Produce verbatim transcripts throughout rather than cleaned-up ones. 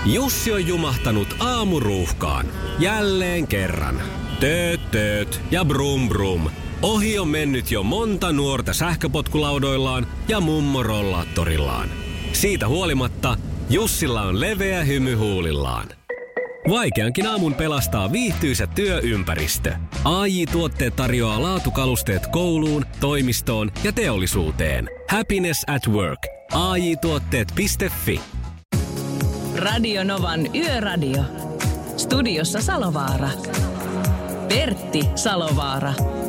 Jussi on jumahtanut aamuruuhkaan. Jälleen kerran. Tööt, tööt ja brum brum. Ohi on mennyt jo monta nuorta sähköpotkulaudoillaan ja mummorollaattorillaan. Siitä huolimatta Jussilla on leveä hymy huulillaan. Vaikeankin aamun pelastaa viihtyisä työympäristö. A J-tuotteet tarjoaa laatukalusteet kouluun, toimistoon ja teollisuuteen. Happiness at work. A J tuotteet piste fi. Radio Novan Yöradio. Studiossa Salovaara. Pertti Salovaara.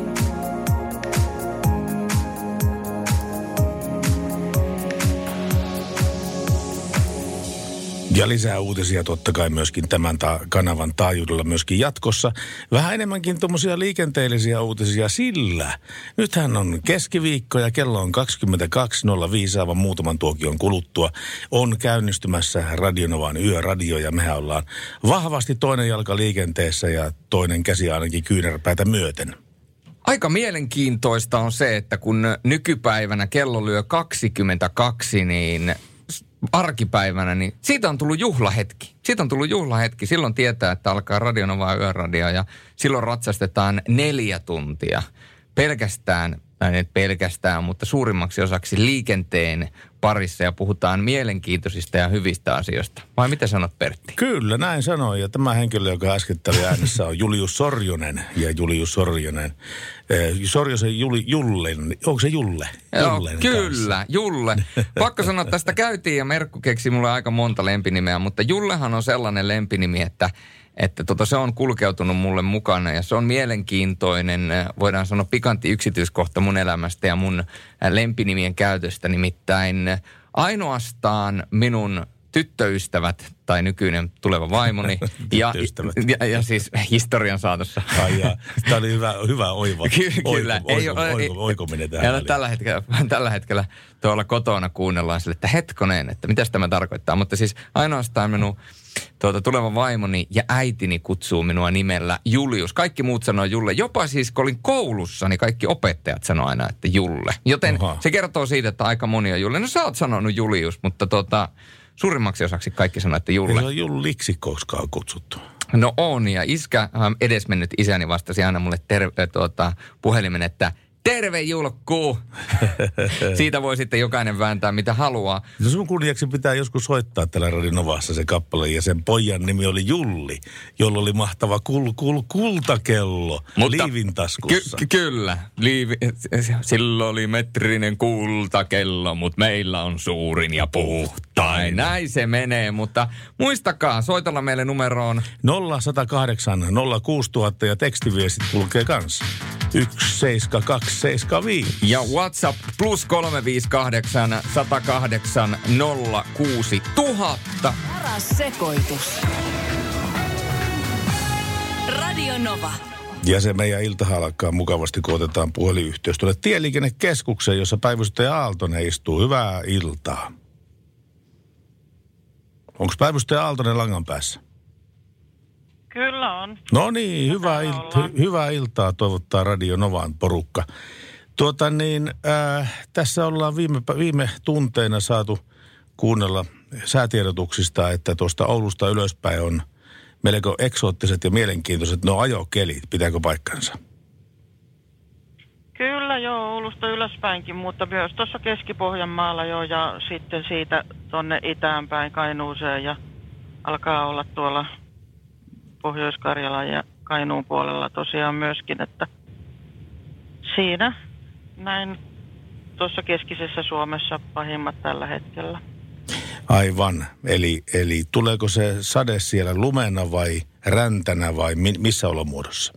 Ja lisää uutisia totta kai myöskin tämän ta- kanavan taajuudella myöskin jatkossa. Vähän enemmänkin tuommoisia liikenteellisiä uutisia, sillä nythän on keskiviikko ja kello on kaksikymmentäkaksi nolla viisi aivan muutaman tuokion kuluttua. On käynnistymässä Radio Novan Yöradio ja mehän ollaan vahvasti toinen jalka liikenteessä ja toinen käsi ainakin kyynärpäitä myöten. Aika mielenkiintoista on se, että kun nykypäivänä kello lyö kaksikymmentäkaksi, niin arkipäivänä, niin siitä on tullut juhlahetki. Siitä on tullut juhlahetki. Silloin tietää, että alkaa Radio Nova Yöradio ja silloin ratsastetaan neljä tuntia. Pelkästään, tai ei pelkästään, mutta suurimmaksi osaksi liikenteen parissa ja puhutaan mielenkiintoisista ja hyvistä asioista. Vai mitä sanot, Pertti? Kyllä, näin sanoin. Ja tämä henkilö, joka äsken oli äänessä, on Julius Sorjonen. Ja Julius Sorjonen, eh, Sorjosen Juli, Jullen, onko se Julle? Joo, Jullen kyllä, kanssa. Julle. Pakko sanoa, että tästä käytiin ja Merkku keksi mulle aika monta lempinimeä, mutta Jullehan on sellainen lempinimi, että Että tota, se on kulkeutunut mulle mukana ja se on mielenkiintoinen, voidaan sanoa pikantti yksityiskohta mun elämästä ja mun lempinimien käytöstä. Nimittäin ainoastaan minun tyttöystävät tai nykyinen tuleva vaimoni ja, ja, ja siis historian saatossa. Ai jaa, tämä oli hyvä, hyvä oiva. Kyllä. Oiko, oiko, oiko, oiko, oiko menee tähän väliin. Tällä hetkellä, tällä hetkellä tuolla kotona kuunnellaan sille, että hetkonen, että mitä tämä tarkoittaa. Mutta siis ainoastaan minun tuota, tuleva vaimoni ja äitini kutsuu minua nimellä Julius. Kaikki muut sanoo Julle. Jopa siis kun olin koulussa, niin kaikki opettajat sanoo aina, että Julle. Joten Oha. se kertoo siitä, että aika moni on Julle. No sä oot sanonut Julius, mutta tuota, suurimmaksi osaksi kaikki sanoo, että Julle. Se on Julliksi koskaan kutsuttu. No on, ja iskä, edesmennyt isäni vastasi aina mulle terve, tuota, puhelimen, että terve Julkku! Siitä voi sitten jokainen vääntää mitä haluaa. No sun kunniaksi pitää joskus soittaa tällä Radio Novassa se kappale, ja sen pojan nimi oli Julli, jolla oli mahtava kul, kul, kultakello Mutta, liivin taskussa. Ky- kyllä, liivi, silloin oli metrinen kultakello, mutta meillä on suurin ja puhtain. Näin se menee, mutta muistakaa, soitella meille numeroon nolla yksi nolla kahdeksan nolla kuusi nolla nolla ja tekstiviestit kulkee kanssa. yksi seitsemän kaksi seitsemän viisi. Ja WhatsApp plus kolme viisi kahdeksan yksi nolla kahdeksan nolla kuusi nolla nolla. Paras sekoitus. Radio Nova. Ja se meidän iltahan alkaa mukavasti, kun otetaan puhelinyhteys tuolle Tieliikennekeskukseen, jossa päivystäjä Aaltonen istuu. Hyvää iltaa. Onko päivystäjä Aaltonen langan päässä? Kyllä on. No niin, hyvää, ilta, hyvää iltaa toivottaa Radio Novan porukka. Tuota niin, äh, tässä ollaan viime, viime tunteina saatu kuunnella säätiedotuksista, että tuosta Oulusta ylöspäin on melko eksoottiset ja mielenkiintoiset no ajokelit. Pitääkö paikkansa? Kyllä joo, Oulusta ylöspäinkin, mutta myös tuossa Keski-Pohjanmaalla jo ja sitten siitä tonne itäänpäin Kainuuseen ja alkaa olla tuolla Pohjois-Karjalan ja Kainuun puolella tosiaan myöskin, että siinä näin tuossa keskisessä Suomessa pahimmat tällä hetkellä. Aivan. Eli, eli tuleeko se sade siellä lumena vai räntänä vai mi, missä olomuodossa?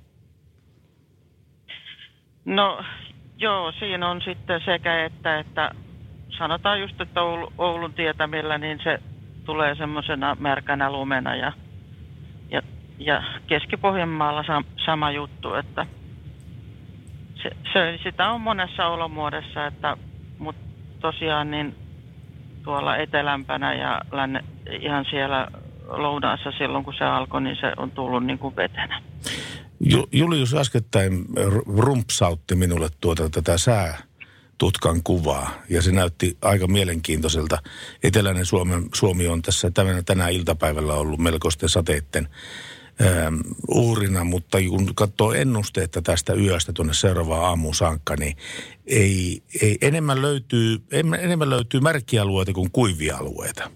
No joo, siinä on sitten sekä että, että sanotaan just, että Oulun tietämillä niin se tulee semmoisena märkänä lumena ja Ja, ja Keski-Pohjanmaalla sam, sama juttu, että se, se, sitä on monessa olomuodossa, että, mutta tosiaan niin tuolla etelämpänä ja länne, ihan siellä lounaassa silloin kun se alkoi, niin se on tullut niin kuin vetenä. Julius äskettäin rumpsautti minulle tuota tätä sää tutkan kuvaa. Ja se näytti aika mielenkiintoiselta. Eteläinen Suomi, Suomi on tässä tänä, tänä iltapäivällä ollut melkoisten sateitten ähm, uhrina, mutta kun katsoo ennusteetta tästä yöstä tuonne seuraavaan aamuun saakka, niin ei, ei, enemmän, löytyy, enemmän löytyy märkialueita kuin kuivia alueita.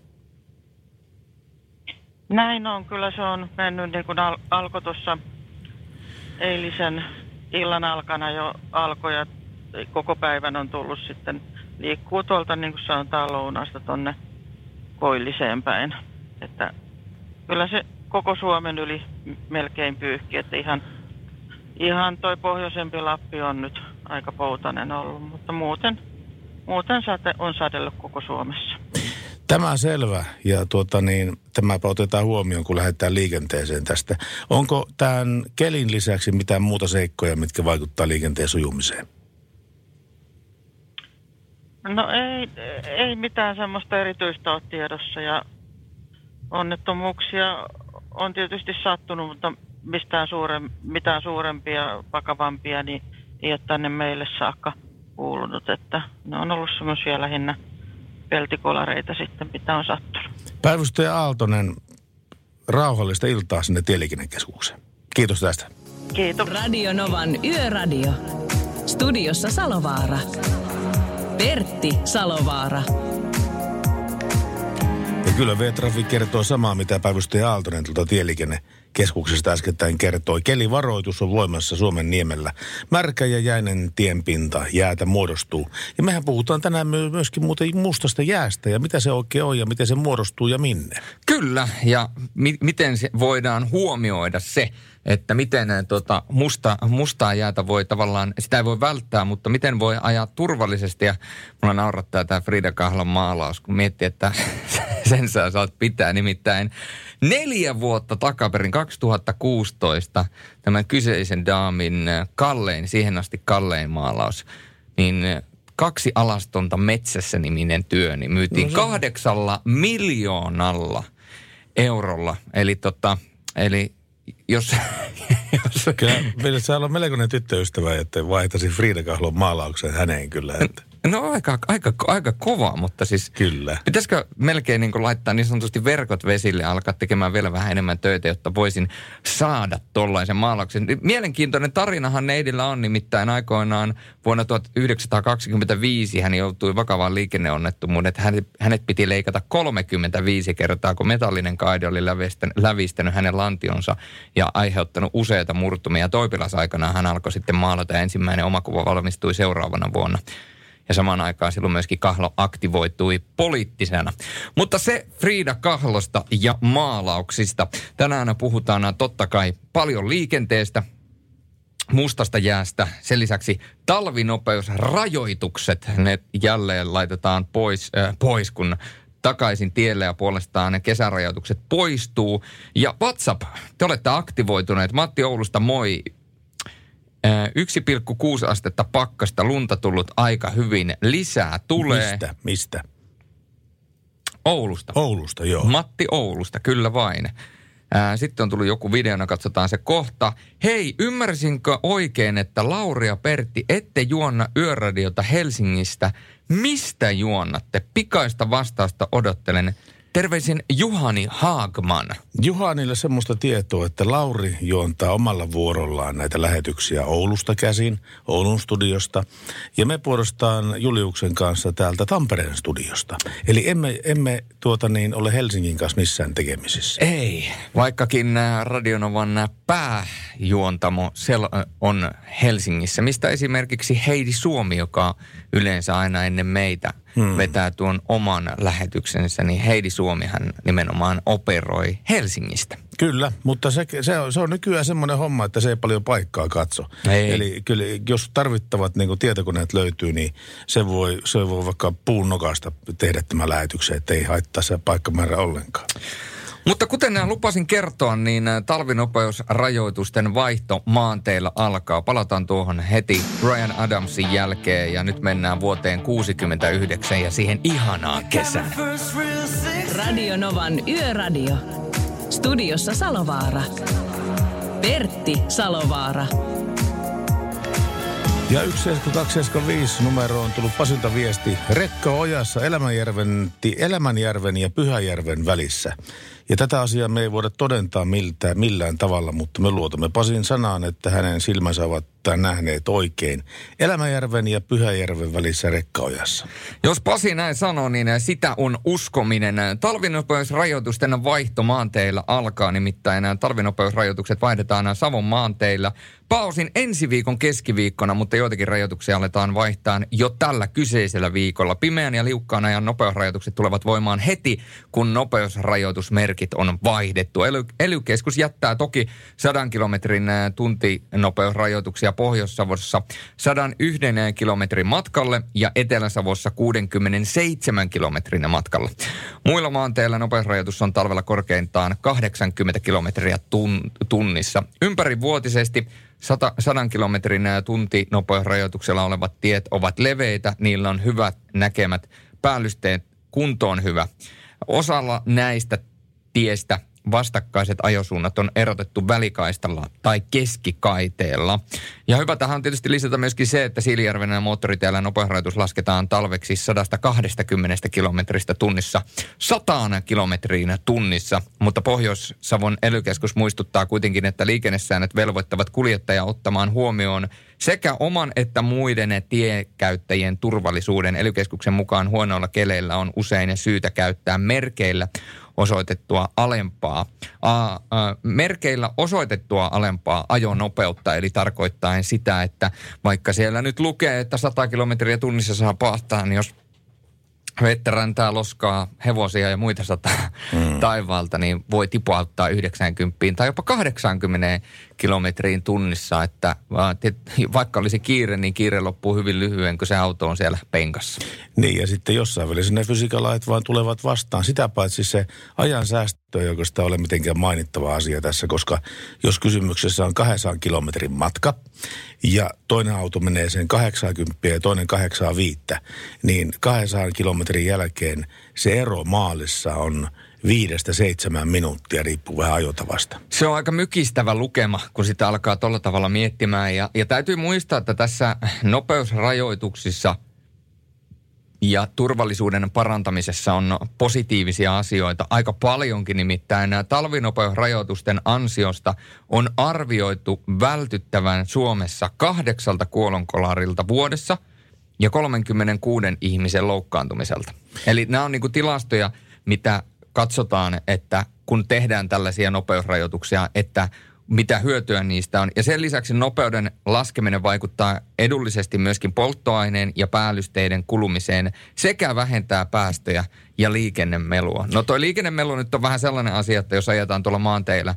Näin on. Kyllä se on mennyt niin kuin al- alkoi tuossa eilisen illan alkana jo alkoi ja koko päivän on tullut sitten liikkuu tuolta niin kuin sanotaan lounasta tuonne koilliseen päin. Että kyllä se koko Suomen yli melkein pyyhki, että ihan, ihan toi pohjoisempi Lappi on nyt aika poutainen ollut, mutta muuten, muuten sate on sadellut koko Suomessa. Tämä selvä, ja tuota niin, tämä otetaan huomioon, kun lähdetään liikenteeseen tästä. Onko tämän kelin lisäksi mitään muuta seikkoja, mitkä vaikuttaa liikenteen sujumiseen? No ei, ei mitään semmoista erityistä ole tiedossa, ja onnettomuuksia on tietysti sattunut, mutta mistään suurem, mitään suurempia, vakavampia, niin ei ole tänne meille saakka kuulunut, että ne on ollut semmoisia lähinnä peltikolareita sitten, mitä on sattunut. Päivystäjä Aaltonen, rauhallista iltaa sinne Tieliikennekeskukseen. Kiitos tästä. Kiitos. Radio Novan Yöradio. Studiossa Salovaara. Pertti Salovaara. Ja kyllä V-Traffic kertoo samaa, mitä päivystäjä Aaltonen tuolta Tieliikennekeskuksesta äskettäin kertoi. Kelivaroitus on voimassa Suomen niemellä. Märkä ja jäinen tienpinta, jäätä muodostuu. Ja mehän puhutaan tänään myöskin muuten mustasta jäästä ja mitä se oikein on ja miten se muodostuu ja minne. Kyllä, ja mi- miten se voidaan huomioida se, että miten tota, musta, mustaa jäätä voi tavallaan, sitä ei voi välttää, mutta miten voi ajaa turvallisesti. Ja mulla naurattaa tämä Frida Kahlon maalaus, kun miettii, että sen sä saat pitää. Nimittäin neljä vuotta takaperin, kaksituhattakuusitoista, tämän kyseisen daamin kallein, siihen asti kallein maalaus, niin Kaksi alastonta metsässä -niminen työ, niin myytiin no kahdeksalla miljoonalla eurolla. Eli tota, eli jos... jos... Kyllä, meillä saa olla melkoinen tyttöystävä, että vaihtaisin Frida Kahlon maalauksen häneen kyllä. Että. No aika, aika, aika kova, mutta siis... Kyllä. Pitäisikö melkein niin kuin laittaa niin sanotusti verkot vesille ja alkaa tekemään vielä vähän enemmän töitä, jotta voisin saada tollaisen maalauksen. Mielenkiintoinen tarinahan neidillä on, nimittäin aikoinaan vuonna tuhatyhdeksänsataakaksikymmentäviisi hän joutui vakavaan liikenneonnettomuuteen, että hänet, hänet piti leikata kolmekymmentäviisi kertaa, kun metallinen kaide oli lävistänyt, lävistänyt hänen lantionsa ja aiheuttanut useita murtumia. Toipilasaikana hän alkoi sitten maalata ja ensimmäinen omakuva valmistui seuraavana vuonna. Ja samaan aikaan silloin myöskin Kahlo aktivoitui poliittisena. Mutta se Frida Kahlosta ja maalauksista. Tänään puhutaan totta kai paljon liikenteestä, mustasta jäästä. Sen lisäksi talvinopeusrajoitukset, ne jälleen laitetaan pois, äh, pois kun takaisin tielle ja puolestaan ne kesärajoitukset poistuu. Ja WhatsApp, te olette aktivoituneet. Matti Oulusta, moi. yksi pilkku kuusi astetta pakkasta, lunta tullut aika hyvin. Lisää tulee. Mistä? Mistä? Oulusta. Oulusta, joo. Matti Oulusta, kyllä vain. Ää, sitten on tullut joku videona, katsotaan se kohta. Hei, ymmärsinkö oikein, että Lauri ja Pertti ette juonna Yöradiota Helsingistä? Mistä juonnatte? Pikaista vastausta odottelen. Terveisin Juhani Haagman. Juhanille semmoista tietoa, että Lauri juontaa omalla vuorollaan näitä lähetyksiä Oulusta käsin, Oulun studiosta. Ja me puolestaan Juliuksen kanssa täältä Tampereen studiosta. Eli emme, emme tuota niin, ole Helsingin kanssa missään tekemisissä. Ei, vaikkakin Radio Novan pääjuontamo on Helsingissä, mistä esimerkiksi Heidi Suomi, joka yleensä aina ennen meitä Hmm. vetää tuon oman lähetyksensä, niin Heidi Suomihan nimenomaan operoi Helsingistä. Kyllä, mutta se, se, on, se on nykyään semmoinen homma, että se ei paljon paikkaa katso. Ei. Eli kyllä, jos tarvittavat niin kuin tietokoneet löytyy, niin se voi, se voi vaikka puun nokasta tehdä tämä lähetyksen, että ei haittaa se paikkamäärä ollenkaan. Mutta kuten lupasin kertoa, niin talvinopeusrajoitusten vaihto maanteilla alkaa. Palataan tuohon heti Bryan Adamsin jälkeen ja nyt mennään vuoteen kuusikymmentäyhdeksän ja siihen ihanaan kesään. Radio Novan Yöradio. Studiossa Salovaara. Pertti Salovaara. Ja yksi seitsemän kaksi seitsemän viisi numero on tullut Pasilta viesti. Rekka ojassa Elämänjärven, Elämänjärven ja Pyhäjärven välissä. Ja tätä asiaa me ei voida todentaa miltä, millään tavalla, mutta me luotamme Pasin sanaan, että hänen silmänsä ovat nähneet oikein Elämänjärven ja Pyhäjärven välissä rekkaojassa. Jos Pasi näin sanoo, niin sitä on uskominen. Talvinopeusrajoitusten vaihto maanteillä alkaa, nimittäin talvinopeusrajoitukset vaihdetaan Savon maanteillä pääosin ensi viikon keskiviikkona, mutta joitakin rajoituksia aletaan vaihtaa jo tällä kyseisellä viikolla. Pimeän ja liukkaan ajan nopeusrajoitukset tulevat voimaan heti, kun nopeusrajoitusmerkit on vaihdettu. Ely- Ely-keskus jättää toki sadan kilometrin tuntinopeusrajoituksia Pohjois-Savossa sadan yhden kilometrin matkalle ja Etelä-Savossa kuusikymmentäseitsemän kilometrin matkalle. Muilla maanteilla nopeusrajoitus on talvella korkeintaan kahdeksankymmentä kilometriä tun- tunnissa. Ympärivuotisesti sadan kilometrin tuntinopeusrajoituksella olevat tiet ovat leveitä, niillä on hyvät näkemät, päällysteet kunto on hyvä. Osalla näistä tiestä vastakkaiset ajosuunnat on erotettu välikaistalla tai keskikaiteella. Ja hyvä tähän on tietysti lisätä myöskin se, että Siilijärven ja moottoritiellä nopeusrajoitus lasketaan talveksi sata kaksikymmentä kilometristä tunnissa sataan kilometriin tunnissa. Mutta Pohjois-Savon ely-keskus muistuttaa kuitenkin, että liikennesäännöt velvoittavat kuljettajaa ottamaan huomioon sekä oman että muiden tiekäyttäjien turvallisuuden. Ely-keskuksen mukaan huonoilla keleillä on usein syytä käyttää merkeillä osoitettua alempaa, a, a, merkeillä osoitettua alempaa ajonopeutta, eli tarkoittaen sitä, että vaikka siellä nyt lukee, että sata kilometriä tunnissa saa pahtaa, niin jos vettä räntää, loskaa, hevosia ja muita sataa mm. taivaalta, niin voi tipauttaa yhdeksänkymmentä tai jopa kahdeksankymmentä kilometriin tunnissa, että vaikka olisi kiire, niin kiire loppuu hyvin lyhyen, kun se auto on siellä penkassa. Niin, ja sitten jossain välissä ne fysiikalait vaan tulevat vastaan. Sitä paitsi se ajan säästö ei oikeastaan ole mitenkään mainittava asia tässä, koska jos kysymyksessä on kahdeksan kilometrin matka ja toinen auto menee sen kahdeksankymmentä ja toinen kahdeksankymmentäviisi, niin kahdeksan kilometrin jälkeen se ero maalissa on viidestä seitsemään minuuttia, riippuu vähän ajotavasta. Se on aika mykistävä lukema, kun sitä alkaa tolla tavalla miettimään. Ja, ja täytyy muistaa, että tässä nopeusrajoituksissa ja turvallisuuden parantamisessa on positiivisia asioita. Aika paljonkin, nimittäin nämä talvinopeusrajoitusten ansiosta on arvioitu vältyttävän Suomessa kahdeksalta kuolonkolarilta vuodessa ja kolmekymmentäkuusi ihmisen loukkaantumiselta. Eli nämä on niin kuin tilastoja, mitä katsotaan, että kun tehdään tällaisia nopeusrajoituksia, että mitä hyötyä niistä on. Ja sen lisäksi nopeuden laskeminen vaikuttaa edullisesti myöskin polttoaineen ja päällysteiden kulumiseen sekä vähentää päästöjä ja liikennemelua. No toi liikennemelu nyt on vähän sellainen asia, että jos ajetaan tuolla maanteillä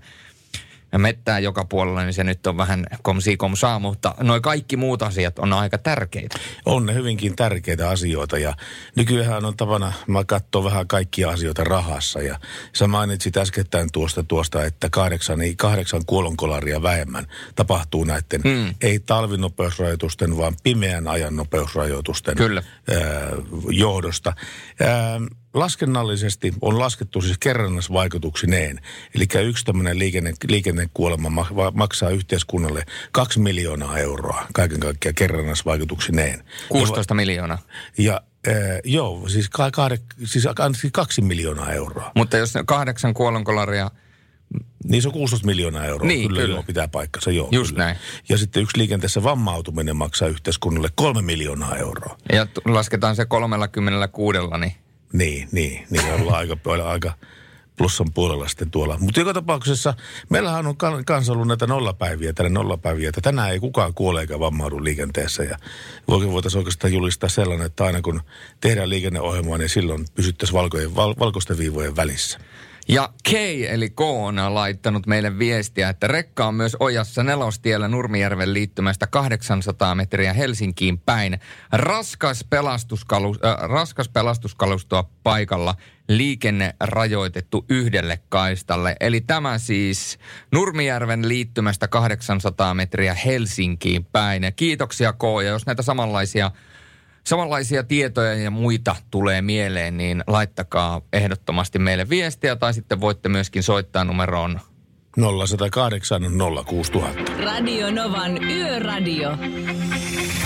ja mettää joka puolella, niin se nyt on vähän komsi kom saa, mutta noi kaikki muut asiat on aika tärkeitä. On ne hyvinkin tärkeitä asioita ja nykyään on tavana, mä katson vähän kaikkia asioita rahassa ja sä mainitsit äskettäin tuosta, tuosta että kahdeksan, niin kahdeksan kuolonkolaria vähemmän tapahtuu näiden, hmm. ei talvinopeusrajoitusten, vaan pimeän ajan nopeusrajoitusten Kyllä. Ää, johdosta. Ää, Laskennallisesti on laskettu siis kerrannasvaikutuksineen. Eli yksi tämmöinen liikenne, liikennekuolema maksaa yhteiskunnalle kaksi miljoonaa euroa kaiken kaikkiaan kerrannasvaikutuksineen. kuusitoista miljoonaa. Ja äh, joo, siis, kahde, siis kaksi miljoonaa euroa. Mutta jos kahdeksan kuolonkolaria... Niin se on kuusitoista miljoonaa euroa. Niin, kyllä, kyllä. Joo, pitää paikkansa. Joo, just kyllä. näin. Ja sitten yksi liikenteessä vammautuminen maksaa yhteiskunnalle kolme miljoonaa euroa. Ja t- lasketaan se kolmekymmentäkuusi, niin... Niin, niin, niin ollaan aika, aika plussan puolella sitten tuolla. Mutta joka tapauksessa meillähän on kanssa ollut näitä nollapäiviä, tänne nollapäiviä, että tänään ei kukaan kuole eikä vammaudu liikenteessä. Ja voitaisiin oikeastaan julistaa sellainen, että aina kun tehdään liikenneohjelmaa, niin silloin pysyttäisiin valkojen, val, valkoisten viivojen välissä. Ja Kei eli K on laittanut meille viestiä, että rekka on myös ojassa Nelostiellä Nurmijärven liittymästä kahdeksansataa metriä Helsinkiin päin. Raskas, pelastuskalus, äh, raskas pelastuskalustoa paikalla, liikenne rajoitettu yhdelle kaistalle. Eli tämä siis Nurmijärven liittymästä kahdeksansataa metriä Helsinkiin päin. Ja kiitoksia K, ja jos näitä samanlaisia... Samanlaisia tietoja ja muita tulee mieleen, niin laittakaa ehdottomasti meille viestiä tai sitten voitte myöskin soittaa numeroon nolla yksi nolla kahdeksan nolla kuusi nolla nolla nolla. Radio Novan Yöradio.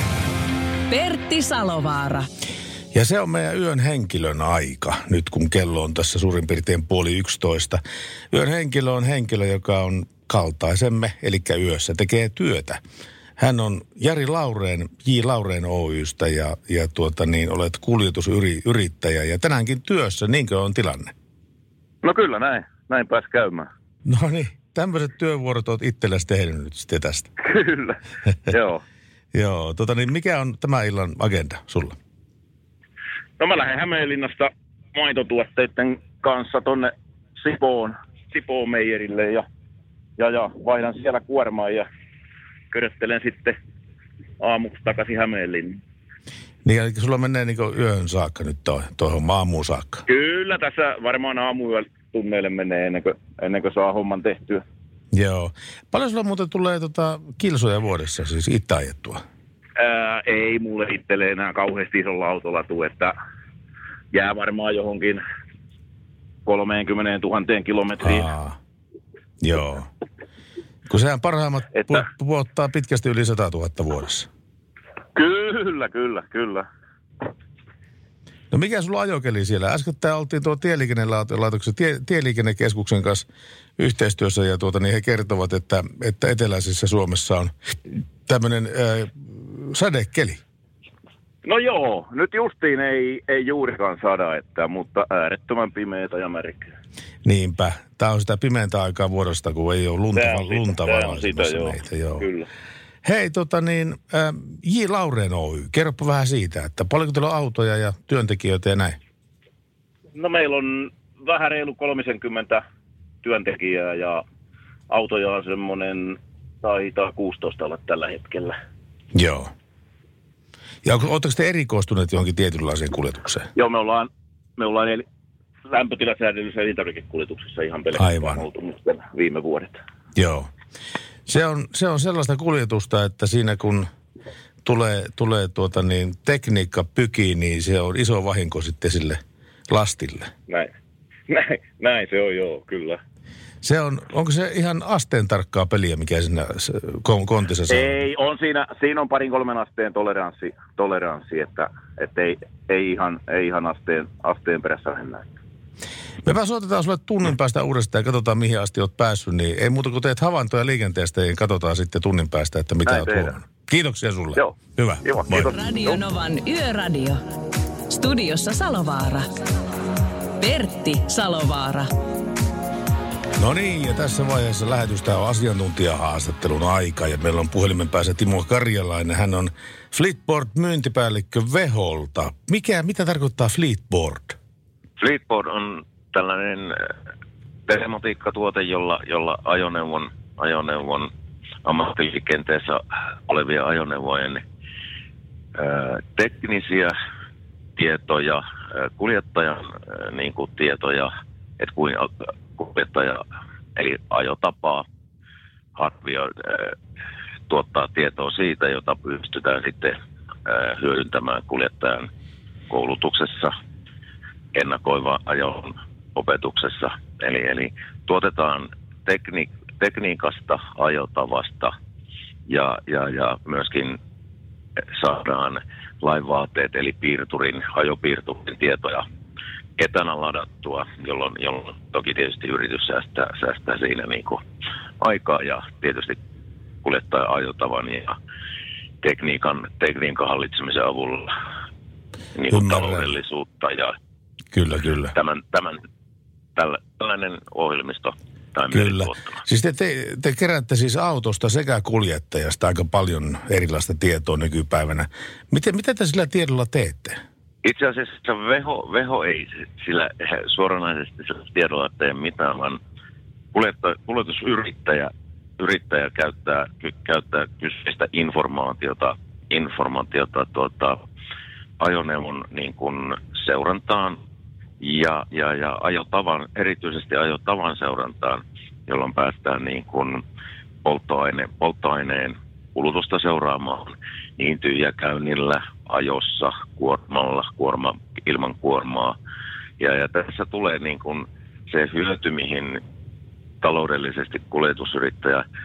Pertti Salovaara. Ja se on meidän yön henkilön aika, nyt kun kello on tässä suurin piirtein puoli yksitoista. Yön henkilö on henkilö, joka on kaltaisemme, eli yössä tekee työtä. Hän on Jari Laureen, J. Laureen Oystä ja, ja tuota niin, olet kuljetusyrittäjä ja tänäänkin työssä, niinkö on tilanne? No kyllä näin, näin pääsi käymään. No niin, tämmöiset työvuorot olet itsellesi tehnyt nyt sitten tästä. Kyllä, joo. Joo, tota niin, mikä on tämä illan agenda sulla? No mä lähden Hämeenlinnasta maitotuotteiden kanssa tonne Sipoon, Sipoon meijerille ja, ja, ja vaihdan siellä kuormaa ja köröttelen sitten aamuksi takaisin Hämeenlinnaan. Niin, eli sulla menee niin yöhön saakka nyt tuohon toi, aamuun saakka? Kyllä, tässä varmaan aamuyötunneille menee ennen kuin, ennen kuin saa homman tehtyä. Joo. Paljon sulla muuten tulee tota, kilsoja vuodessa, siis itse ajettua? Ää, ei mulle itselle enää kauheasti isolla autolla tule, että jää varmaan johonkin kolmekymmentätuhatta kilometriä. Aa, joo. Kun sehän parhaimmat että... pu- puottaa pitkästi yli sata tuhatta vuodessa. Kyllä, kyllä, kyllä. No mikä sulla ajokeli siellä? Äskettäin oltiin tuo tieliikennelaitoksen, tie, tieliikennekeskuksen kanssa yhteistyössä ja tuota, niin he kertovat, että, että eteläisessä Suomessa on tämmöinen äh, sadekeli. No joo, nyt justiin ei, ei juurikaan sada, että, mutta äärettömän pimeätä ja märkää. Niinpä. Tämä on sitä pimeäntä aikaa vuodesta, kun ei ole lunta, lunta valaisemassa meitä. Joo. Kyllä. Hei, tota niin, äh, J. Laureen Oy, kerropa vähän siitä, että paljonko teillä on autoja ja työntekijöitä ja näin? No meillä on vähän reilu kolmekymmentä työntekijää ja autoja on semmoinen, taitaa kuusitoista olla tällä hetkellä. Joo. Ja oletteko te erikoistuneet johonkin tietynlaiseen kuljetukseen? Joo, me ollaan, me ollaan eli lämpötilasäädellisessä elintarvikekuljetuksessa ihan pelkästään oltu viime vuodet. Joo. Se on, se on sellaista kuljetusta, että siinä kun tulee, tulee tuota niin, tekniikka pykiin, niin se on iso vahinko sitten sille lastille. Näin. Näin, näin se on, joo, kyllä. Se on, onko se ihan asteen tarkkaa peliä, mikä siinä kontissa saa? Ei, on siinä, siinä on parin kolmen asteen toleranssi, toleranssi että, että ei, ei, ihan, ei ihan asteen, asteen perässä mennä. Mepä soitetaan sulle tunnin päästä uudestaan ja katsotaan, mihin asti olet päässyt. Niin ei muuta kuin teet havaintoja liikenteestä ja katsotaan sitten tunnin päästä, että mitä näin olet huomannut. Kiitoksia sulle. Joo. Hyvä. Joo, kiitos. Radio Novan Yöradio. Studiossa Salovaara. Pertti Salovaara. No niin, ja tässä vaiheessa lähetystä on asiantuntijahaastattelun aika. Ja meillä on puhelimen päässä Timo Karjalainen. Hän on Fleetboard-myyntipäällikkö Veholta. Mikä, mitä tarkoittaa Fleetboard? Fleetboard on tällainen telematiikkatuote, jolla, jolla ajoneuvon, ajoneuvon ammattiliikenteessä olevia ajoneuvojen ää, teknisiä tietoja, ää, kuljettajan ää, niin kuin tietoja, että kuin kuljettaja, eli ajotapaa arvioi, ää, tuottaa tietoa siitä, jota pystytään sitten ää, hyödyntämään kuljettajan koulutuksessa, ennakoiva ajon opetuksessa. Eli, eli tuotetaan tekni, tekniikasta, ajotavasta ja, ja, ja myöskin saadaan laivaateet eli piirturin, ajopiirturin tietoja etänä ladattua, jolloin, jolloin toki tietysti yritys säästää, säästää siinä niin kuin aikaa ja tietysti kuljettaa ajotavan ja tekniikan, tekniikan hallitsemisen avulla niin kuin taloudellisuutta ja Kyllä, kyllä. Tämän, tämän, tällä, tällainen ohjelmisto tai Kyllä. Siis te, te, te keräätte siis autosta sekä kuljettajasta aika paljon erilaista tietoa nykypäivänä. Miten, mitä te sillä tiedolla teette? Itse asiassa Veho, Veho ei sillä suoranaisesti sillä tiedolla tee mitään, vaan kuljetusyrittäjä yrittäjä käyttää, käyttää kyseistä informaatiota, informaatiota tuota, ajoneuvon niin kuin seurantaan ja, ja, ja ajotavan, erityisesti ajotavan seurantaan, jolloin päästään niin kuin polttoaine, polttoaineen kulutusta seuraamaan niin tyhjäkäynnillä, ajossa, kuormalla, kuorma, ilman kuormaa. Ja, ja tässä tulee niin kuin se hyöty, mihin taloudellisesti kuljetusyrittäjä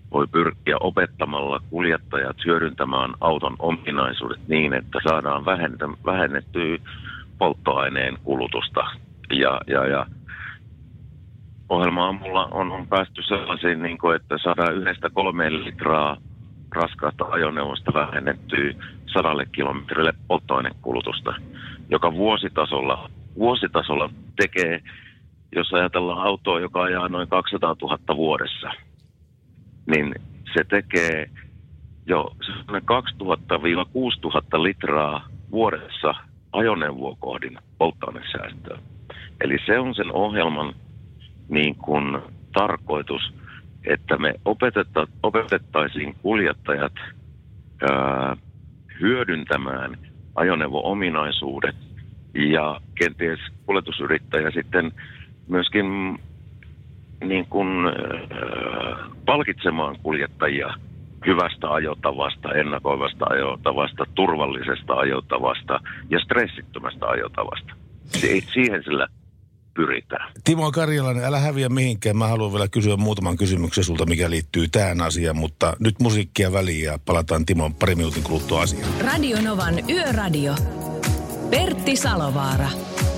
voi pyrkiä opettamalla kuljettajat hyödyntämään auton ominaisuudet niin, että saadaan vähennettyä polttoaineen kulutusta. Ja, ja, ja ohjelma-aamulla on, on päästy sellaisiin, niin kuin, että saadaan yhdestä kolmeen litraa raskaasta ajoneuvosta vähennettyä sadalle kilometrille polttoainekulutusta, joka vuositasolla, vuositasolla tekee, jos ajatellaan autoa, joka ajaa noin kaksisataatuhatta vuodessa, niin se tekee jo kaksituhatta kuusituhatta litraa vuodessa ajoneuvoa kohdin polttoainesäästöä. Eli se on sen ohjelman niin kuin tarkoitus, että me opetetta, opetettaisiin kuljettajat ää, hyödyntämään ajoneuvo-ominaisuudet ja kenties kuljetusyrittäjä sitten myöskin niin kuin, ää, palkitsemaan kuljettajia hyvästä ajotavasta, ennakoivasta ajotavasta, turvallisesta ajotavasta ja stressittömästä ajotavasta. Si- siihen sillä pyritään. Timo Karjalainen, älä häviä mihinkään. Mä haluan vielä kysyä muutaman kysymyksen sulta, mikä liittyy tähän asiaan, mutta nyt musiikkia väliin ja palataan Timon pari minuutin kuluttua asiaan. Radio Novan Yöradio. Pertti Salovaara.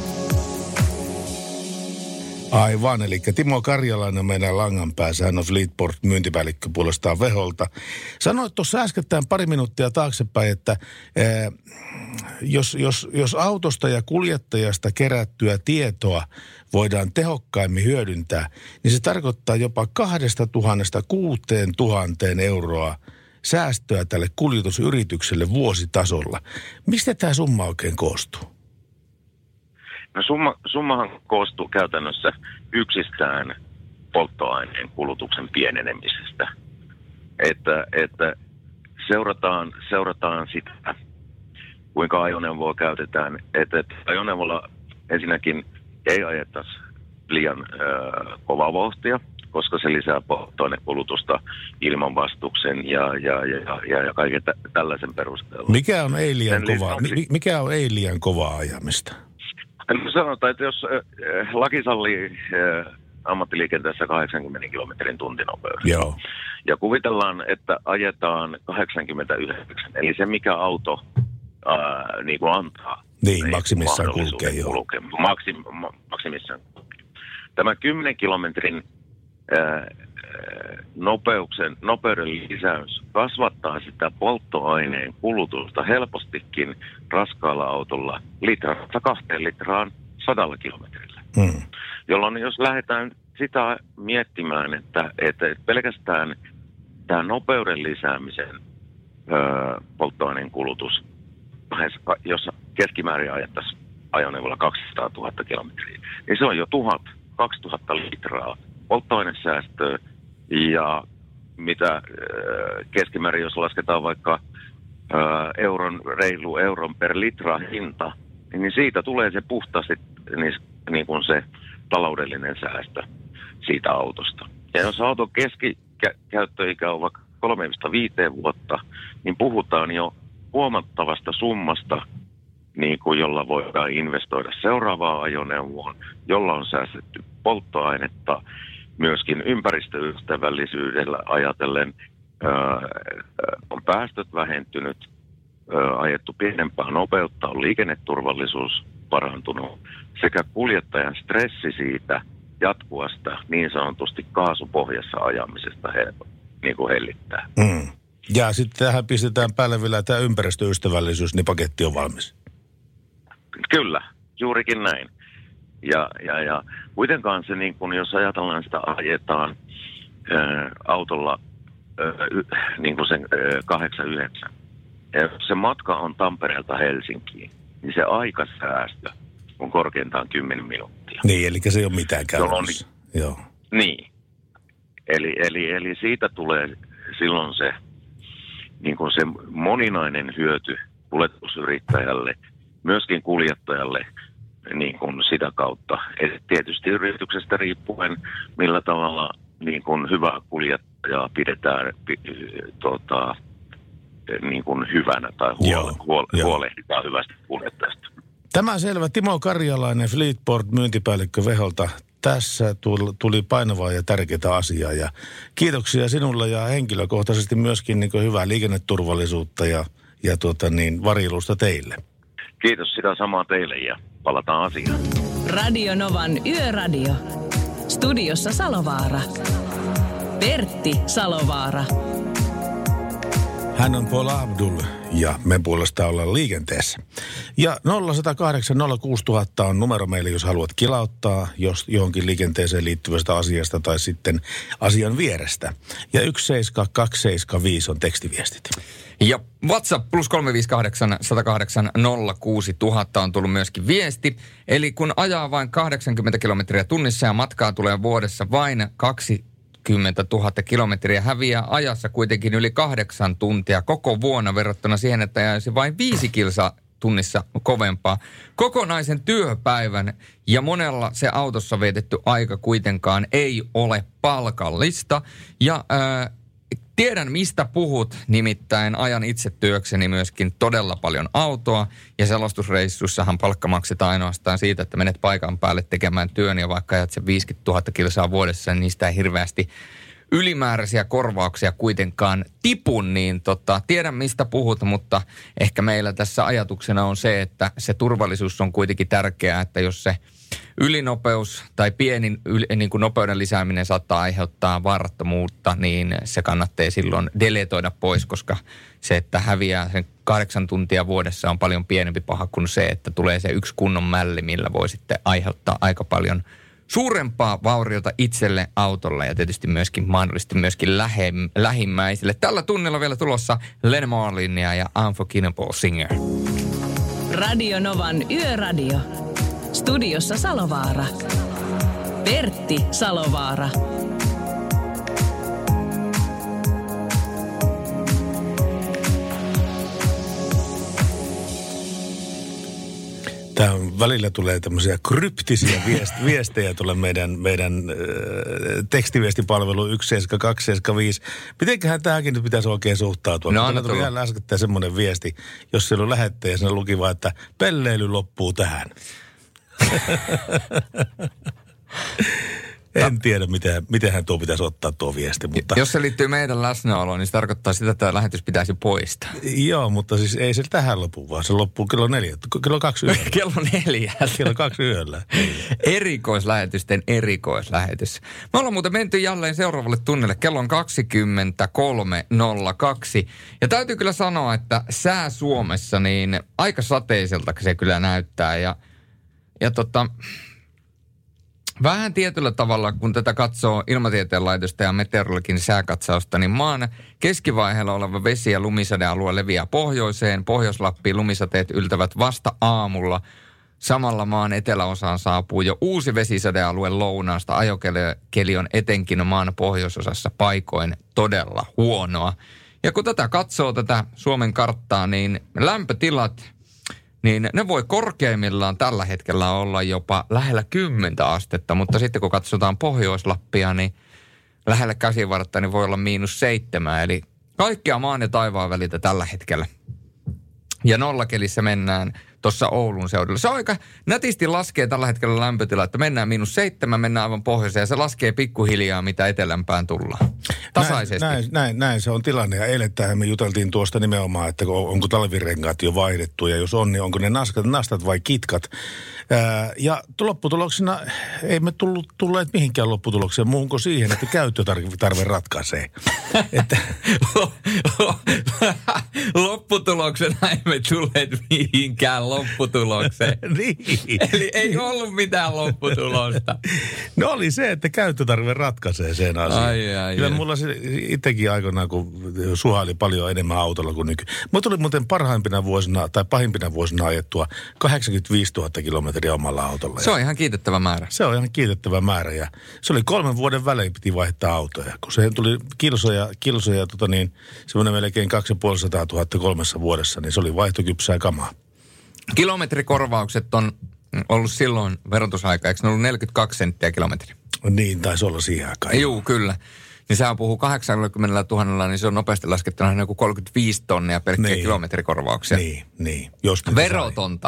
Aivan, eli Timo Karjalainen meidän langan päässä, hän on Fleetport-myyntipäällikkö puolestaan Veholta. Sanoit tuossa äskettäin pari minuuttia taaksepäin, että ää, jos, jos, jos autosta ja kuljettajasta kerättyä tietoa voidaan tehokkaimmin hyödyntää, niin se tarkoittaa jopa kahdesta tuhannesta kuuteen tuhanteen euroa säästöä tälle kuljetusyritykselle vuositasolla. Mistä tämä summa oikein koostuu? No summa, summahan koostuu käytännössä yksistään polttoaineen kulutuksen pienenemisestä. Että, että seurataan, seurataan sitä, kuinka ajoneuvoa käytetään. Että, että ajoneuvolla ensinnäkin ei ajettaisi liian äh, kovaa vauhtia, koska se lisää polttoainekulutusta ilmanvastuksen ja, ja, ja, ja, ja kaiken tä, tällaisen perusteella. Mikä on ei liian kovaa, mikä on ei liian kovaa ajamista? Sanotaan, että jos äh, laki sallii äh, ammattiliikenteessä kahdeksankymmentä kilometrin tuntinopeus. Joo. Ja kuvitellaan, että ajetaan kahdeksankymmentäyhdeksän, eli se mikä auto äh, niin kuin antaa. Niin, niin maksimissaan kulkee, joo. Kulkee. Maksim, ma, maksimissaan. Tämä kymmenen kilometrin äh, nopeuksen, nopeuden lisäys kasvattaa sitä polttoaineen kulutusta helpostikin raskaalla autolla litrasta kahteen litraan sadalla kilometrillä. Hmm. Jolloin jos lähdetään sitä miettimään, että, että pelkästään tämä nopeuden lisäämisen öö, polttoaineen kulutus, jos keskimäärin ajettaisiin ajoneuvolla kaksisataatuhatta kilometriä, niin se on jo tuhat, kaksituhatta litraa polttoainesäästöä. Ja mitä keskimäärin, jos lasketaan vaikka euron, reilu euron per litra hinta, niin siitä tulee se puhtaasti niin, niin kuin se taloudellinen säästö siitä autosta. Ja jos auton keskikäyttöikä on vaikka kolmesta viiteen vuotta, niin puhutaan jo huomattavasta summasta, niin kuin jolla voidaan investoida seuraavaan ajoneuvoon, jolla on säästetty polttoainetta, myöskin ympäristöystävällisyydellä ajatellen ää, on päästöt vähentynyt, ää, ajettu pienempää nopeutta, on liikenneturvallisuus parantunut sekä kuljettajan stressi siitä jatkuvasta niin sanotusti kaasupohjassa ajamisesta he, niin kuin hellittää. Mm. Ja sitten tähän pistetään päälle vielä tämä ympäristöystävällisyys, niin paketti on valmis. Kyllä, juurikin näin. Ja, ja, ja kuitenkaan se, niin kun jos ajatellaan sitä ajetaan ää, autolla ää, y, niin kuin sen kahdeksan yhdeksän. Ja jos se matka on Tampereelta Helsinkiin, niin se aikasäästö on korkeintaan kymmenen minuuttia. Niin, eli se ei ole mitään käytännössä. Niin, Joo. Niin. Eli, eli, eli siitä tulee silloin se, niin kuin se moninainen hyöty kuljetusyrittäjälle, myöskin kuljettajalle, niin kuin sitä kautta. Et tietysti yrityksestä riippuen, millä tavalla niin kuin hyvää kuljettajaa pidetään pi, tota, niin kuin hyvänä tai huole, huole, huolehditaan hyvästä kuljettajasta. Tämä selvä. Timo Karjalainen, Fleetport myyntipäällikkö Veholta. tässä tuli painavaa ja tärkeää asiaa. Ja kiitoksia sinulle ja henkilökohtaisesti myöskin niin kuin hyvää liikenneturvallisuutta ja, ja tuota niin, varjelusta teille. Kiitos sitä samaa teille ja palataan asiaan. Radio Novan Yöradio. Studiossa Salovaara. Pertti Salovaara. Hän on Paul Abdul ja me puolestaan ollaan liikenteessä. Ja nolla yksi nolla kahdeksan nolla kuusi nolla nolla nolla on numero meille, jos haluat kilauttaa jos johonkin liikenteeseen liittyvästä asiasta tai sitten asian vierestä. Ja yksi seitsemän kaksi seitsemän viisi on tekstiviestit. Ja WhatsApp plus kolme viisi kahdeksan yksi nolla kahdeksan nolla kuusi nolla nolla nolla on tullut myöskin viesti. Eli kun ajaa vain kahdeksankymmentä kilometriä tunnissa ja matkaa tulee vuodessa vain kaksikymmentätuhatta kilometriä, häviää ajassa kuitenkin yli kahdeksan tuntia koko vuonna verrattuna siihen, että ajaisi vain viisi kilsaa tunnissa kovempaa. Kokonaisen työpäivän ja monella se autossa vietetty aika kuitenkaan ei ole palkallista. Ja ää, tiedän, mistä puhut, nimittäin ajan itse työkseni myöskin todella paljon autoa. Ja selostusreissussahan palkka maksetaan ainoastaan siitä, että menet paikan päälle tekemään työn. Ja vaikka ajat sen viisikymmentätuhatta kilsaa vuodessa, niin niistä ei hirveästi ylimääräisiä korvauksia kuitenkaan tipun. Niin tota, tiedän, mistä puhut, mutta ehkä meillä tässä ajatuksena on se, että se turvallisuus on kuitenkin tärkeää, että jos se ylinopeus tai pienin yli, niin kuin nopeuden lisääminen saattaa aiheuttaa vaarattomuutta, niin se kannattaa silloin deletoida pois, koska se, että häviää sen kahdeksan tuntia vuodessa on paljon pienempi paha kuin se, että tulee se yksi kunnon mälli, millä voi sitten aiheuttaa aika paljon suurempaa vauriota itselle, autolle ja tietysti myöskin mahdollisesti myöskin lähe, lähimmäisille. Tällä tunnilla vielä tulossa Len Marlinia ja Unforgettable Singer. Radio Novan Yöradio. Studiossa Salovaara. Pertti Salovaara. Tämä on, välillä tulee tämmöisiä kryptisiä viest, viestejä tulee meidän, meidän äh, tekstiviestipalvelu yksi seitsemän kaksi seitsemän viisi. Mitenköhän tähänkin nyt pitäisi oikein suhtautua? No, Täällä tuli ihan äskettäin semmoinen viesti, jos siellä on lähettäjä ja siinä luki vaan, että pelleily loppuu tähän. En tiedä, miten, mitenhän tuo pitäisi ottaa tuo viesti, mutta... Jos se liittyy meidän läsnäoloon, niin se tarkoittaa sitä, että lähetys pitäisi poistaa. Joo, mutta siis ei se tähän lopu, vaan se loppuu kello neljä, kello kaksi yöllä. Kello neljä. Kello kaksi yöllä. Erikoislähetysten erikoislähetys. Me ollaan muuten menty jälleen seuraavalle tunnille. Kello on kaksikymmentäkolme nolla kaksi. Ja täytyy kyllä sanoa, että sää Suomessa, niin aika sateiselta se kyllä näyttää. Ja, ja tota... Vähän tietyllä tavalla, kun tätä katsoo Ilmatieteen laitosta ja meteorologin sääkatsausta, niin maan keskivaiheella oleva vesi- ja lumisadealue leviää pohjoiseen. Pohjois-Lappiin lumisateet yltävät vasta aamulla. Samalla maan eteläosaan saapuu jo uusi vesisadealue lounaasta. Ajokeli on etenkin maan pohjoisosassa paikoin todella huonoa. Ja kun tätä katsoo, tätä Suomen karttaa, niin lämpötilat... niin ne voi korkeimmillaan tällä hetkellä olla jopa lähellä kymmentä astetta, mutta sitten kun katsotaan Pohjois-Lappia, niin lähellä käsivartta niin voi olla miinus seitsemän, eli kaikkea maan ja taivaan väliltä tällä hetkellä. Ja nollakelissä mennään tuossa Oulun seudulla. Se on aika nätisti laskee tällä hetkellä lämpötila, että mennään miinus seitsemän, mennään aivan pohjoiseen ja se laskee pikkuhiljaa, mitä etelämpään tullaan. Tasaisesti. Näin, näin, näin, näin se on tilanne ja eilettähän me juteltiin tuosta nimenomaan, että onko talvirenkaat jo vaihdettu ja jos on, niin onko ne nastat, nastat vai kitkat. Ää, ja lopputuloksena ei me tullut, tulleet mihinkään lopputulokseen muuhun kuin siihen, että käyttötarve ratkaisee. että... Lopputuloksena emme tulleet mihinkään lopputulokseen. Niin. Eli ei ollut mitään lopputulosta. No oli se, että käyttötarve ratkaisee sen asian. Ai, ai, Kyllä ai. mulla se itsekin aikoinaan, kun suhaili paljon enemmän autolla kuin nyky. Mulla tuli muuten parhaimpina vuosina tai pahimpina vuosina ajettua kahdeksankymmentäviisituhatta kilometriä omalla autolla. Se on ihan kiitettävä määrä. Se on ihan kiitettävä määrä ja se oli kolmen vuoden välein piti vaihtaa autoja. Kun se tuli kilsoja, kilsoja tota niin, semmoinen melkein kaksisataaviisikymmentätuhatta kolmessa vuodessa, niin se oli vaihtokypsää kamaa. Kilometrikorvaukset on ollut silloin verotusaika, eikö ne ollut neljäkymmentäkaksi senttiä kilometri? Niin, taisi olla siihen aikaan. Juu, kyllä. Niin sehän puhuu kahdeksankymmentätuhatta, niin se on nopeasti laskettuna joku kolmekymmentäviisi tonnia pelkkiä niin. Kilometrikorvauksia. Niin, niin. Jos verotonta.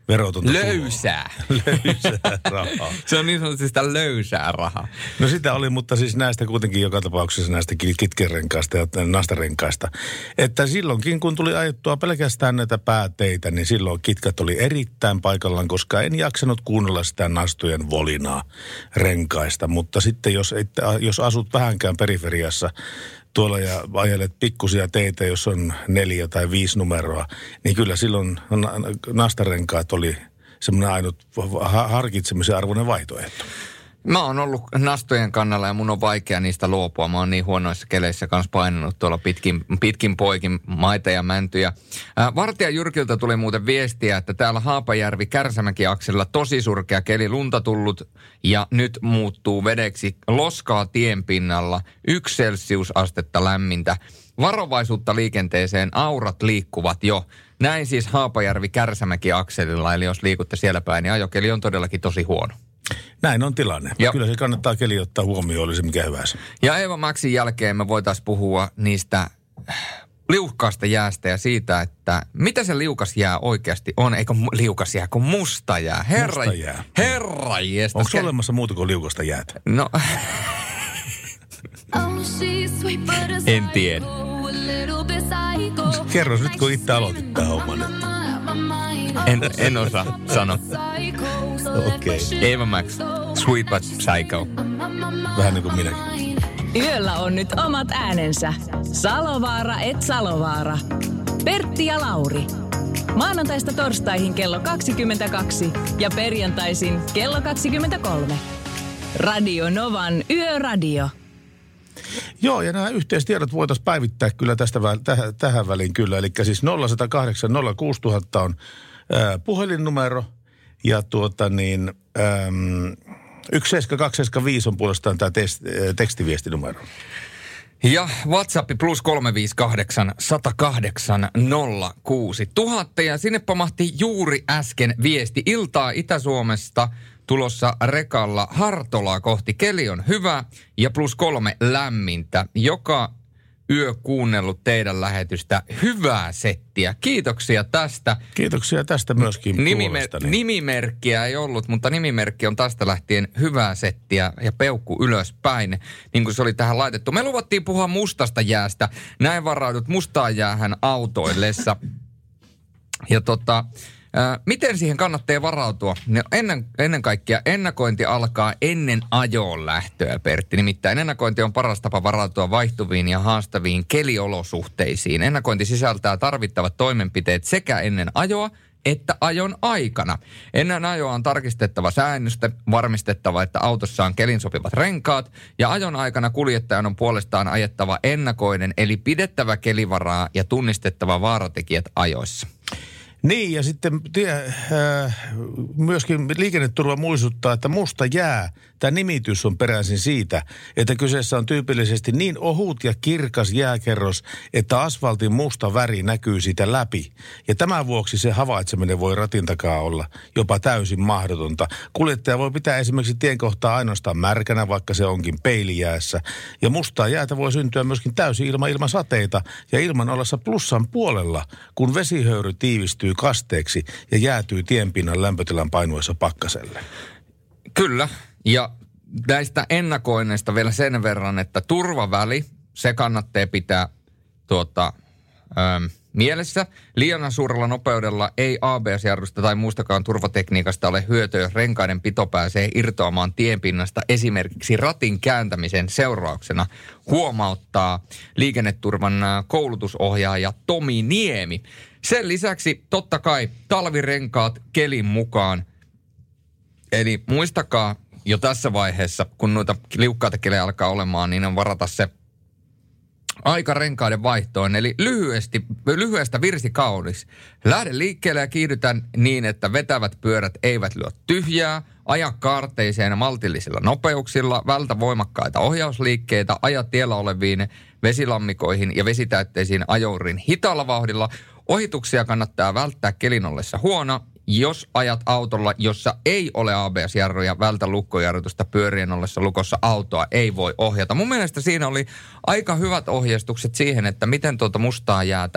verotonta Löysää. Löysää rahaa. Se on niin sanotusti sitä löysää rahaa. No sitä oli, mutta siis näistä kuitenkin joka tapauksessa näistä kitkerenkaista ja nastarenkaista. Että silloinkin kun tuli ajettua pelkästään näitä pääteitä, niin silloin kitkat oli erittäin paikallaan, koska en jaksanut kuunnella sitä nastojen volinaa renkaista. Mutta sitten jos, et, jos asut vähänkään periferiassa tuolla ja ajelet pikkusia teitä, jos on neljä tai viisi numeroa, niin kyllä silloin nastarenkaat oli semmoinen ainut harkitsemisen arvoinen vaihtoehto. Mä oon ollut nastojen kannalla ja mun on vaikea niistä luopua. Mä oon niin huonoissa keleissä kanssa painanut tuolla pitkin, pitkin poikin maita ja mäntyjä. Ää, Vartija Jyrkiltä tuli muuten viestiä, että täällä Haapajärvi-Kärsämäki-akselilla tosi surkea keli, lunta tullut ja nyt muuttuu vedeksi. Loskaa tien pinnalla, yksi celsiusastetta lämmintä. Varovaisuutta liikenteeseen, aurat liikkuvat jo. Näin siis Haapajärvi-Kärsämäki-akselilla, eli jos liikutte siellä päin, niin ajokeli on todellakin tosi huono. Näin on tilanne. Ja kyllä se kannattaa keli ottaa huomioon, oli se mikä hyvä se. Ja Eeva Maxin jälkeen me voitaisiin puhua niistä liukkaasta jäästä ja siitä, että mitä se liukas jää oikeasti on, eikö liukas jää, kun musta jää. Herra, musta jää. Herra jestas. Onko olemassa muuta kuin liukasta jäätä? No, en tiedä. Kerros nyt, kun itse aloitit tämän homman. En, en osaa sanoa. Okei. Okay. Eeva Max, Sweet But Psycho. Vähän niin kuin minäkin. Yöllä on nyt omat äänensä. Salovaara et Salovaara. Pertti ja Lauri. Maanantaista torstaihin kello kaksikymmentäkaksi ja perjantaisin kello kaksikymmentäkolme. Radio Novan Yöradio. Joo, ja nämä yhteistiedot voitaisiin päivittää kyllä tästä täh, tähän väliin kyllä. Eli siis nolla yksi nolla kahdeksan nolla kuusi nolla nolla nolla on ää, puhelinnumero ja tuota niin äm, yksi seitsemän kaksi seitsemän viisi on puolestaan tämä test, ää, tekstiviestinumero. Ja WhatsApp plus kolme viisi kahdeksan yksi nolla kahdeksan nolla kuusi tuhatta ja sinne pamahti juuri äsken viesti Iltaa Itä-Suomesta. Tulossa rekalla Hartolaa kohti. Keli on hyvä ja plus kolme lämmintä. Joka yö kuunnellut teidän lähetystä. Hyvää settiä. Kiitoksia tästä. Kiitoksia tästä myöskin Nimimer- Nimimerkkiä ei ollut, mutta nimimerkki on tästä lähtien hyvää settiä ja peukku ylöspäin, niin kuin se oli tähän laitettu. Me luvattiin puhua mustasta jäästä. Näin varaudut mustaan jäähän autoillessa. Ja tota... Äh, miten siihen kannattaa varautua? No ennen, ennen kaikkea ennakointi alkaa ennen ajoon lähtöä, Pertti. Nimittäin ennakointi on paras tapa varautua vaihtuviin ja haastaviin keliolosuhteisiin. Ennakointi sisältää tarvittavat toimenpiteet sekä ennen ajoa että ajon aikana. Ennen ajoa on tarkistettava säännöstä, varmistettava, että autossa on kelin sopivat renkaat ja ajon aikana kuljettajan on puolestaan ajettava ennakoinen, eli pidettävä kelivaraa ja tunnistettava vaaratekijät ajoissa. Niin, ja sitten tie, äh, myöskin liikenneturva muistuttaa, että musta jää, tämä nimitys on peräisin siitä, että kyseessä on tyypillisesti niin ohut ja kirkas jääkerros, että asfaltin musta väri näkyy siitä läpi. Ja tämän vuoksi se havaitseminen voi ratin takaa olla jopa täysin mahdotonta. Kuljettaja voi pitää esimerkiksi tienkohtaa ainoastaan märkänä, vaikka se onkin peilijäässä. Ja mustaa jäätä voi syntyä myöskin täysin ilman, ilman sateita ja ilman ollessa plussan puolella, kun vesihöyry tiivistyy kasteeksi ja jäätyy tienpinnan lämpötilan painuessa pakkaselle. Kyllä, ja näistä ennakoinneista vielä sen verran, että turvaväli, se kannattaa pitää tuota, ö, mielessä. Liian suurella nopeudella ei A B S-jarrusta tai muustakaan turvatekniikasta ole hyötyä, jos renkaiden pito pääsee irtoamaan tienpinnasta esimerkiksi ratin kääntämisen seurauksena, huomauttaa liikenneturvan koulutusohjaaja Tomi Niemi. Sen lisäksi totta kai talvirenkaat kelin mukaan. Eli muistakaa jo tässä vaiheessa, kun noita liukkaita kelejä alkaa olemaan, niin on varata se aika renkaiden vaihtoon. Eli lyhyesti, lyhyestä virsi kaunis. Lähde liikkeelle ja kiihdytän niin, että vetävät pyörät eivät lyö tyhjää. Aja kaarteiseen maltillisilla nopeuksilla, vältä voimakkaita ohjausliikkeitä, aja tiellä oleviin vesilammikoihin ja vesitäytteisiin ajourin hitaalla vauhdilla. Ohituksia kannattaa välttää kelin ollessa huono. Jos ajat autolla, jossa ei ole A B S-jarruja, vältä lukkojarrutusta pyörien ollessa lukossa autoa ei voi ohjata. Mun mielestä siinä oli aika hyvät ohjeistukset siihen, että miten tuota mustaa jäätä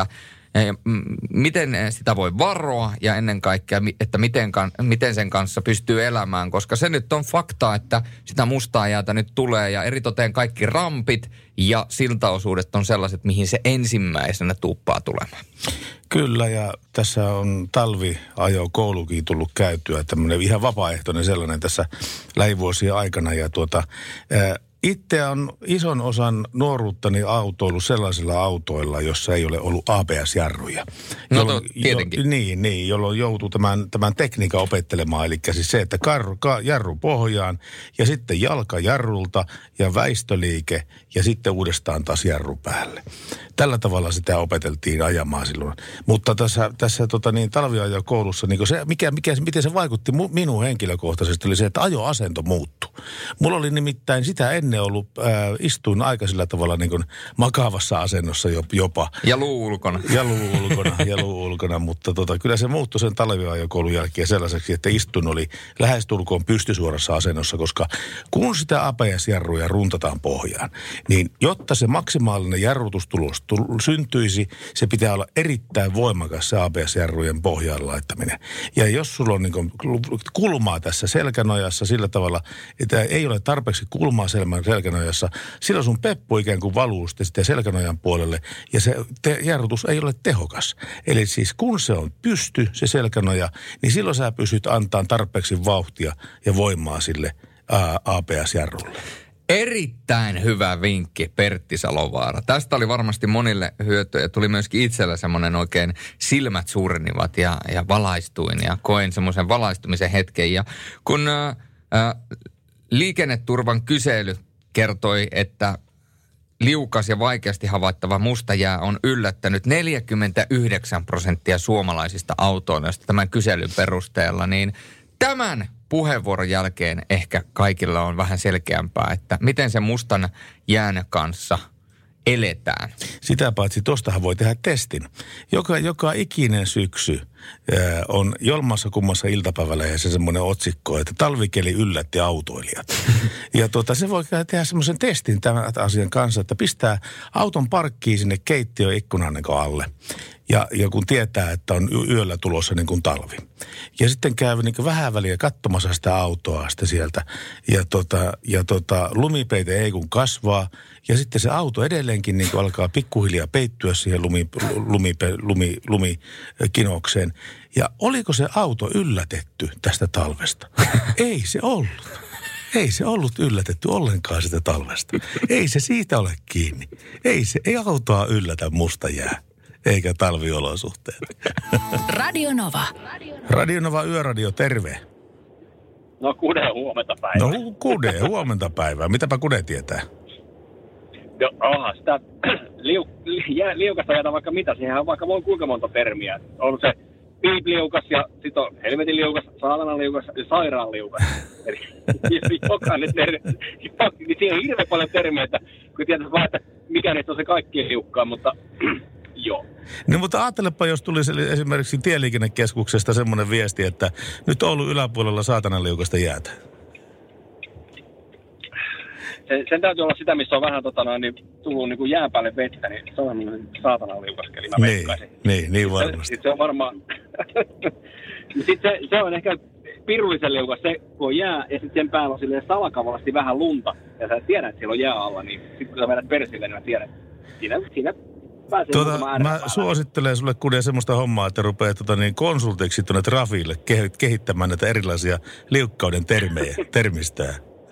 ja miten sitä voi varoa ja ennen kaikkea, että miten, miten sen kanssa pystyy elämään, koska se nyt on fakta, että sitä mustaa jäätä nyt tulee ja eritoten kaikki rampit ja siltaosuudet on sellaiset, mihin se ensimmäisenä tuuppaa tulemaan. Kyllä, ja tässä on talviajokoulukin tullut käytyä, tämmöinen ihan vapaaehtoinen sellainen tässä lähivuosien aikana, ja tuota... Ää, itse on ison osan nuoruuttani autoillut sellaisilla autoilla, jossa ei ole ollut A B S-jarruja. No jolloin, to, tietenkin. Jo, niin, niin, jolloin joutuu tämän, tämän tekniikan opettelemaan. Eli siis se, että karru, ka, jarru pohjaan ja sitten jalka jarrulta ja väistöliike ja sitten uudestaan taas jarru päälle. Tällä tavalla sitä opeteltiin ajamaan silloin. Mutta tässä, tässä tota niin, talviajokoulussa, niin se, mikä, mikä, miten se vaikutti mu, minuun henkilökohtaisesti, oli se, että ajoasento muuttui. Mulla oli nimittäin sitä ennen ollut, äh, istuin aika sillä tavalla niin kuin makaavassa asennossa jopa. Ja luu ulkona. Ja luu ulkona, ja luu ulkona, mutta tota, kyllä se muuttui sen talviajokoulun jälkeen sellaiseksi, että istun oli lähestulkoon pystysuorassa asennossa, koska kun sitä A B S-jarruja runtataan pohjaan, niin jotta se maksimaalinen jarrutustulos syntyisi, se pitää olla erittäin voimakas se A B S-jarrujen pohjaan laittaminen. Ja jos sulla on niin kuin kulmaa tässä selkänojassa sillä tavalla, että ei ole tarpeeksi kulmaa selkänojassa, silloin sun peppu ikään kuin valuu sitten selkänojan puolelle ja se te- jarrutus ei ole tehokas. Eli siis kun se on pysty, se selkänoja, niin silloin sä pystyt antaa tarpeeksi vauhtia ja voimaa sille A B S-jarrulle. Erittäin hyvä vinkki, Pertti Salovaara. Tästä oli varmasti monille hyötyä ja tuli myöskin itsellä semmoinen oikein silmät suurenivat ja, ja valaistuin ja koin semmoisen valaistumisen hetken. Ja kun ää, liikenneturvan kysely kertoi, että liukas ja vaikeasti havaittava musta jää on yllättänyt neljäkymmentäyhdeksän prosenttia suomalaisista autoilijoista tämän kyselyn perusteella, niin tämän puheenvuoron jälkeen ehkä kaikilla on vähän selkeämpää, että miten se mustan jään kanssa eletään. Sitä paitsi tostahan voi tehdä testin. Joka, joka ikinen syksy äh, on jolmassa kummassa iltapäivällä ja se semmoinen otsikko, että talvikeli yllätti autoilijat. Ja tuota, se voi tehdä semmoisen testin tämän asian kanssa, että pistää auton parkkiin sinne keittiön ikkunan alle. Ja, ja kun tietää, että on yöllä tulossa niin kuin talvi. Ja sitten käy niin kuin vähän väliä katsomassa sitä autoa sitten sieltä. Ja, tota, ja tota, lumipeite ei kun kasvaa. Ja sitten se auto edelleenkin niin kuin alkaa pikkuhiljaa peittyä siihen lumi, lumi, lumi, lumikinokseen. Ja oliko se auto yllätetty tästä talvesta? Ei se ollut. Ei se ollut yllätetty ollenkaan sitä talvesta. Ei se siitä ole kiinni. Ei se ei autoa yllätä musta jää. Eikä talviolosuhteet. Radio Nova. Radio Nova Yöradio, terve. No Kude, huomenta päivää. No Kude, huomenta päivää. Mitäpä Kude tietää? No aha, sitä liu, li, liukasta jäätä vaikka mitä. Siihen on vaikka voi kuinka monta termiä. On se piipliukas ja sitten on helvetin liukas, saatanan liukas ja sairaan liukas. Eli jokainen termi. Siinä on hirveän paljon termiä, että kun tietysti vaan, että mikä niistä on se kaikkien liukkaa, mutta... Joo. No mutta ajattelepa, jos tulisi esimerkiksi Tieliikennekeskuksesta semmoinen viesti, että nyt Oulun yläpuolella saatananliukasta jäätä. Sen, sen täytyy olla sitä, missä on vähän tota noin, niin tullut niin kuin jää päälle vettä, niin se on saatananliukaskeli, mä niin, veikkaisin. Niin, niin varmasti. Sitten se on varmaan... sitten se, se on ehkä pirullisen liukas se, kun on jää, ja sitten sen päällä on silleen salakavasti vähän lunta, ja sä tiedät, että siellä on jää alla, niin sitten kun sä vedät persille, niin mä tiedän, siinä, siinä Tuota, mä suosittelen sulle Kude semmoista hommaa, että rupeat tota, niin konsultiksi tuonne Trafille kehittämään näitä erilaisia liukkauden termejä, termistöä.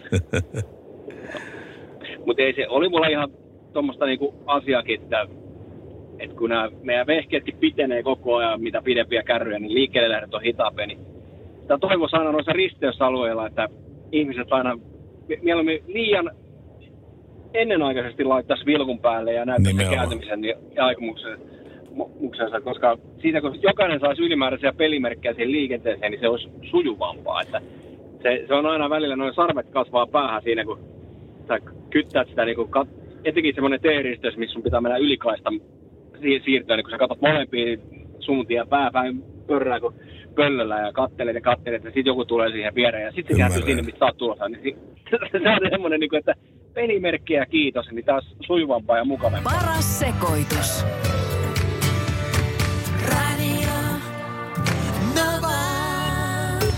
Mutta ei se, oli mulla ihan tuommoista niinku asiakin, että, että kun nämä meidän vehkeetkin pitenee koko ajan, mitä pidempiä kärryjä, niin liikkeelle lähdet on hitaampia, niin sitä toivoisi aina noissa risteysalueilla, että ihmiset aina mieluummin liian ennenaikaisesti laittaisi vilkun päälle ja näyttäisi käytämisen ja aikomuksensa, koska siitä kun jokainen saisi ylimääräisiä pelimerkkejä siihen liikenteeseen, niin se olisi sujuvampaa. Että se, se on aina välillä, noin sarvet kasvaa päähän siinä, kun sä kyttäät sitä, niin kun, etenkin semmoinen T-risteys, missä sun pitää mennä ylikaista siirtyä, niin kun sä katsot molempiin suuntiin ja pääpäin pörrää kuin pöllöllä ja kattelet ja kattelet, ja sitten joku tulee siihen viereen ja sitten se kääntyy sinne, mistä sä oot tulossa. Niin se on semmoinen, niin että pelimerkkiä kiitos, niin taas sujuvampaa ja mukavampaa. Paras sekoitus.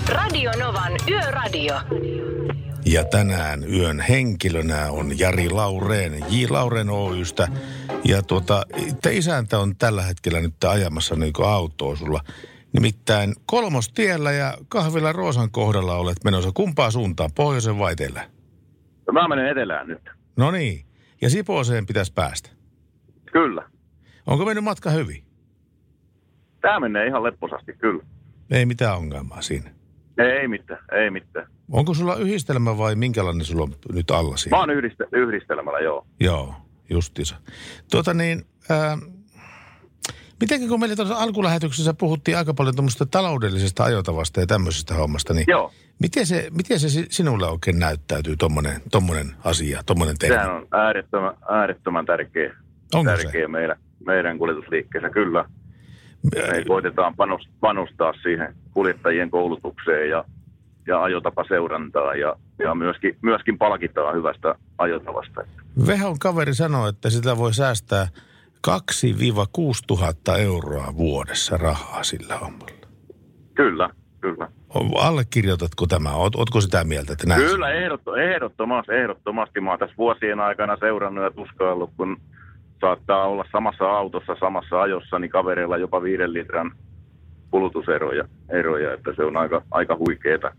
Radio Novan Yöradio. Ja tänään yön henkilönä on Jari Laureen, J. Laureen Oystä. Ja tuota, te isäntä on tällä hetkellä nyt ajamassa niin kuin autoa sulla. Nimittäin Kolmostiellä ja Kahvila Roosan kohdalla olet menossa. Kumpaan suuntaan, pohjoisen vai etelään? Mä menen etelään nyt. No niin. Ja Sipooseen pitäisi päästä? Kyllä. Onko mennyt matka hyvin? Tää menee ihan lepposasti, kyllä. Ei mitään ongelmaa siinä. Ei mitään, ei mitään. Onko sulla yhdistelmä vai minkälainen sulla on nyt alla siinä? Mä oon yhdiste- yhdistelmällä, joo. Joo, justiinsa. Tuota niin, ää, mitenkä kun meillä tuossa alkulähetyksessä puhuttiin aika paljon tuommoista taloudellisesta ajotavasta ja tämmöisestä hommasta, niin joo. Miten se, miten se sinulle oikein näyttäytyy, tommonen, tommonen asia, tommonen termi? Sehän on äärettömän, äärettömän tärkeä, Onko tärkeä se? meidän, meidän kuljetusliikkeessä, kyllä. Me koitetaan panostaa siihen kuljettajien koulutukseen ja, ja ajotapaseurantaa ja, ja myöskin, myöskin palkitaan hyvästä ajotavasta. Vehon kaveri sanoi, että sitä voi säästää kaksi kuusi tuhatta euroa vuodessa rahaa sillä hommalla. Kyllä, kyllä. Allekirjoitatko tämä? Oot, ootko sitä mieltä, että näin? Kyllä, ehdottomasti, ehdottomasti. Mä oon tässä vuosien aikana seurannut ja tuskaillut, kun saattaa olla samassa autossa, samassa ajossa, niin kavereilla jopa viiden litran kulutuseroja, eroja, että se on aika, aika huikeeta.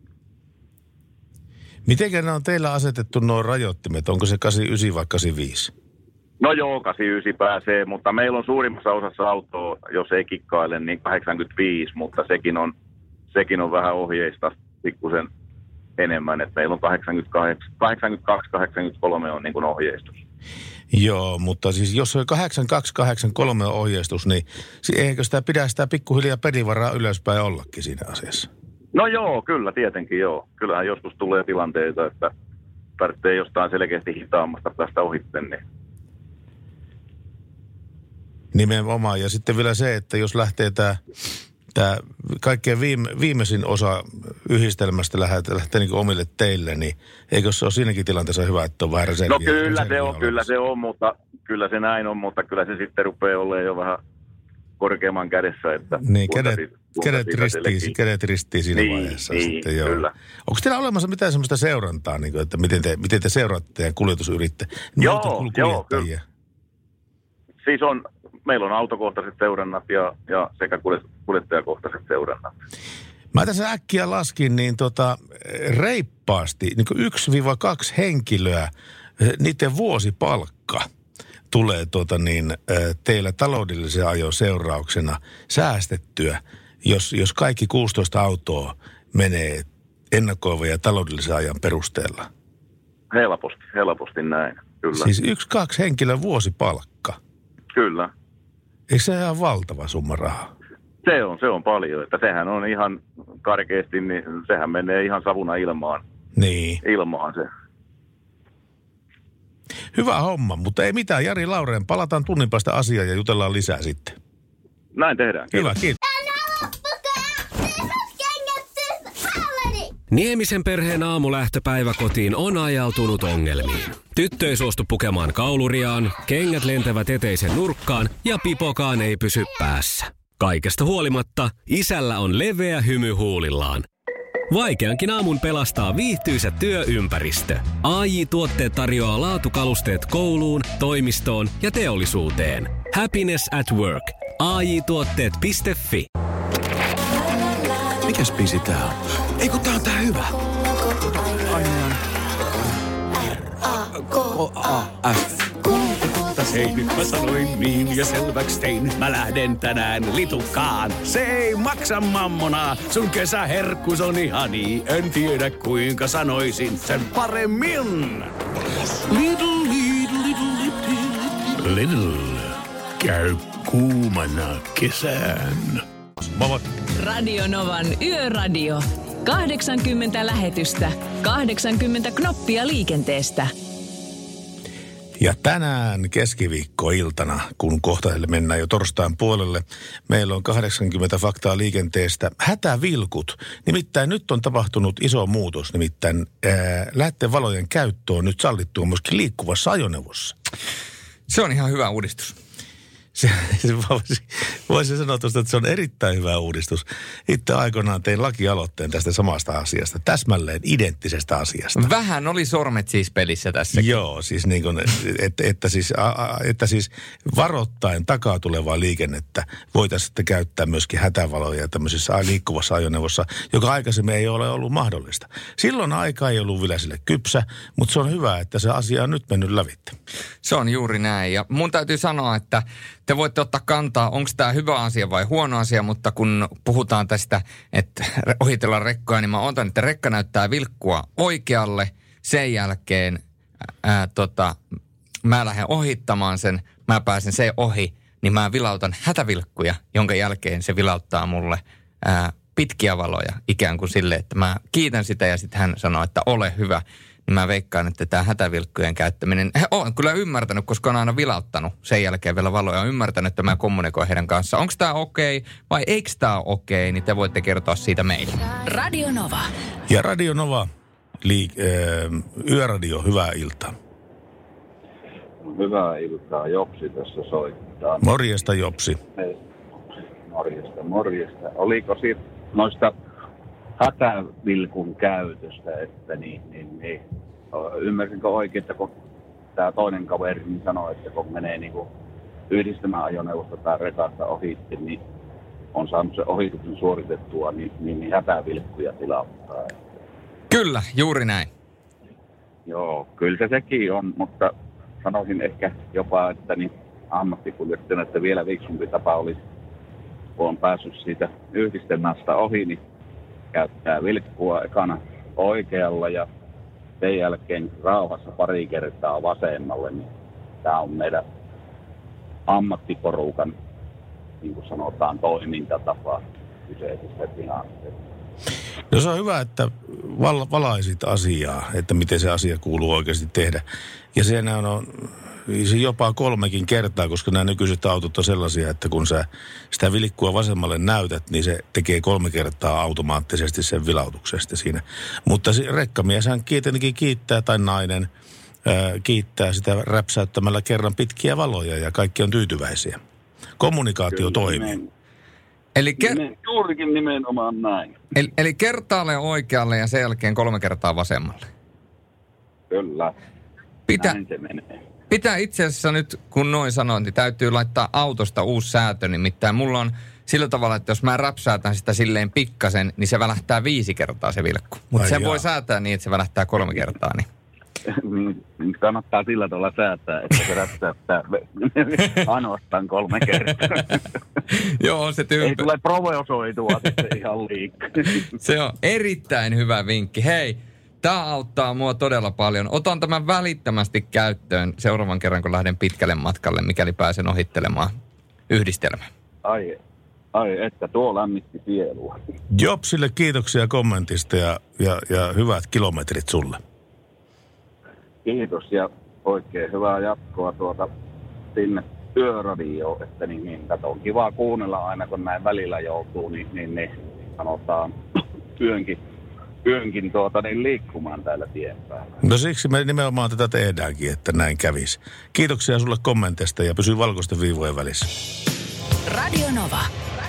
Mitenkä ne on teillä asetettu nuo rajoittimet? Onko se kahdeksankymmentäyhdeksän vai kahdeksankymmentäviisi? No joo, kahdeksankymmentäyhdeksän pääsee, mutta meillä on suurimmassa osassa autoa, jos ei kikkaile, niin kahdeksankymmentäviisi, mutta sekin on, sekin on vähän ohjeista pikkusen enemmän, että meillä on kahdeksankymmentäkahdeksan, kahdeksankymmentäkaksi kahdeksankymmentäkolme on niin kuin ohjeistus. Joo, mutta siis jos on kahdeksankymmentäkaksi kahdeksankymmentäkolme on ohjeistus, niin eikö sitä pidä sitä pikkuhiljaa pelivaraa ylöspäin ollakin siinä asiassa? No joo, kyllä tietenkin joo. Kyllähän joskus tulee tilanteita, että tarvitsee jostain selkeästi hitaammasta päästä ohitte, niin nimenomaan. Ja sitten vielä se, että jos lähtee tämä Tämä kaikkein viime, viimeisin osa yhdistelmästä lähtee, lähtee niin omille teille, niin eikö se ole siinäkin tilanteessa hyvä, että on vähän reserviä? No kyllä reserviä se on, olemassa. kyllä se on, mutta kyllä se näin on, mutta kyllä se sitten rupeaa olemaan jo vähän korkeamman kädessä. Että niin, kuinka kädet, kuinka kädet, ristii, kädet ristii siinä niin, vaiheessa. Niin, sitten, joo. kyllä. Onko teillä olemassa mitään sellaista seurantaa, niin kuin, että miten te, miten te seuraatte teidän kuljetusyrittäjä? Joo, joo, kyllä. Siis on, meillä on autokohtaiset seurannat ja, ja sekä kuljettajakohtaiset seurannat. Mä tässä äkkiä laskin niin tota, reippaasti, niin kuin yksi kaksi henkilöä, niiden vuosipalkka tulee tota niin, teillä taloudellisen ajon seurauksena säästettyä, jos, jos kaikki kuusitoista autoa menee ennakoivan ja taloudellisen ajan perusteella. Helposti, helposti näin, kyllä. Siis yksi kaksi henkilön vuosipalkka. Kyllä. Eikö se ihan valtava summa rahaa? Se on, se on paljon. Että sehän on ihan karkeasti, niin sehän menee ihan savuna ilmaan. Niin. Ilmaan se. Hyvä homma, mutta ei mitään. Jari Laureen, palataan tunnin päästä asiaan ja jutellaan lisää sitten. Näin tehdään. Hyvä, kiitos. Niemisen perheen aamulähtöpäivä kotiin on ajautunut ongelmiin. Tyttö ei suostu pukemaan kauluriaan, kengät lentävät eteisen nurkkaan ja pipokaan ei pysy päässä. Kaikesta huolimatta, isällä on leveä hymy huulillaan. Vaikeankin aamun pelastaa viihtyisä työympäristö. A J-tuotteet tarjoaa laatukalusteet kouluun, toimistoon ja teollisuuteen. Happiness at work. A J tuotteet piste fi. Mikäs biisi tää on? Ei kun tää on tää hyvä. K-A-F. Hei, nyt mä sanoin niin ja selväks tein. Mä lähden tänään litukaan. Se ei maksa mammonaa. Sun kesäherkkus on ihani. En tiedä kuinka sanoisin sen paremmin. Lidl, Lidl, Lidl, Lidl. Lidl. Käy kuumana kesään. Moi. Radio Novan Yöradio. kahdeksankymmentä lähetystä, kahdeksankymmentä knoppia liikenteestä. Ja tänään keskiviikkoiltana, kun kohta mennään jo torstain puolelle, meillä on kahdeksankymmentä faktaa liikenteestä. Hätävilkut. Nimittäin nyt on tapahtunut iso muutos. Nimittäin ää, lähtevalojen käyttö on nyt sallittua myöskin liikkuvassa ajoneuvossa. Se on ihan hyvä uudistus. Se, se voisi, voisi sanoa tuosta, että se on erittäin hyvä uudistus. Itse aikoinaan tein lakialoitteen tästä samasta asiasta, täsmälleen identtisestä asiasta. Vähän oli sormet siis pelissä tässä. Joo, siis niin kuin, että, että, siis, että siis varoittaen takaa tulevaa liikennettä voitaisiin sitten käyttää myöskin hätävaloja tämmöisessä liikkuvassa ajoneuvossa, joka aikaisemmin ei ole ollut mahdollista. Silloin aika ei ollut vielä sille kypsä, mutta se on hyvä, että se asia on nyt mennyt lävitse. Se on juuri näin. Ja mun täytyy sanoa, että te voitte ottaa kantaa, onko tämä hyvä asia vai huono asia, mutta kun puhutaan tästä, että ohitellaan rekkoja, niin mä otan, että rekka näyttää vilkkua oikealle. Sen jälkeen ää, tota, mä lähden ohittamaan sen, mä pääsen sen ohi, niin mä vilautan hätävilkkuja, jonka jälkeen se vilauttaa mulle ää, pitkiä valoja ikään kuin sille, että mä kiitän sitä ja sitten hän sanoo, että ole hyvä. Niin mä veikkaan, että tämä hätävilkkujen käyttäminen, he on kyllä ymmärtänyt, koska on aina vilauttanut sen jälkeen vielä valoja, on ymmärtänyt, että mä kommunikoin heidän kanssaan. Onko tämä okei vai eikö tämä okei, niin te voitte kertoa siitä meille. Radio Nova. Ja Radio Nova, liik- äh, Yöradio, hyvää iltaa. Hyvää iltaa, Jopsi tässä soittaa. Morjesta, Jopsi. Morjesta, morjesta. Oliko siitä noista hätävilkun käytöstä, että niin, niin, niin. Ymmärsinkö oikein, että kun tämä toinen kaveri niin sanoi, että kun menee niin kuin yhdistämäajoneuvosta tai rekasta ohitti, niin on saanut sen ohituksen suoritettua, niin, niin, niin hätävilkkuja tilauttaa. Kyllä, juuri näin. Joo, kyllä se sekin on, mutta sanoisin ehkä jopa, että niin ammattikuljettajana, että vielä fiksumpi tapa olisi, kun on päässyt siitä yhdistelmästä ohi, niin käyttää vilkkua ekana oikealla ja sen jälkeen rauhassa pari kertaa vasemmalle. Niin tämä on meidän ammattiporukan, niin kuin sanotaan, toimintatapa kyseisessä tilanteessa. No se on hyvä, että val- valaisit asiaa, että miten se asia kuuluu oikeasti tehdä. Ja siinä on se jopa kolmekin kertaa, koska nämä nykyiset autot on sellaisia, että kun sä sitä vilkkua vasemmalle näytät, niin se tekee kolme kertaa automaattisesti sen vilautuksesta siinä. Mutta se rekkamieshän tietenkin kiittää, tai nainen ää, kiittää sitä räpsäyttämällä kerran pitkiä valoja ja kaikki on tyytyväisiä. Kommunikaatio Kyllä, toimii. Nimen, eli ker- nimen, juurikin nimenomaan näin. Eli, eli kertaalle oikealle ja sen jälkeen kolme kertaa vasemmalle. Kyllä, Pitä, näin se menee. Pitää itse asiassa nyt, kun noin sanoin, niin täytyy laittaa autosta uusi säätö. Nimittäin mulla on sillä tavalla, että jos mä räpsäätän sitä silleen pikkasen, niin se välähtää viisi kertaa se vilkku. Mutta sen jaa. voi säätää niin, että se välähtää kolme kertaa. Niin. niin kannattaa sillä tavalla säätää, että se räpsäyttää ainoastaan kolme kertaa. Joo, se tyyppi. Ei tule provosoitua sitten ihan liikaa. Se on erittäin hyvä vinkki. Hei, tämä auttaa mua todella paljon. Otan tämän välittömästi käyttöön seuraavan kerran, kun lähden pitkälle matkalle, mikäli pääsen ohittelemaan yhdistelmän. Ai, ai että tuo lämmitti sielua. Jopsille kiitoksia kommentista ja, ja, ja hyvät kilometrit sulle. Kiitos ja oikein hyvää jatkoa tuota sinne Yöradioon, että niin, niin tätä on kiva kuunnella aina, kun näin välillä joutuu, niin, niin, niin sanotaan yönkin. yönkin tuota, niin liikkumaan täällä tien päällä. No siksi me nimenomaan tätä tehdäänkin, että näin kävisi. Kiitoksia sulle kommenteista ja pysy valkoisten viivojen välissä. Radio Nova.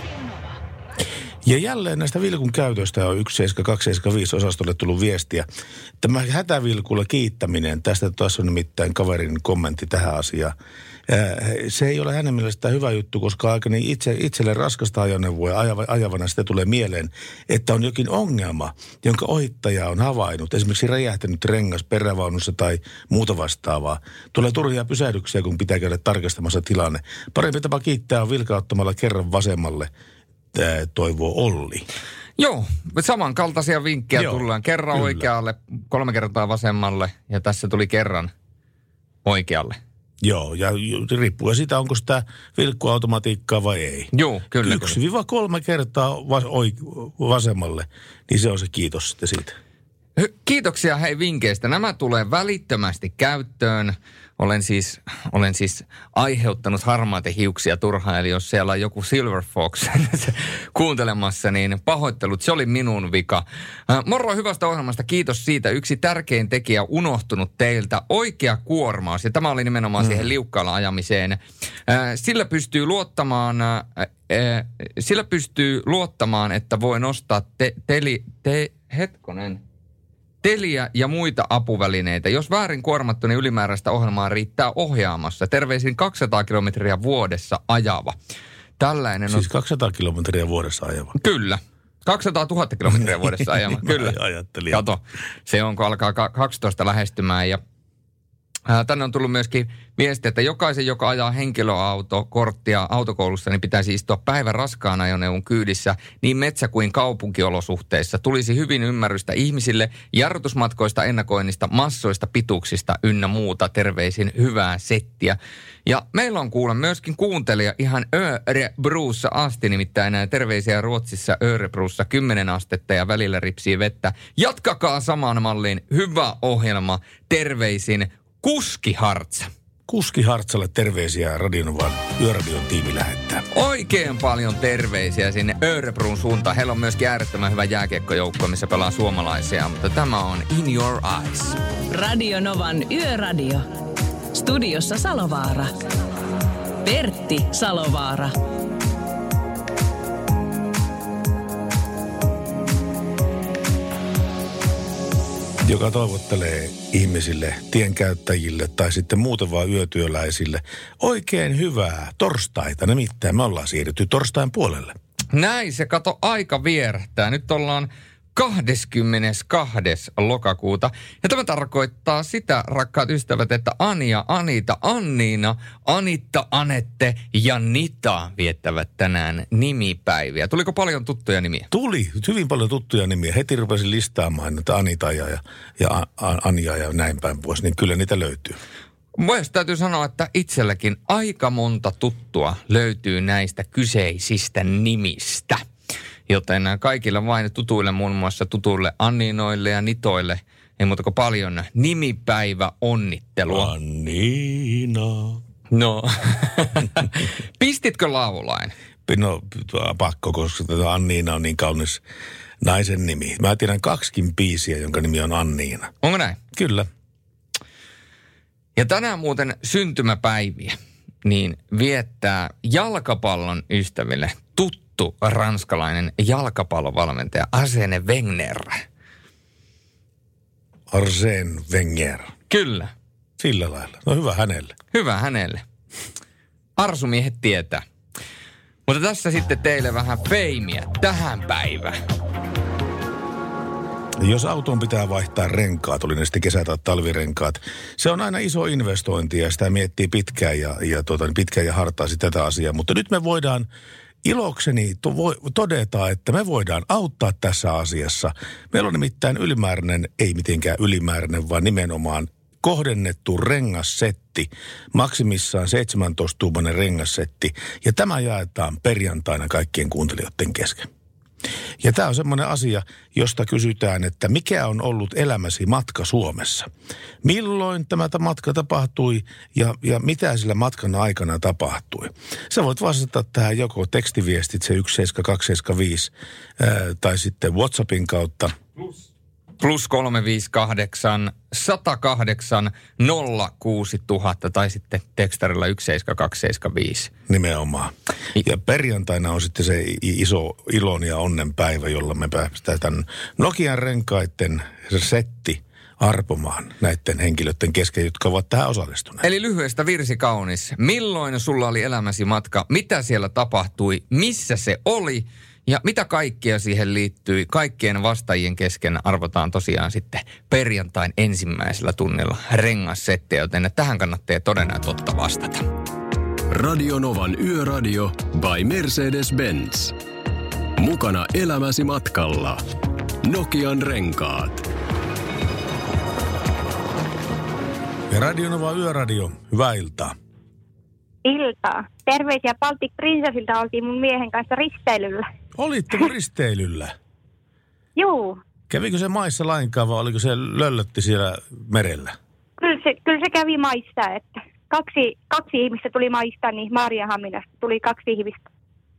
Ja jälleen näistä vilkun käytöstä on yksi seitsemän kaksi seitsemän viisi osastolle tullut viestiä. Tämä hätävilkulla kiittäminen, tästä taas on nimittäin kaverin kommentti tähän asiaan. Se ei ole hänen mielestään hyvä juttu, koska aika niin itse, itselle raskasta ajoneuvoa ajavana sitä tulee mieleen, että on jokin ongelma, jonka ohittaja on havainnut. Esimerkiksi räjähtänyt rengas perävaunussa tai muuta vastaavaa. Tulee turhia pysähdyksiä, kun pitää käydä tarkastamassa tilanne. Parempi tapa kiittää on vilkauttamalla kerran vasemmalle, toivoo Olli. Joo, samankaltaisia vinkkejä Joo, tullaan. Kerran kyllä. oikealle, kolme kertaa vasemmalle ja tässä tuli kerran oikealle. Joo, ja riippuu siitä, onko sitä vilkkuautomatiikkaa vai ei. Joo, kyllä. Yksi viiva kolme kertaa vas- oi- vasemmalle, niin se on se kiitos sitten siitä. Kiitoksia hei vinkkeistä. Nämä tulee välittömästi käyttöön. Olen siis, olen siis aiheuttanut harmaita hiuksia turhaan, eli jos siellä on joku Silver Fox kuuntelemassa, niin pahoittelut, se oli minun vika. Moro hyvästä ohjelmasta, kiitos siitä. Yksi tärkein tekijä unohtunut teiltä, oikea kuormaus, ja tämä oli nimenomaan mm. siihen liukkaalla ajamiseen. Sillä pystyy luottamaan, sillä pystyy luottamaan, että voi nostaa te, teli, te, hetkonen. Teliä ja muita apuvälineitä. Jos väärin kuormattu, niin ylimääräistä ohjelmaa riittää ohjaamassa. Terveisin kaksisataa kilometriä vuodessa ajava. Tällainen siis on... kaksisataa kilometriä vuodessa ajava? Kyllä. kaksisataatuhatta kilometriä vuodessa ajava. Kyllä. Ajattelin. Kato, se on kun alkaa kaksitoista lähestymään ja tänne on tullut myöskin viesti, että jokaisen, joka ajaa henkilöautokorttia autokoulussa, niin pitäisi istua päivän raskaan ajoneuvon kyydissä niin metsä- kuin kaupunkiolosuhteissa. Tulisi hyvin ymmärrystä ihmisille jarrutusmatkoista, ennakoinnista, massoista, pituuksista ynnä muuta. Terveisin hyvää settiä. Ja meillä on kuule myöskin kuuntelija ihan Örebruussa asti, nimittäin näin terveisiä Ruotsissa Örebruussa kymmenen astetta ja välillä ripsii vettä. Jatkakaa samaan malliin. Hyvä ohjelma. Terveisin Kuski Hartsa. Kuski Hartsalle terveisiä Radionovan Yöradion tiimi lähettää. Oikein paljon terveisiä sinne Örebruun suuntaan. Heillä on myöskin äärettömän hyvä jääkiekkojoukko, missä pelaa suomalaisia, mutta tämä on In Your Eyes. Radionovan Yöradio. Studiossa Salovaara. Pertti Salovaara. Joka toivottelee ihmisille, tienkäyttäjille tai sitten muuten vaan yötyöläisille oikein hyvää torstaita. Nimittäin me ollaan siirrytty torstain puolelle. Näin se, kato, aika vierähtää. Nyt ollaan kahdeskymmenestoinen lokakuuta. Ja tämä tarkoittaa sitä, rakkaat ystävät, että Anja, Anita, Anniina, Anitta, Anette ja Nita viettävät tänään nimipäiviä. Tuliko paljon tuttuja nimiä? Tuli, hyvin paljon tuttuja nimiä. Heti rupesin listaamaan, että Anita ja, ja, ja Anja ja näin päin pois, niin kyllä niitä löytyy. Mielestäni täytyy sanoa, että itselläkin aika monta tuttua löytyy näistä kyseisistä nimistä. Joten kaikilla vain tutuille, muun muassa tutuille Anniinoille ja Nitoille, ei muuta kuin paljon nimipäivä onnittelua. Anniina. No, pistitkö laulain? No, pakko, koska tätä Anniina on niin kaunis naisen nimi. Mä tiedän kaksikin biisiä, jonka nimi on Anniina. Onko näin? Kyllä. Ja tänään muuten syntymäpäiviä, niin viettää jalkapallon ystäville tuttu ranskalainen jalkapallovalmentaja Arsène Wenger. Arsène Wenger. Kyllä. Sillä lailla. No hyvä hänelle. Hyvä hänelle. Arsumiehet tietää. Mutta tässä sitten teille vähän feimiä tähän päivään. Jos autoon pitää vaihtaa renkaat, oli ne sitten kesä- tai talvirenkaat, se on aina iso investointi ja sitä miettii pitkään ja, ja tuota, pitkään ja hartaasti tätä asiaa. Mutta nyt me voidaan ilokseni to, vo, todeta, että me voidaan auttaa tässä asiassa. Meillä on nimittäin ylimääräinen, ei mitenkään ylimääräinen, vaan nimenomaan kohdennettu rengassetti, maksimissaan seitsemäntoista-tuumainen rengassetti, ja tämä jaetaan perjantaina kaikkien kuuntelijoiden kesken. Ja tämä on semmoinen asia, josta kysytään, että mikä on ollut elämäsi matka Suomessa? Milloin tämä matka tapahtui ja, ja mitä sillä matkan aikana tapahtui? Sä voit vastata tähän joko tekstiviestitse yksi seitsemän kaksi seitsemän viisi ää, tai sitten WhatsAppin kautta. Plus. Plus kolme viisi kahdeksan, sata kahdeksan, nolla kuusi tuhatta tai sitten tekstarilla yksi seitsemän kaksi seitsemän viisi. Nimenomaan. Ja perjantaina on sitten se iso ilon ja onnen päivä, jolla me päästään tämän Nokian renkaiden setti arpomaan näiden henkilöiden kesken, jotka ovat tähän osallistuneet. Eli lyhyestä virsi kaunis. Milloin sulla oli elämäsi matka? Mitä siellä tapahtui? Missä se oli? Ja mitä kaikkea siihen liittyy? Kaikkien vastaajien kesken arvotaan tosiaan sitten perjantain ensimmäisellä tunnilla rengassettejä, joten tähän kannattaa todennäköisesti totta vastata. Radionovan Yöradio by Mercedes-Benz. Mukana elämäsi matkalla. Nokian renkaat. Ja Radionova Yöradio, hyvää iltaa. Iltaa. Terveisiä Baltic Princessiltä, oltiin mun miehen kanssa risteilyllä. Olitteko risteilyllä? Juu. Kävikö se maissa lainkaan vai oliko se löllötti siellä merellä? Kyllä se, kyllä se kävi maissa, että kaksi, kaksi ihmistä tuli maista, niin Maarianhaminasta tuli kaksi ihmistä.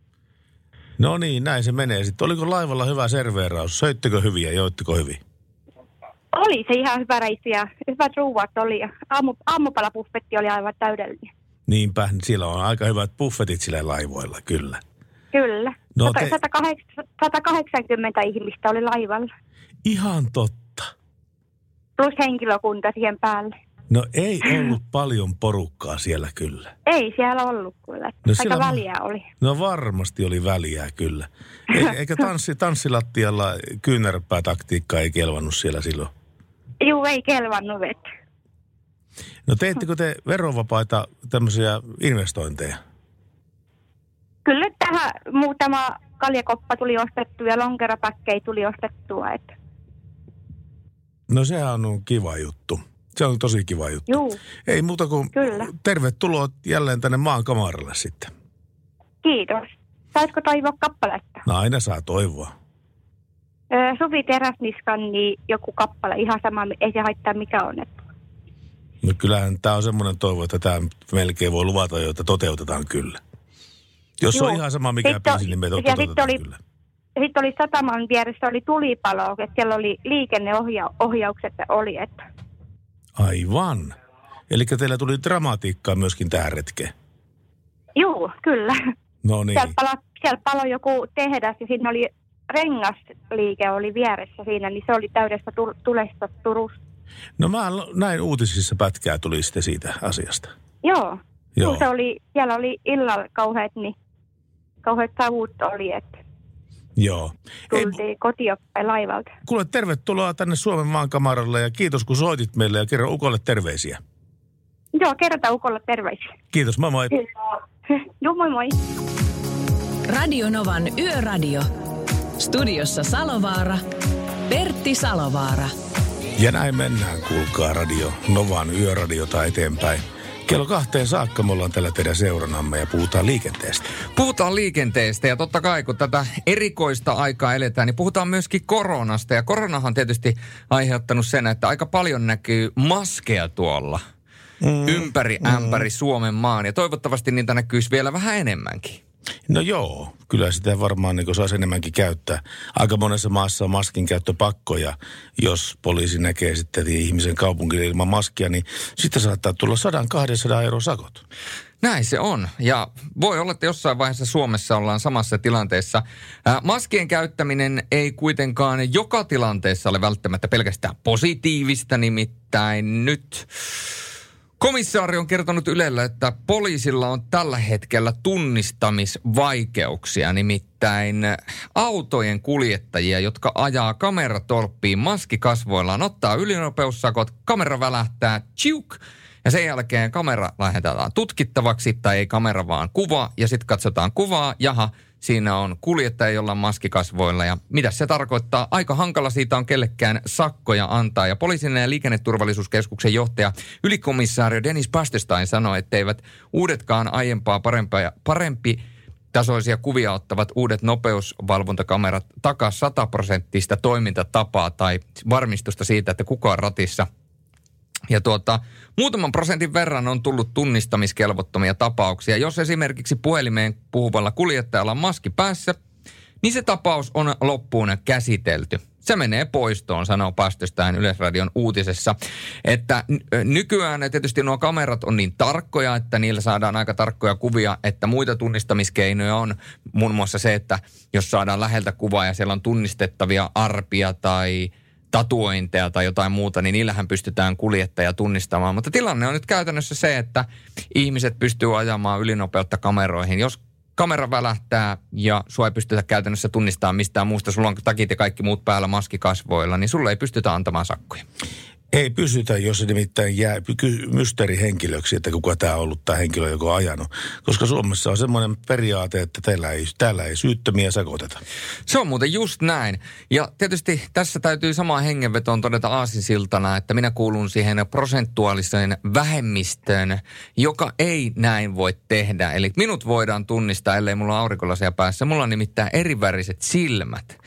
No niin, näin se menee. Sitten oliko laivalla hyvä serveeraus? Söittekö hyvin ja joitteko hyvin? Oli se ihan hyvä reissu ja hyvät ruuat oli ja aamu, aamupalabuffetti oli aivan täydellinen. Niinpä, siellä on aika hyvät buffetit sillä laivoilla, kyllä. Kyllä. No te... sata kahdeksankymmentä ihmistä oli laivalla. Ihan totta. Plus henkilökunta siihen päälle. No ei ollut paljon porukkaa siellä kyllä. Ei siellä ollut kyllä. No aika väliä oli. No varmasti oli väliä kyllä. E, eikä tanssi, tanssilattialla kyynärpäätaktiikka ei kelvannut siellä silloin? Juu, ei kelvannut vettä. No teettekö te verovapaita tämmöisiä investointeja? Kyllä tähän muutama kaljakoppa tuli ostettua ja lonkerapäkkejä tuli ostettua. Että. No sehän on kiva juttu. Se on tosi kiva juttu. Juu. Ei muuta kuin Kyllä. Tervetuloa jälleen tänne maan kamaralle sitten. Kiitos. Saisiko toivoa kappaletta? No aina saa toivoa. Öö, Suvi Teräsniskan, niin joku kappale, ihan sama, ei se haittaa mikä on. Että. No kyllähän tämä on semmoinen toivo, että tämä melkein voi luvata jo, että toteutetaan kyllä. Jos Juu. on ihan sama mikä biisi, niin me toteutetaan oli, kyllä. Sitten oli sataman vieressä oli tulipalo, että siellä oli liikenneohjaukset oli, että. Aivan. Eli teillä tuli dramatiikkaa myöskin tähän retkeen. Joo, kyllä. No niin. Siellä palo, siellä palo joku tehdas ja siinä oli rengasliike oli vieressä siinä, niin se oli täydessä tulesta Turusta. No mä näin uutisissa pätkää tuli sitten siitä asiasta. Joo. Joo. Se oli, siellä oli illalla kauheat, niin kauheat savut oli, että. Joo. Tultiin Ei, kotioppäin laivalta. Kuule, tervetuloa tänne Suomen maankamaralle ja kiitos kun soitit meille ja kerro Ukolle terveisiä. Joo, kerrotaan Ukolle terveisiä. Kiitos, moi moi. Joo, moi moi. Radio Novan Yöradio. Studiossa Salovaara, Pertti Salovaara. Ja näin mennään, kuulkaa Radio Novan Yöradiota eteenpäin. Kello kahteen saakka me ollaan täällä teidän seuranamme ja puhutaan liikenteestä. Puhutaan liikenteestä ja totta kai kun tätä erikoista aikaa eletään, niin puhutaan myöskin koronasta. Ja koronahan on tietysti aiheuttanut sen, että aika paljon näkyy maskeja tuolla mm, ympäri mm. ämpäri Suomen maan. Ja toivottavasti niitä näkyisi vielä vähän enemmänkin. No joo, kyllä sitä varmaan niin saisi enemmänkin käyttää. Aika monessa maassa on maskin käyttöpakko ja jos poliisi näkee sitten ihmisen kaupungille ilman maskia, niin sitten saattaa tulla sata kaksisataa euro sakot. Näin se on. Ja voi olla, että jossain vaiheessa Suomessa ollaan samassa tilanteessa. Ää, maskien käyttäminen ei kuitenkaan joka tilanteessa ole välttämättä pelkästään positiivista, nimittäin nyt komissaari on kertonut Ylellä, että poliisilla on tällä hetkellä tunnistamisvaikeuksia, nimittäin autojen kuljettajia, jotka ajaa kameratolppiin maskikasvoillaan, ottaa ylinopeussakot, kamera välähtää, tšiuk, ja sen jälkeen kamera lähetetään tutkittavaksi, tai ei kamera vaan kuva, ja sitten katsotaan kuvaa, jaha, siinä on kuljettaja, jolla on maskikasvoilla ja mitä se tarkoittaa? Aika hankala siitä on kellekään sakkoja antaa. Ja poliisin ja liikenneturvallisuuskeskuksen johtaja ylikomissaario Dennis Pastestein sanoi, etteivät uudetkaan aiempaa parempia, parempi tasoisia kuvia ottavat uudet nopeusvalvontakamerat takaa sataprosenttista toimintatapaa tai varmistusta siitä, että kuka on ratissa. Ja tuota, muutaman prosentin verran on tullut tunnistamiskelvottomia tapauksia. Jos esimerkiksi puhelimeen puhuvalla kuljettajalla on maski päässä, niin se tapaus on loppuun käsitelty. Se menee poistoon, sanoo Pastestein Yleisradion uutisessa. Että nykyään tietysti nuo kamerat on niin tarkkoja, että niillä saadaan aika tarkkoja kuvia, että muita tunnistamiskeinoja on muun muassa se, että jos saadaan läheltä kuvaa ja siellä on tunnistettavia arpia tai tatuointeja tai jotain muuta, niin niillähän pystytään kuljettaja tunnistamaan. Mutta tilanne on nyt käytännössä se, että ihmiset pystyy ajamaan ylinopeutta kameroihin. Jos kamera välähtää ja sua ei pystytä käytännössä tunnistamaan mistään muusta, sulla on takit ja kaikki muut päällä maskikasvoilla, niin sulle ei pystytä antamaan sakkoja. Ei pysytä, jos se nimittäin jää mysteerihenkilöksi, että kuka tämä on ollut tämä henkilö, joka on ajanut. Koska Suomessa on semmoinen periaate, että täällä ei, täällä ei syyttömiä sakoteta. Se on muuten just näin. Ja tietysti tässä täytyy samaan hengenvetoon todeta aasinsiltana, että minä kuulun siihen prosentuaaliseen vähemmistöön, joka ei näin voi tehdä. Eli minut voidaan tunnistaa, ellei mulla on aurinkolasia päässä. Mulla on nimittäin eriväriset silmät.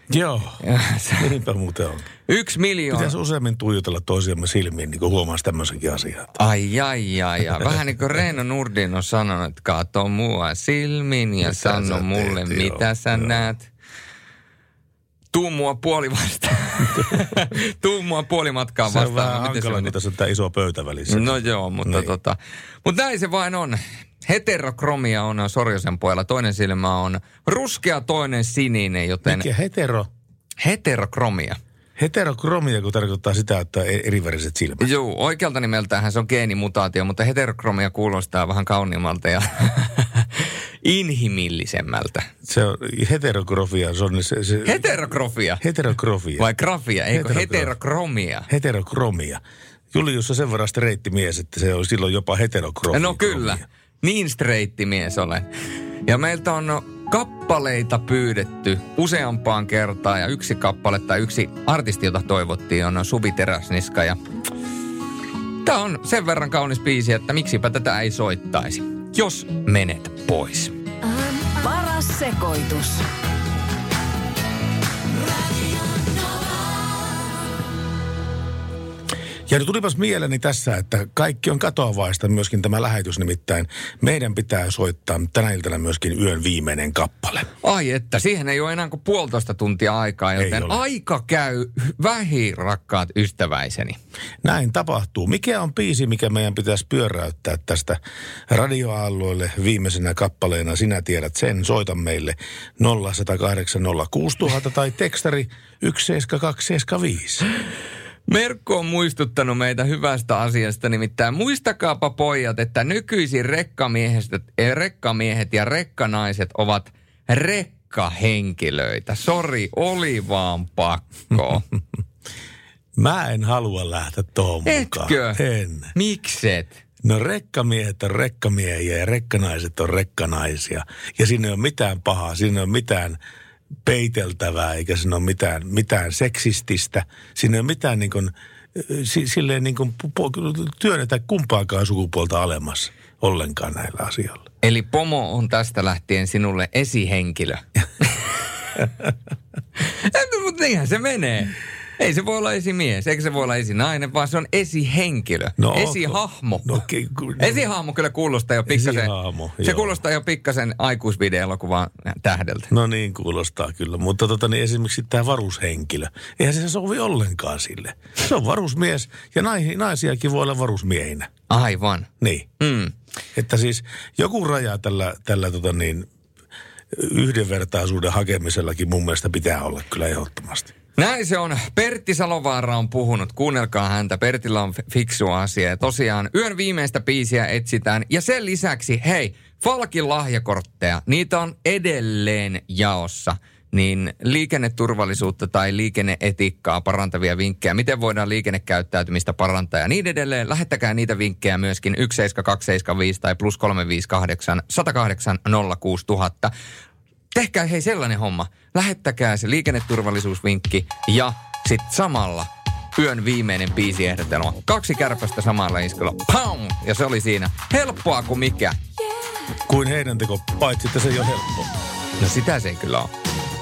Joo, niinpä muuten on. Yksi miljoona. Pitäisi useammin tuijotella toisiamme silmiin, niin kuin huomasi tämmöisenkin asian. Ai, ai, ai, ai. Vähän niin kuin Reino Nurdin on sanonut, että kato mua silmin ja mitä sano mulle, teet, mitä joo, sä joo. näet. Tuu mua puoli vastaan. Tuu mua puoli matkaa vastaan. Se on vähän hankala, kun tässä on tämä iso pöytä välissä. No joo, mutta niin. tota, mutta näin se vain on. Heterokromia on Sorjosen pojalla. Toinen silmä on ruskea, toinen sininen, joten... Mikä hetero? Heterokromia. Heterokromia, kun tarkoittaa sitä, että eriväriset silmät. Joo, oikealta nimeltäänhän se on geenimutaatio, mutta heterokromia kuulostaa vähän kauniimmalta ja inhimillisemmältä. Se on heterografia. Se on se, se, heterografia? Heterografia. Vai grafia? Eikö heterokromia? Heterokromia. Julius on sen verran streitti mies, että se on silloin jopa heterokromia. No kyllä, niin streitti mies olen. Ja meiltä on kappaleita pyydetty useampaan kertaan ja yksi kappale tai yksi artisti, jota toivottiin, on Suvi Teräsniska. Ja tää on sen verran kaunis biisi, että miksipä tätä ei soittaisi, jos menet pois. Paras sekoitus. Ja nyt tulipas mieleeni tässä, että kaikki on katoavaista, myöskin tämä lähetys, nimittäin meidän pitää soittaa tänä iltana myöskin yön viimeinen kappale. Ai että, siihen ei ole enää kuin puolitoista tuntia aikaa, joten aika käy vähin, rakkaat ystäväiseni. Näin tapahtuu. Mikä on biisi, mikä meidän pitäisi pyöräyttää tästä radioaalloille viimeisenä kappaleena? Sinä tiedät sen, soita meille nolla yksi nolla kahdeksan nolla kuusi nolla nolla nolla tai tekstari yksi seitsemän kaksi seitsemän viisi. Merkku on muistuttanut meitä hyvästä asiasta, nimittäin muistakaapa pojat, että nykyisin rekkamiehet, rekkamiehet ja rekkanaiset ovat rekkahenkilöitä. Sori, oli vaan pakko. Mä en halua lähteä tuohon mukaan. Etkö? En. Mikset? No rekkamiehet on rekkamiehiä ja rekkanaiset on rekkanaisia. Ja siinä ei ole mitään pahaa, siinä ei ole mitään peiteltävää, eikä siinä ole mitään, mitään seksististä. Siinä ei ole mitään niin kuin, silleen niin kuin työnnetä kumpaakaan sukupuolta alemmas ollenkaan näillä asioilla. Eli pomo on tästä lähtien sinulle esihenkilö. Mutta niinhän se menee. Ei se voi olla esimies, eikä se voi olla esinainen, vaan se on esihenkilö, no, esihahmo. No, okay, no, esihahmo kyllä kuulostaa jo pikkasen, se joo. kuulostaa jo pikkasen aikuisvideo-elokuvan tähdeltä. No niin, kuulostaa kyllä, mutta tota, niin esimerkiksi tämä varushenkilö, eihän se sovi ollenkaan sille. Se on varusmies ja nai, naisiakin voi olla varusmiehinä. Aivan. Niin, mm. että siis joku raja tällä, tällä tota niin, yhdenvertaisuuden hakemisellakin mun mielestä pitää olla kyllä ehdottomasti. Näin se on. Pertti Salovaara on puhunut. Kuunnelkaa häntä. Pertillä on fiksu asia. Ja tosiaan yön viimeistä biisiä etsitään. Ja sen lisäksi, hei, Falkin lahjakortteja. Niitä on edelleen jaossa. Niin liikenneturvallisuutta tai liikenneetiikkaa parantavia vinkkejä. Miten voidaan liikennekäyttäytymistä parantaa ja niin edelleen. Lähettäkää niitä vinkkejä myöskin yksi seitsemän kaksi seitsemän viisi tai plus kolme viisi kahdeksan sata kahdeksan nolla kuusi nolla nolla nolla. Tehkää hei sellainen homma. Lähettäkää se liikenneturvallisuusvinkki ja sitten samalla yön viimeinen biisiehdotelma. Kaksi kärpästä samalla iskulla. Pam! Ja se oli siinä. Helppoa kuin mikä. Kuin heidän teko, paitsi että se ei ole helppoa. No sitä se ei kyllä ole.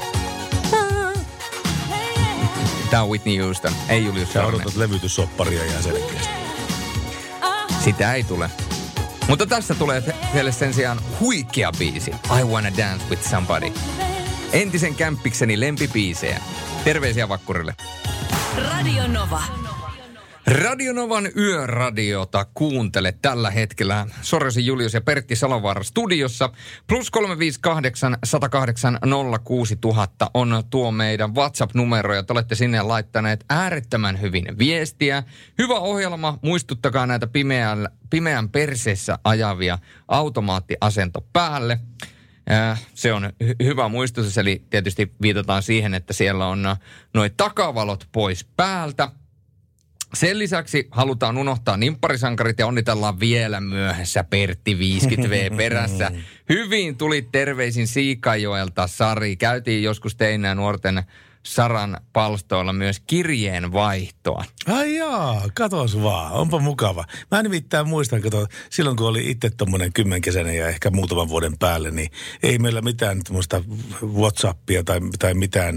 Tämä on Whitney Houston, ei Julius Sä odotat levytyssopparia ja selkeästi. Sitä ei tule. Mutta tässä tulee teille sen sijaan huikea biisi. I Wanna Dance With Somebody. Entisen kämppikseni lempibiisejä. Terveisiä Vakkurille. Radio Nova. Radio Novan yöradiota kuuntele tällä hetkellä. Sorjosen Julius ja Pertti Salovaara studiossa. Plus kolme viisi kahdeksan sata kahdeksan nolla kuusi nolla nolla on tuo meidän WhatsApp-numero. Ja te olette sinne laittaneet äärettömän hyvin viestiä. Hyvä ohjelma. Muistuttakaa näitä pimeän, pimeän perseessä ajavia automaattiasento päälle. Se on hy- hyvä muistutus, eli tietysti viitataan siihen, että siellä on noi takavalot pois päältä. Sen lisäksi halutaan unohtaa nimpparisankarit ja onnitellaan vielä myöhässä Pertti viisikymmentä vuotta perässä. Hyvin tuli terveisin Siikajoelta, Sari. Käytiin joskus teidän ja nuorten Saran palstoilla myös kirjeenvaihtoa. Ai jaa, katos vaan, onpa mukava. Mä nimittäin muistan, kato, silloin kun oli itse tommonen kymmenkesäinen ja ehkä muutaman vuoden päälle, niin ei meillä mitään tämmöistä WhatsAppia tai, tai mitään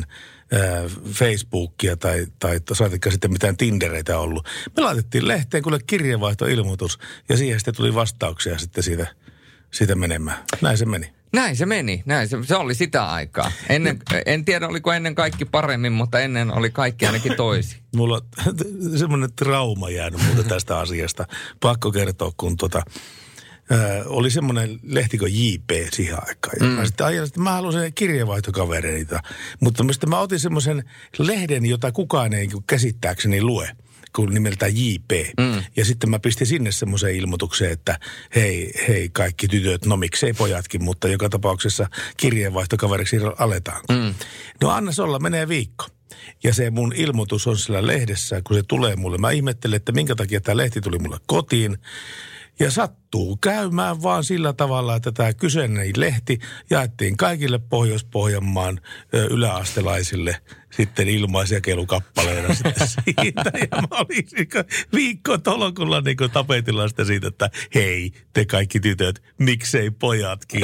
Facebookia tai, tai saatikka sitten mitään Tindereitä ollut. Me laitettiin lehteen kuule kirjeenvaihtoilmoitus ja siihen sitten tuli vastauksia sitten siitä, siitä menemään. Näin se meni. Näin se meni. Näin se, se oli sitä aikaa. Ennen, en tiedä, oliko ennen kaikki paremmin, mutta ennen oli kaikki ainakin toisin. Mulla on semmoinen trauma jäänyt muuta tästä asiasta. Pakko kertoa, kun tota, ää, oli semmoinen lehti kuin J P siihen aikaan. Ja mm. mä sitten ajan, että mä haluan sen kirjeenvaihtokavereita. Mutta mistä mä otin semmoisen lehden, jota kukaan ei käsittääkseni lue, kun nimeltä J P. Mm. Ja sitten mä pistin sinne semmoiseen ilmoitukseen, että hei, hei kaikki tytöt, no miksei pojatkin, mutta joka tapauksessa kirjeenvaihtokaveriksi aletaan. Mm. No annas olla, menee viikko. Ja se mun ilmoitus on sillä lehdessä, kun se tulee mulle. Mä ihmettelen, että minkä takia tämä lehti tuli mulle kotiin. Ja sattuu käymään vaan sillä tavalla, että tämä kyseinen lehti jaettiin kaikille Pohjois-Pohjanmaan ö, yläastelaisille sitten ilmaisjakelukappaleena sitten siitä. Ja mä olin viikko tolkulla niin kuin tapetilla sitten siitä, että hei, te kaikki tytöt, miksei pojatkin.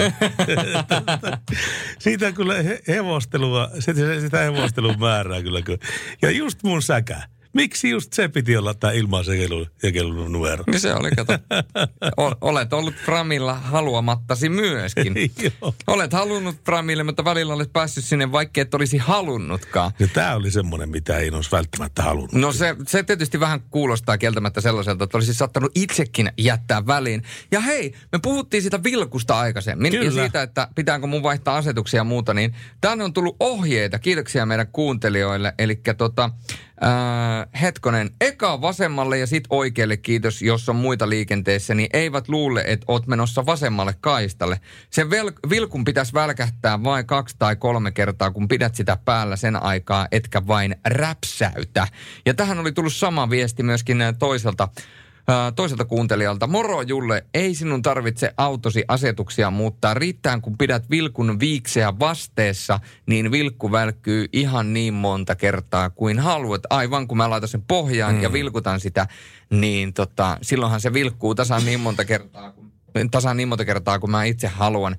Siitä kyllä hevostelua, sitä hevostelun määrää kyllä. Ja just mun säkä. Miksi just se piti olla tämä ilmaisjakelun numero? Niin se oli, kato. O- olet ollut Framilla haluamattasi myöskin. Olet halunnut Framille, mutta välillä olet päässyt sinne, vaikka et olisi halunnutkaan. Ja tämä oli semmoinen, mitä ei olisi välttämättä halunnut. No se, se tietysti vähän kuulostaa kieltämättä sellaiselta, että olisi saattanut itsekin jättää väliin. Ja hei, me puhuttiin siitä vilkusta aikaisemmin. Kyllä. Ja siitä, että pitääkö mun vaihtaa asetuksia ja muuta, niin tänne on tullut ohjeita. Kiitoksia meidän kuuntelijoille. Eli tota... Äh, hetkonen, eka vasemmalle ja sit oikealle kiitos, jos on muita liikenteessä, niin eivät luule, että oot menossa vasemmalle kaistalle. Sen vel- vilkun pitäisi välkähtää vain kaksi tai kolme kertaa, kun pidät sitä päällä sen aikaa, etkä vain räpsäytä. Ja tähän oli tullut sama viesti myöskin toiselta. Toiselta kuuntelijalta. Moro Julle, ei sinun tarvitse autosi asetuksia muuttaa. Riittää, kun pidät vilkun viikseä vasteessa, niin vilkku välkkyy ihan niin monta kertaa kuin haluat. Aivan kun mä laitan sen pohjaan mm. ja vilkutan sitä, niin tota, silloinhan se vilkkuu tasan niin monta kertaa, kun, tasan niin monta kertaa, kun mä itse haluan.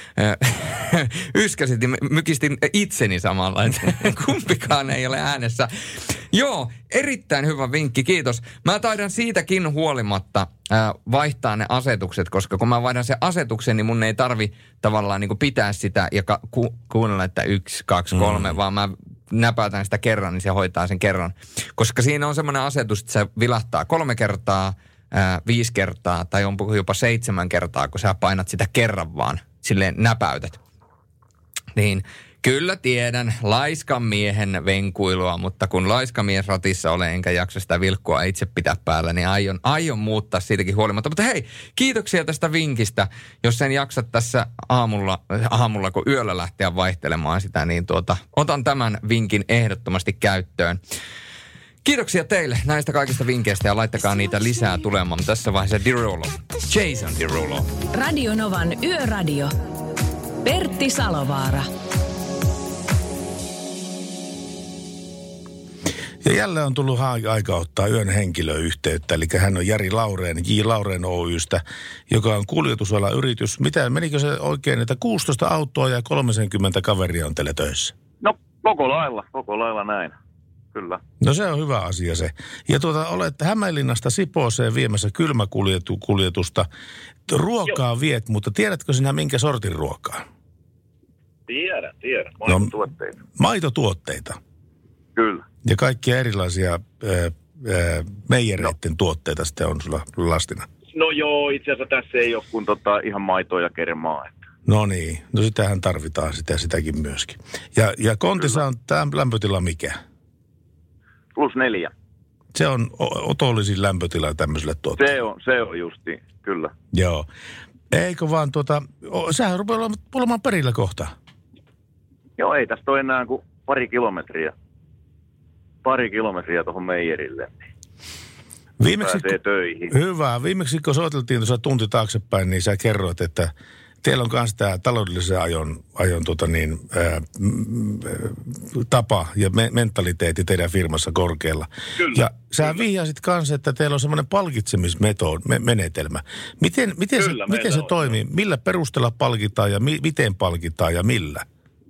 Yskäsit, mykistin itseni samalla, että kumpikaan ei ole äänessä. Joo, erittäin hyvä vinkki, kiitos. Mä taidan siitäkin huolimatta äh, vaihtaa ne asetukset, koska kun mä vaihdan sen asetuksen, niin mun ei tarvi tavallaan niin kuin pitää sitä ja ka- ku- kuunnella, että yksi, kaksi, kolme, mm. vaan mä näpäytän sitä kerran, niin se hoitaa sen kerran. Koska siinä on semmoinen asetus, että se vilahtaa kolme kertaa, äh, viisi kertaa tai on jopa seitsemän kertaa, kun sä painat sitä kerran vaan, silleen näpäytät. Niin... Kyllä tiedän laiskan miehen venkuilua, mutta kun laiskamies ratissa olen enkä jaksa sitä vilkkua itse pitää päällä, niin aion, aion muuttaa siitäkin huolimatta. Mutta hei, kiitoksia tästä vinkistä. Jos sen jaksat tässä aamulla, aamulla kun yöllä lähteä vaihtelemaan sitä, niin tuota, otan tämän vinkin ehdottomasti käyttöön. Kiitoksia teille näistä kaikista vinkkeistä ja laittakaa niitä lisää tulemaan. Tässä vaiheessa Derulo, Jason Derulo. Radio Novan Yöradio. Pertti Salovaara. Ja jälleen on tullut aika ottaa yön henkilöyhteyttä, eli hän on Jari Laureen, J. Laureen Oy:stä, joka on kuljetusalan yritys. Mitä, menikö se oikein, että kuusitoista autoa ja kolmekymmentä kaveria on teillä töissä? No, koko lailla, koko lailla näin, kyllä. No se on hyvä asia se. Ja tuota, olet Hämeenlinnasta Sipooseen viemässä kylmäkuljetusta. Ruokaa Joo. viet, mutta tiedätkö sinä minkä sortin ruokaa? Tiedän, tiedän. Maitotuotteita. No, maitotuotteita. Kyllä. Ja kaikkia erilaisia ää, ää, meijereiden no. tuotteita sitten on sulla lastina. No joo, itse asiassa tässä ei ole kuin tota ihan maitoa ja kermaa. Että. No niin, no sitähän tarvitaan sitä, sitäkin myöskin. Ja, ja kontissa on tämä lämpötila mikä? Plus neljä. Se on otollisin lämpötila tämmöiselle tuotteelle. Se on, se on justi, kyllä. Joo. Eikö vaan tuota, sähän rupeaa olemaan perillä kohta. Joo, ei tästä ole enää kuin pari kilometriä. Pari kilometriä tuohon meijerille. Viimeksi, pääsee töihin. Hyvä. Viimeksi kun soiteltiin tuossa tunti taaksepäin, niin sä kerroit, että teillä on myös tämä taloudellisen ajon, ajon tota niin, ää, m, tapa ja me, mentaliteetti teidän firmassa korkealla. Kyllä. Ja sä Kyllä. vihjasit kanssa, että teillä on semmoinen palkitsemismenetelmä. Miten, miten Kyllä, se, miten se toimii? Millä perusteella palkitaan ja mi, miten palkitaan ja millä?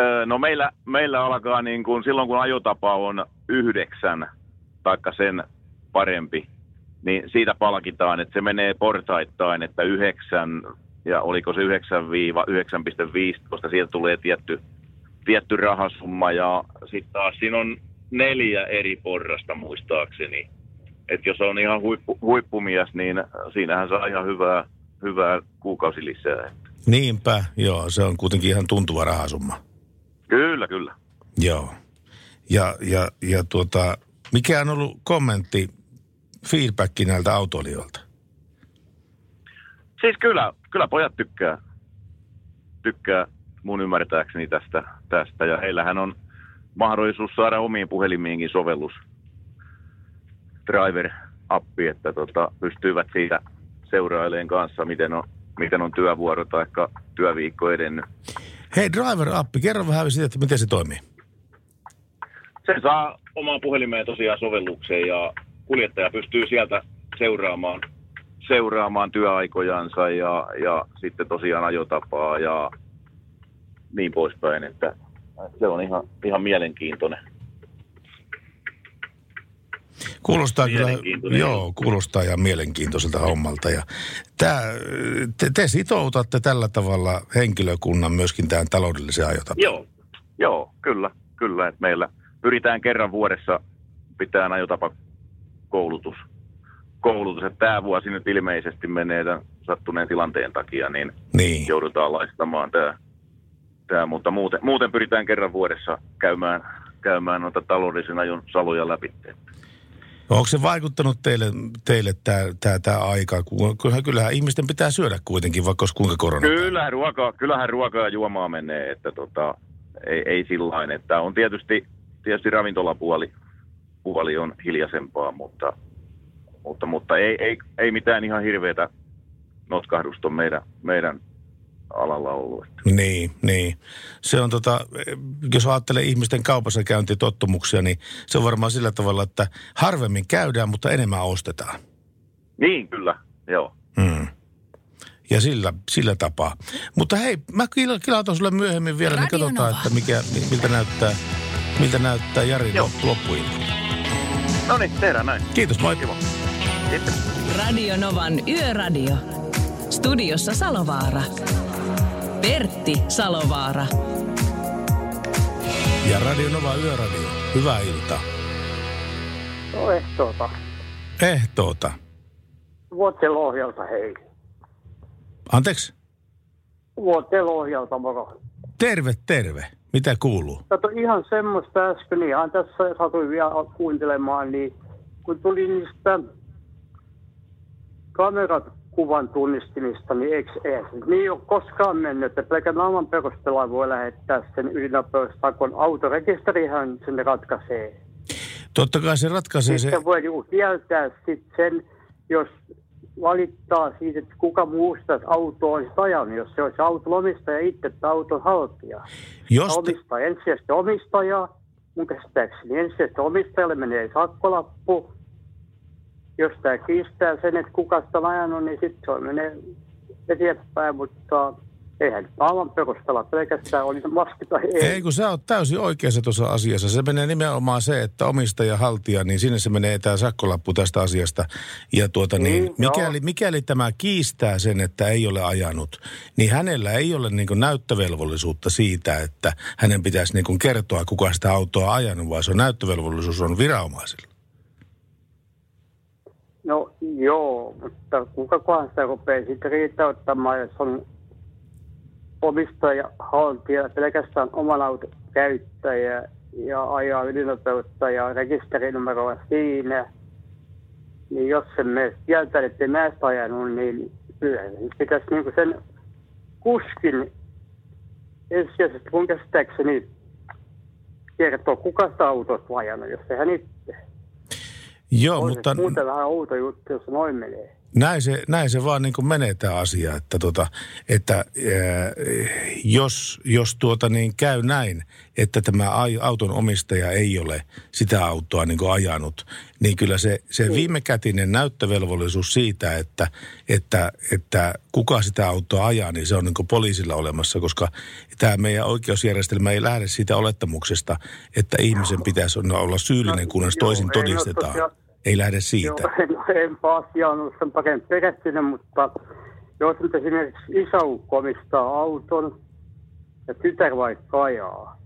Öö, no meillä, meillä alkaa niin kuin silloin, kun ajotapa on yhdeksän, taikka sen parempi, niin siitä palkitaan, että se menee portaittain, että yhdeksän, ja oliko se yhdeksän yhdeksän pilkku viisitoista, sieltä tulee tietty, tietty rahasumma, ja sitten taas siinä on neljä eri porrasta muistaakseni. Että jos on ihan huippu, huippumies, niin siinähän saa ihan hyvää, hyvää kuukausilisää. Niinpä, joo, se on kuitenkin ihan tuntuva rahasumma. Kyllä, kyllä. Joo. Ja, ja, ja tuota, mikä on ollut kommentti, feedback näiltä autoilijoilta? Siis kyllä, kyllä pojat tykkää, tykkää mun ymmärtääkseni tästä, tästä. Ja heillähän on mahdollisuus saada omiin puhelimiinkin sovellus, driver-appi, että tota, pystyvät siitä seurailemaan kanssa, miten on, miten on työvuoro tai työviikko edennyt. Hei, driver-appi, kerro vähän siitä, että miten se toimii. Se saa omaan puhelimeen tosiaan sovellukseen ja kuljettaja pystyy sieltä seuraamaan, seuraamaan työaikojansa ja, ja sitten tosiaan ajotapaa ja niin poispäin, että se on ihan, ihan mielenkiintoinen. Kuulostaa kyllä, joo, kuulostaa ihan mielenkiintoiselta hommalta. Ja tää, te, te sitoutatte tällä tavalla henkilökunnan myöskin tähän taloudelliseen ajotapaan. Joo, joo, kyllä, kyllä. Että meillä pyritään kerran vuodessa pitää ajotapa koulutus. koulutus. Että tämä vuosi nyt ilmeisesti menee tämän sattuneen tilanteen takia, niin, niin. joudutaan laistamaan tämä. tämä mutta muuten, muuten pyritään kerran vuodessa käymään, käymään noita taloudellisen ajon saloja läpi. Onko se vaikuttanut teille, teille tämä, tämä aika? Kyllähän, kyllähän ihmisten pitää syödä kuitenkin, vaikka olisi kuinka korona. Kyllähän ruokaa, kyllähän ruokaa ja juomaa menee, että tota, ei, ei sillain. Että on tietysti, tietysti ravintolapuoli puoli on hiljaisempaa, mutta, mutta, mutta ei, ei, ei mitään ihan hirveätä notkahdusta on meidän, meidän alalla ollut. Niin, niin. Se on tota, jos ajattelee ihmisten kaupassa käyntitottumuksia, niin se on varmaan sillä tavalla, että harvemmin käydään, mutta enemmän ostetaan. Niin, kyllä, joo. Hmm. Ja sillä, sillä tapaa. Mutta hei, mä kilautan sulle myöhemmin vielä, Radio niin katsotaan, Nova. Että mikä, miltä näyttää, miltä näyttää Jari loppuilta. No niin, tehdään näin. Kiitos, moi. Kiva. Kiitos. Radio Novan Yöradio. Studiossa Salovaara. Pertti Salovaara. Ja Radio Nova Yöradio. Hyvää iltaa. No ehtoota. Ehtoota. Vuotelohjalta hei. Anteeksi? Vuotelohjalta moro. Terve, terve. Mitä kuuluu? Kato ihan semmoista äsken, ihan tässä satuin vielä kuuntelemaan, niin kun tuli niistä kamerat kuvan tunnistimista, niin eikö ei? Niin ole koskaan mennyt, että pelkän naaman perusteella voi lähettää sen ylinopeustakon. Autorekisterihän sen ratkaisee. Totta kai se ratkaisee. Sitten se voi kieltää sit sen, jos valittaa siitä, että kuka muusta autoa olisi ajanut, jos se olisi auton omistaja itse tai auton haltija. Jos omistaja, ensisijaisesti omistaja, mun käsittääkseni ensisijaisesti omistajalle menee sakkolappu. Jos tämä kiistää sen, että kuka sitä on ajanut, niin sitten se menee eteenpäin, mutta eihän aivan perustella pelkästään oli maski tai ei. Ei, kun sä oot täysin oikeassa tuossa asiassa. Se menee nimenomaan se, että omistaja, haltija, niin sinne se menee tämä sakkolappu tästä asiasta. Ja tuota niin, niin mikäli, mikäli tämä kiistää sen, että ei ole ajanut, niin hänellä ei ole niin kuin näyttövelvollisuutta siitä, että hänen pitäisi niin kuin kertoa, kuka sitä autoa on ajanut, vaan se on näyttövelvollisuus on viranomaisilla. No joo, mutta kukakohan sitä rupeaa sitten riittäyttämään, jos on omistaja, haltija, pelkästään oman auton käyttäjä ja ajaa ylinopeutta ja rekisterinumeroa siinä. Niin jos se me kieltää, ettei näistä ajanut, niin kyllä pitäisi niinku sen kuskin ensisijaisesti kun käsittääkseni kertoo, kuka sitä autosta on ajanut, jos ei hän itse. Joo, on mutta muuten vähän outo juttu, jos noin menee. Näin se, näin se vaan niin kuin menee tämä asia, että, tota, että ää, jos, jos tuota niin käy näin, että tämä auton omistaja ei ole sitä autoa niin kuin ajanut, niin kyllä se, se viimekätinen näyttövelvollisuus siitä, että, että, että kuka sitä autoa ajaa, niin se on niin kuin poliisilla olemassa, koska tämä meidän oikeusjärjestelmä ei lähde siitä olettamuksesta, että ihmisen pitäisi olla syyllinen, kunnes toisin todistetaan. Ei lähde siitä. Joo, en, enpä asiaan ole sen paremmin perehtynyt, mutta jos nyt esimerkiksi isäukko omistaa auton ja tytär vaikka ajaa,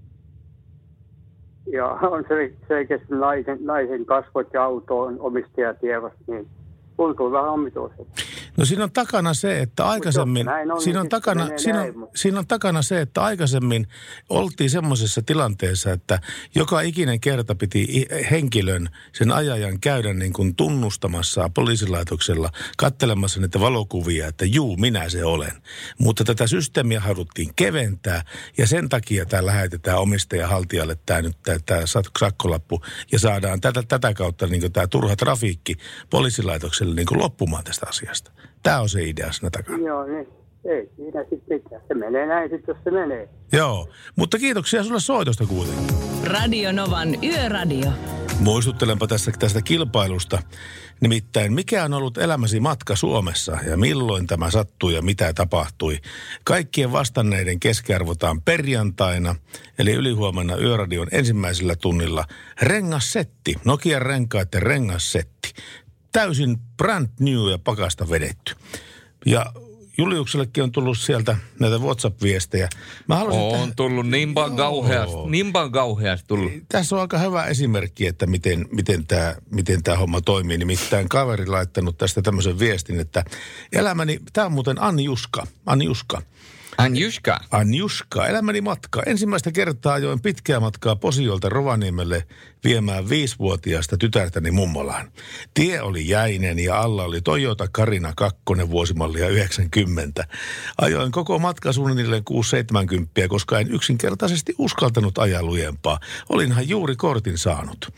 ja on se selkeästi naisen, naisen kasvot ja auton omistajatiedot, niin tuntuu vähän omituiselta. No siinä on takana se, että aikaisemmin, on, siinä, on niin takana, siinä, näin, on, mutta... siinä on takana se, että aikaisemmin oltiin semmoisessa tilanteessa, että joka ikinen kerta piti henkilön, sen ajajan käydä niin kuin tunnustamassa poliisilaitoksella, katselemassa niitä valokuvia, että juu, minä se olen. Mutta tätä systeemiä haluttiin keventää ja sen takia tämä lähetetään omistajahaltijalle tämä nyt tämä sakkolappu ja saadaan tätä, tätä kautta niin kuin tämä turha trafiikki poliisilaitokselle niin kuin loppumaan tästä asiasta. Tämä on se idea siinä takana. Joo, niin. Ei siinä sitten mitään. Se menee näin sitten, jos se menee. Joo, mutta kiitoksia sulle soitosta kuitenkin. Radio Novan Yöradio. Muistuttelenpa tästä, tästä kilpailusta. Nimittäin, mikä on ollut elämäsi matka Suomessa ja milloin tämä sattui ja mitä tapahtui? Kaikkien vastanneiden keskiarvotaan perjantaina, eli ylihuomenna Yöradion ensimmäisellä tunnilla rengassetti, Nokian renkaiden rengassetti. Täysin brand new ja pakasta vedetty. Ja Juliuksellekin on tullut sieltä näitä WhatsApp-viestejä. Mä haluaisin on tähän... tullut niinpä kauheasti, niinpä kauheasti tullut. Tässä on aika hyvä esimerkki, että miten, miten tämä miten tää homma toimii. Nimittäin kaveri laittanut tästä tämmöisen viestin, että elämäni, tämä on muuten Anjuska, Anjuska. Anjuska. Anjuska, elämäni matka. Ensimmäistä kertaa ajoin pitkää matkaa Posiolta Rovaniemelle viemään viisivuotiaasta tytärtäni mummolaan. Tie oli jäinen ja alla oli Toyota Carina kaksi vuosimallia yhdeksänkymmentä. Ajoin koko matka suunnilleen kuusi seitsemänkymmentä, koska en yksinkertaisesti uskaltanut ajaa lujempaa. Olinhan juuri kortin saanut.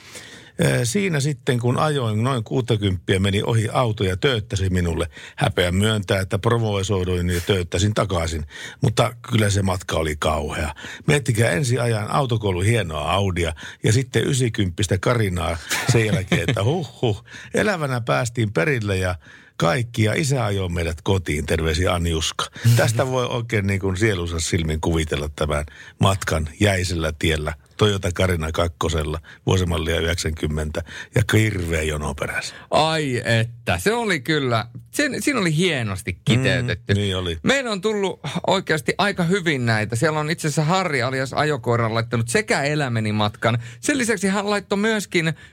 Siinä sitten, kun ajoin noin kuusikymmentä, meni ohi auto ja tööttäsi minulle. Häpeä myöntää, että provosoiduin ja tööttäsin takaisin. Mutta kyllä se matka oli kauhea. Miettikää ensi ajan autokoulu hienoa Audia ja sitten yhdeksänkymmentä Carinaa sen jälkeen, että huh huh. Elävänä päästiin perille ja kaikki ja isä ajoi meidät kotiin, terveisi Anjuska. Tästä voi oikein niin kuin sielunsa silmin kuvitella tämän matkan jäisellä tiellä. Toyota Carina kakkosella, vuosimallia yhdeksänkymmentä ja hirveä jono perässä. Ai että, se oli kyllä, sen, siinä oli hienosti kiteytetty. Mm, niin oli. Meillä on tullut oikeasti aika hyvin näitä. Siellä on itse asiassa Harri alias Ajokoiran laittanut sekä elämäni matkan. Sen lisäksi hän laittoi myöskin äh,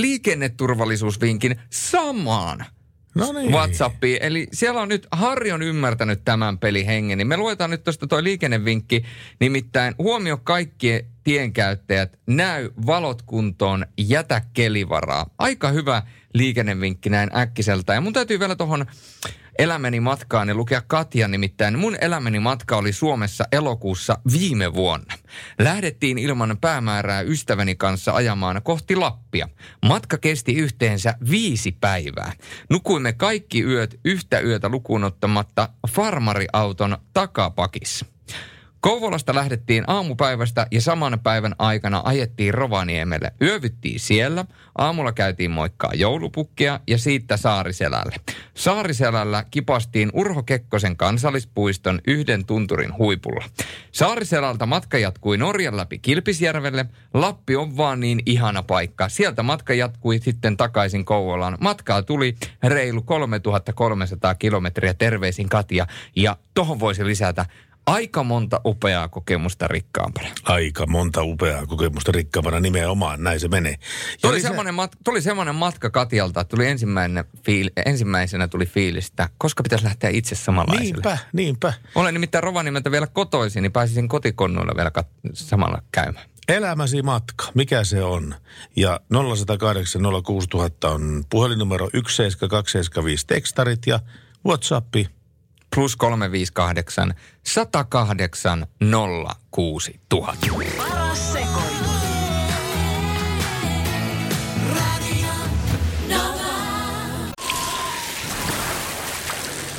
liikenneturvallisuusvinkin samaan. No niin. WhatsAppiin. Eli siellä on nyt, Harri on ymmärtänyt tämän pelihengen, niin me luetaan nyt tuosta toi liikennevinkki, nimittäin huomio kaikki tienkäyttäjät, näy valot kuntoon, jätä kelivaraa. Aika hyvä liikennevinkki näin äkkiseltä. Ja mun täytyy vielä tuohon elämäni matkaan ja lukea Katja, nimittäin mun elämäni matka oli Suomessa elokuussa viime vuonna. Lähdettiin ilman päämäärää ystäväni kanssa ajamaan kohti Lappia. Matka kesti yhteensä viisi päivää. Nukuimme kaikki yöt yhtä yötä lukuun ottamatta farmariauton takapakissa. Kouvolasta lähdettiin aamupäivästä ja saman päivän aikana ajettiin Rovaniemelle. Yövyttiin siellä, aamulla käytiin moikkaa joulupukkia ja siitä Saariselälle. Saariselällä kipastiin Urho Kekkosen kansallispuiston yhden tunturin huipulla. Saariselältä matka jatkui Norjan läpi Kilpisjärvelle. Lappi on vaan niin ihana paikka. Sieltä matka jatkui sitten takaisin Kouvolaan. Matkaa tuli reilu kolmetuhattakolmesataa kilometriä, terveisin Katja. Ja tohon voisi lisätä aika monta upeaa kokemusta rikkaampana. Aika monta upeaa kokemusta rikkaampana, nimenomaan, näin se menee. Tuli, lisä... semmoinen, mat- tuli semmoinen matka Katjalta, että tuli ensimmäinen fiil- ensimmäisenä tuli fiilistä, koska pitäisi lähteä itse samanlaiselle. Niinpä, niinpä. Olen nimittäin Rovaniemeltä vielä kotoisin, niin pääsisin kotikonnuilla vielä kat- samalla käymään. Elämäsi matka, mikä se on? Ja nolla yksi nolla kahdeksan nolla kuusi nolla nolla nolla on puhelinnumero yksi seitsemän kaksi seitsemän viisi tekstarit ja WhatsAppi. Plus kolme viisi kahdeksan, sata kahdeksan, nolla kuusi tuhatta. Paras sekoilu.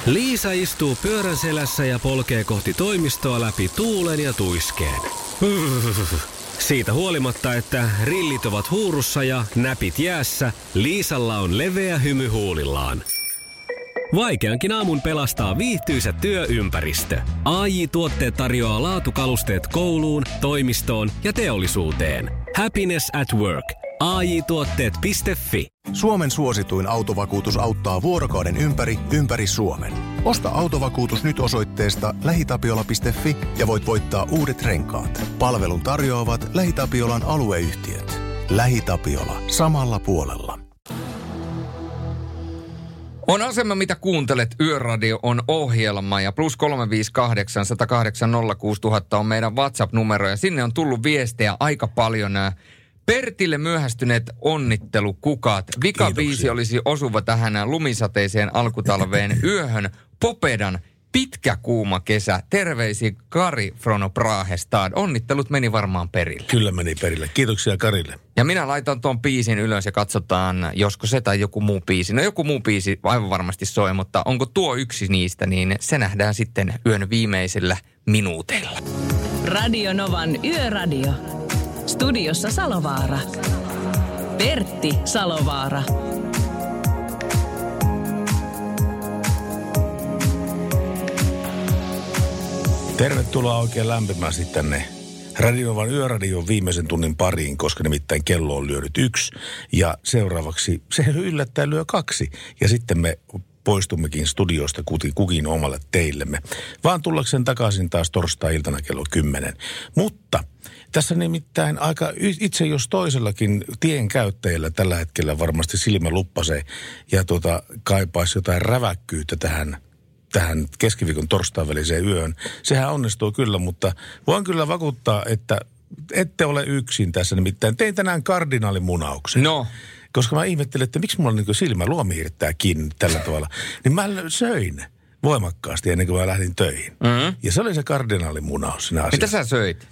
Liisa istuu pyörän selässä ja polkee kohti toimistoa läpi tuulen ja tuiskeen. Siitä huolimatta, että rillit ovat huurussa ja näpit jäässä, Liisalla on leveä hymy huulillaan. Vaikeankin aamun pelastaa viihtyisä työympäristö. A J-tuotteet tarjoaa laatukalusteet kouluun, toimistoon ja teollisuuteen. Happiness at work. A J tuotteet piste fi. Suomen suosituin autovakuutus auttaa vuorokauden ympäri, ympäri Suomen. Osta autovakuutus nyt osoitteesta lähitapiola piste fi ja voit voittaa uudet renkaat. Palvelun tarjoavat LähiTapiolan alueyhtiöt. LähiTapiola. Samalla puolella. On asema, mitä kuuntelet. Yöradio on ohjelma ja plus kolme viisi kahdeksan, sata kahdeksan, nolla kuusi tuhatta on meidän WhatsApp-numero ja sinne on tullut viestejä aika paljon. Pertille myöhästyneet onnittelukukat. Vikabiisi olisi osuva tähän lumisateiseen alkutalveen yöhön. Popedan pitkä kuuma kesä. Terveisiin Kari from Prahestad. Onnittelut meni varmaan perille. Kyllä meni perille. Kiitoksia Karille. Ja minä laitan tuon biisin ylös ja katsotaan, josko se tai joku muu biisi. No joku muu biisi aivan varmasti soi, mutta onko tuo yksi niistä, niin se nähdään sitten yön viimeisillä minuuteilla. Radio Novan Yöradio. Studiossa Salovaara. Pertti Salovaara. Tervetuloa oikein lämpimästi tänne Radio Novan Yöradion viimeisen tunnin pariin, koska nimittäin kello on lyönyt yksi. Ja seuraavaksi se yllättäen lyö kaksi. Ja sitten me poistummekin studiosta kukin omalle teillemme. Vaan tullakseen takaisin taas torstai-iltana kello kymmenen. Mutta tässä nimittäin aika itse jos toisellakin tien käyttäjällä tällä hetkellä varmasti silmä luppasee ja tuota, kaipaisi jotain räväkkyyttä tähän, tähän keskiviikon torstain väliseen yöön. Sehän onnistuu kyllä, mutta voin kyllä vakuuttaa, että ette ole yksin tässä. Nimittäin tein tänään kardinaalimunauksen. No. Koska mä ihmettelin, että miksi mulla niin silmä luomi hirttää kiinni tällä tavalla. Niin mä söin voimakkaasti ennen kuin mä lähdin töihin. Mm-hmm. Ja se oli se kardinaalimunaus siinä asiassa. Mitä sä söit?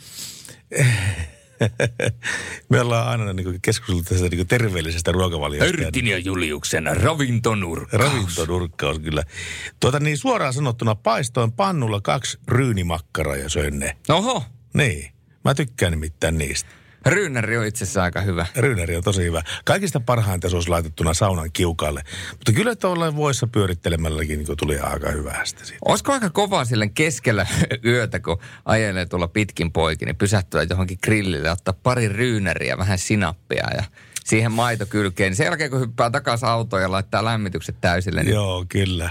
Me ollaan aina niin keskustellut tästä niin terveellisestä ruokavaliosta. Yrtin ja Juliuksen ravintonurkkaus. Ravintonurkkaus, kyllä. Tuota niin suoraan sanottuna paistoin pannulla kaksi ryynimakkaraa ja söin ne. Oho. Niin, mä tykkään nimittäin niistä. Ryynäri on itse asiassa aika hyvä. Ryynäri on tosi hyvä. Kaikista parhainta se olisi laitettuna saunan kiukaalle. Mutta kyllä tuollain voissa pyörittelemälläkin niin tuli aika hyvää sitä siitä. Olisiko aika kovaa silleen keskellä yötä, kun ajelee tuolla pitkin poikin, niin pysähtyä johonkin grillille, ottaa pari ryynäriä, vähän sinappia ja siihen maito kylkeen. Niin sen jälkeen, kun hyppää takaisin autoon ja laittaa lämmitykset täysille. Niin... Joo, kyllä.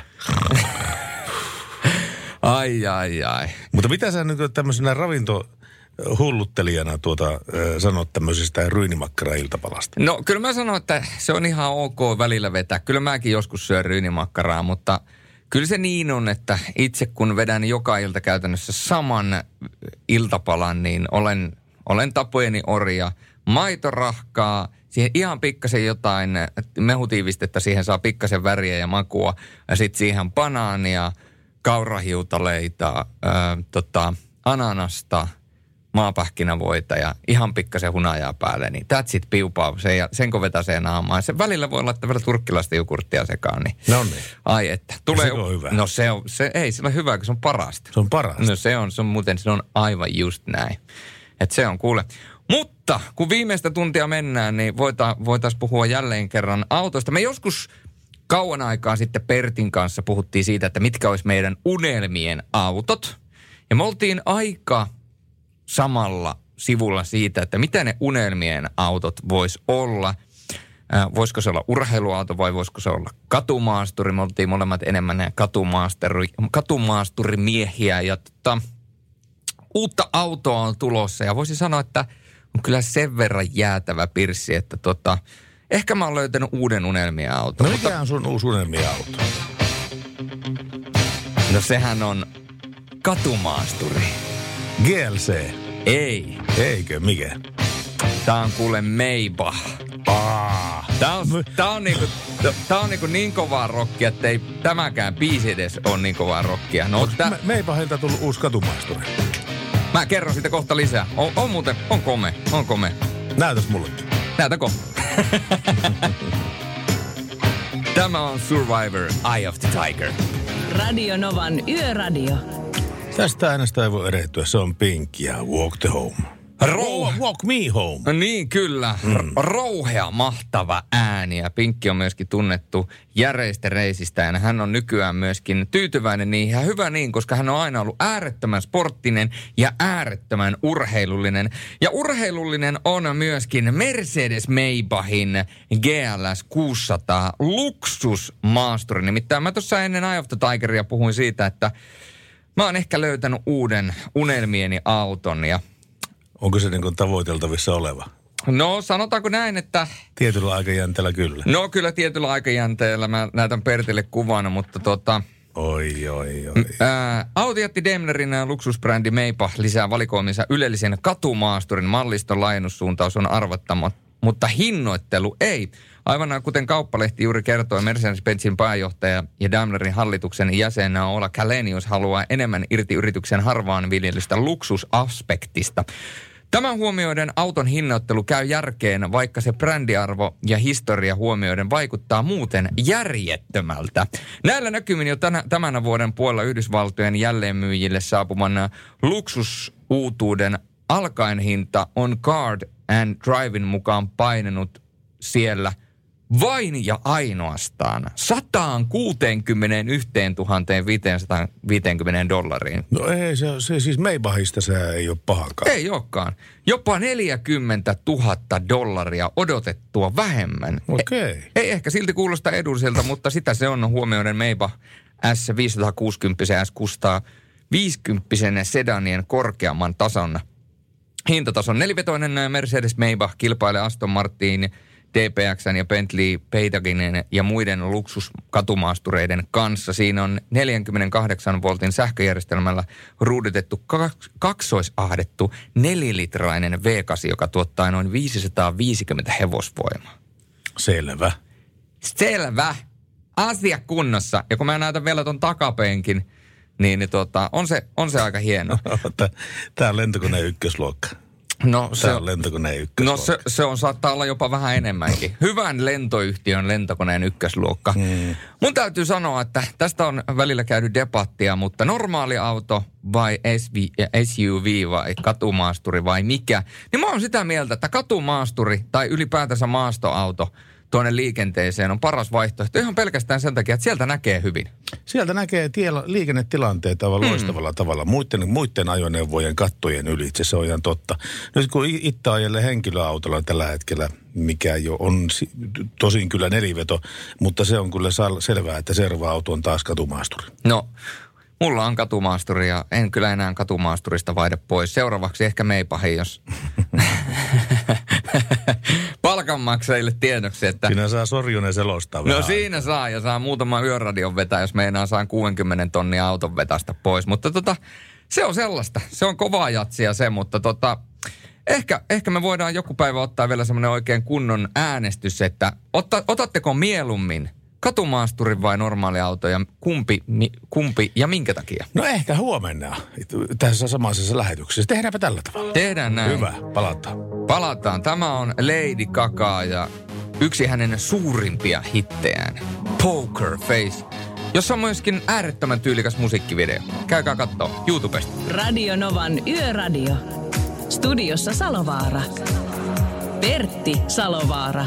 ai, ai, ai. Mutta mitä sä nyt tämmöisenä ravinto... hulluttelijana tuota, sanot tämmöisestä ryynimakkara-iltapalasta? No kyllä mä sanon, että se on ihan ok välillä vetää. Kyllä mäkin joskus syön ryynimakkaraa, mutta kyllä se niin on, että itse kun vedän joka ilta käytännössä saman iltapalan, niin olen, olen tapojeni orja. Maitorahkaa, siihen ihan pikkasen jotain mehutiivistettä, siihen saa pikkasen väriä ja makua. Ja sitten siihen banaania, kaurahiutaleita, ää, tota, ananasta, maapähkinävoita ja ihan pikkasen hunajaa päälle, niin that's it, piupaa. Sen, sen kun vetäsee naamaan. Sen välillä voi laittaa vielä turkkilaista jogurttia sekaan. Niin. No niin. Ai että. Tulee, se on hyvä. No se on, se, ei, se on hyvä, kun se on parasta. Se on parasta. No se on, se on muuten, se on aivan just näin. Että se on kuule. Mutta kun viimeistä tuntia mennään, niin voita, voitaisiin puhua jälleen kerran autoista. Me joskus kauan aikaa sitten Pertin kanssa puhuttiin siitä, että mitkä olisi meidän unelmien autot. Ja me oltiin aika samalla sivulla siitä, että mitä ne unelmien autot vois olla. Äh, voisiko se olla urheiluauto vai voisiko se olla katumaasturi? Me oltiin molemmat enemmän katumaasturi, katumaasturimiehiä ja tota, uutta autoa on tulossa ja voisin sanoa, että on kyllä sen verran jäätävä pirssi, että tota, ehkä mä oon löytänyt uuden unelmien auton. No mikä on sun uusi unelmien auto? No sehän on katumaasturi. G L C. Ei. Eikö? Mikä? Tää on kuule Maybach. Aa. Tää on, tää on, niinku, tää on niinku niin kovaa rockia, että ei tämäkään biisi edes on niin kovaa rockia. No, onko tä... Maybachilta tullut uusi katumaasturi? Mä kerron siitä kohta lisää. On, on muuten, on kome, on kome. Näytäs mulle. Näytä kohta. Tämä on Survivor, Eye of the Tiger. Radio Novan Yöradio. Tästä äänestä ei voi erehtyä. Se on Pink ja Walk the Home. Rou- Walk me home. Niin, kyllä. Mm. Rouhea, mahtava ääni. Ja Pinkki on myöskin tunnettu järeistä reisistä. Ja hän on nykyään myöskin tyytyväinen niihin. Ja hyvä niin, koska hän on aina ollut äärettömän sporttinen ja äärettömän urheilullinen. Ja urheilullinen on myöskin Mercedes-Maybachin G L S kuusisataa luksusmaasturi. Nimittäin mä tuossa ennen Eye of the Tigeria puhuin siitä, että mä oon ehkä löytänyt uuden unelmieni auton ja onko se niin kuin tavoiteltavissa oleva? No sanotaanko näin, että tietyllä aikajänteellä kyllä. No kyllä tietyllä aikajänteellä. Mä näytän Pertille kuvana, mutta tota Oi, oi, oi. Ää, Audi jätti Daimlerin luksusbrändi Maybach lisää valikoiminsa ylellisen katumaasturin. Malliston laajennussuuntaus on arvattamatta, mutta hinnoittelu ei. Aivan kuten Kauppalehti juuri kertoi, Mercedes-Benzin pääjohtaja ja Daimlerin hallituksen jäsenä Ola Källenius haluaa enemmän irti yrityksen harvaan viljelystä luksusaspektista. Tämän huomioiden auton hinnoittelu käy järkeen, vaikka se brändiarvo ja historia huomioiden vaikuttaa muuten järjettömältä. Näillä näkymin jo tänä, tämän vuoden puolella Yhdysvaltojen jälleenmyyjille saapuman luksusuutuuden alkaen hinta on Card and Drivein mukaan painanut siellä vain ja ainoastaan sata kuusikymmentäyksi tuhatta viisikymmentä dollariin. No ei, se, se siis Maybachista se ei ole pahankaan. Ei olekaan. Jopa neljäkymmentätuhatta dollaria odotettua vähemmän. Okei. Okay. Ei ehkä silti kuulosta edulliselta, mutta sitä se on huomioiden Maybach S viisisataakuusikymmentä S kuusisataaviisikymmentä sedanien korkeamman tason hintatason. Nelivetoinen Mercedes Maybach kilpailee Aston Martin, D P X:n ja Bentley Pentaginen ja muiden luksuskatumaastureiden kanssa. Siinä on neljäkymmentäkahdeksan voltin sähköjärjestelmällä ruudutettu kaks- kaksoisahdettu nelilitrainen V kahdeksan, joka tuottaa noin viisisataaviisikymmentä hevosvoimaa. Selvä. Selvä. Asia kunnossa. Ja kun mä näytän vielä ton takapenkin, niin, niin tota, on, se, on se aika hieno. Tää on lentokoneen ykkösluokka. No, se Tämä on lentokoneen ykkösluokka. No se, se on, saattaa olla jopa vähän enemmänkin. Hyvän lentoyhtiön lentokoneen ykkösluokka. Hmm. Mun täytyy sanoa, että tästä on välillä käynyt debattia, mutta normaali auto vai S U V vai katumaasturi vai mikä. Niin mä oon sitä mieltä, että katumaasturi tai ylipäätänsä maastoauto tuonne liikenteeseen on paras vaihtoehto. Ihan pelkästään sen takia, että sieltä näkee hyvin. Sieltä näkee tiellä, liikennetilanteet aivan mm. loistavalla tavalla. Muiden, muiden ajoneuvojen kattojen ylitse, se on ihan totta. Nyt kun itse ajelee henkilöautolla tällä hetkellä, mikä jo on tosin kyllä neliveto, mutta se on kyllä selvää, että seuraava auto on taas katumaasturi. No, mulla on katumaasturi ja en kyllä enää katumaasturista vaihda pois. Seuraavaksi ehkä Maybachin, jos palkanmaksajille tiedoksi, että siinä saa Sorjonen selostaa vähän. No siinä aikaa saa ja saa muutama yöradion vetää, jos meinaa saa kuusikymmentä tonnia auton vetästä pois. Mutta tota, se on sellaista. Se on kovaa jatsia se, mutta tota, ehkä, ehkä me voidaan joku päivä ottaa vielä semmoinen oikein kunnon äänestys, että otta, otatteko mieluummin katumaasturin vai normaali auto ja kumpi, mi, kumpi ja minkä takia? No ehkä huomenna tässä samaisessa lähetyksessä. Tehdäänpä tällä tavalla. Tehdään näin. Hyvä, palataan. Palataan. Tämä on Lady Gaga ja yksi hänen suurimpia hittejään, Poker Face, jossa on myöskin äärettömän tyylikäs musiikkivideo. Käykää kattoo YouTubesta. Radio Novan Yöradio. Studiossa Salovaara. Pertti Salovaara.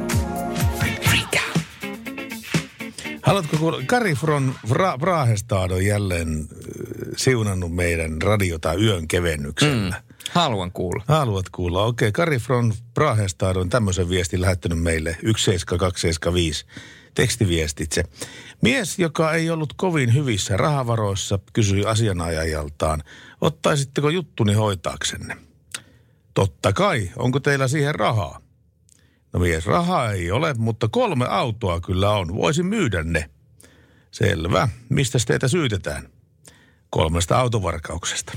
Haluatko kuulla? Kari from Brahestad on jälleen äh, siunannut meidän radiota yön kevennyksellä. Mm, haluan kuulla. Haluat kuulla. Okei, okay. Kari from Brahestad on tämmöisen viestin lähettänyt meille yksi seitsemän kaksi seitsemän viisi tekstiviestitse. Mies, joka ei ollut kovin hyvissä rahavaroissa, kysyi asianajajaltaan, ottaisitteko juttuni hoitaaksenne? Totta kai, onko teillä siihen rahaa? No mies, rahaa ei ole, mutta kolme autoa kyllä on. Voisin myydä ne. Selvä. Mistä teitä syytetään? Kolmesta autovarkauksesta.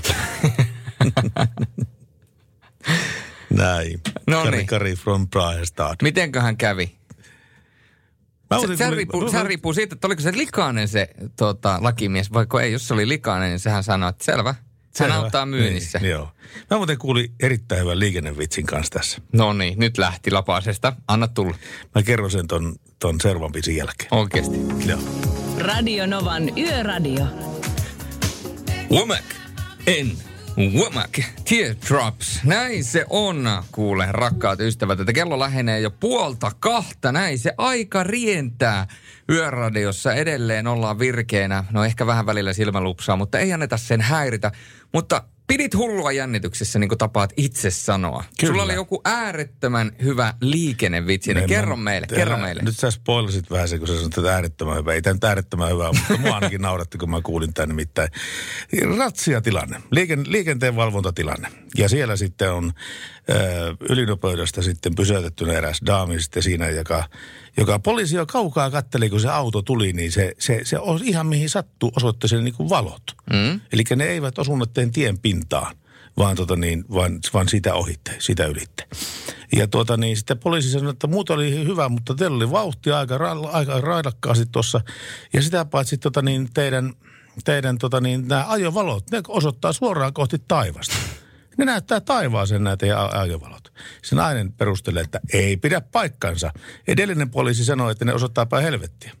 Näin. No Kari, niin. Kari from Brahestad. Mitenköhän kävi? Se, se, riippuu, se riippuu siitä, että oliko se likainen se tota, lakimies, vaikka ei. Jos se oli likainen, niin sehän sanoi, että selvä. Hän auttaa myynnissä. Niin, joo. Mä muuten kuulin erittäin hyvän liikennevitsin kanssa tässä. No niin, nyt lähti lapasesta. Anna tulla. Mä kerron sen ton, ton seuraavan biisin jälkeen. Oikeesti? Joo. Radio Novan Yöradio. Womack en Womack Teardrops. Näin se on, kuule rakkaat ystävät, että kello lähenee jo puolta kahta. Näin se aika rientää. Yöradiossa edelleen ollaan virkeänä. No ehkä vähän välillä silmälupsaa, mutta ei anneta sen häiritä. Mutta pidit hullua jännityksessä, niin kuin tapaat itse sanoa. Kyllä. Sulla oli joku äärettömän hyvä liikennevitsi. Niin kerro mä, meille, kerro meille. Nyt sä spoilasit vähän se, kun sä sanot, että äärettömän hyvä. Ei tämä nyt äärettömän hyvä, mutta mua ainakin nauratti, kun mä kuulin tämän nimittäin. Ratsia-tilanne, liiken, liikenteen valvontatilanne. Ja siellä sitten on ö, ylinopeudesta sitten pysäytettynä eräs daami sitten siinä, joka, joka poliisi jo kaukaa katteli, kun se auto tuli, niin se, se, se ihan mihin sattuu osoitti sen niin kuin valot. Mm. Eli ne eivät osuneet tien pintaan, vaan, tota niin, vaan, vaan sitä ohitte, sitä ylitte. Ja tuota niin, sitten poliisi sanoi, että muut oli hyvä, mutta teillä oli vauhtia aika, ra- aika raidakkaasti tuossa. Ja sitä paitsi tota niin, teidän, teidän tota niin, nämä ajovalot, ne osoittaa suoraan kohti taivasta. Ne näyttää taivaaseen näitä ajovalot. Se nainen perustelee, että ei pidä paikkansa. Edellinen poliisi sanoi, että ne osoittaa päin helvettiä.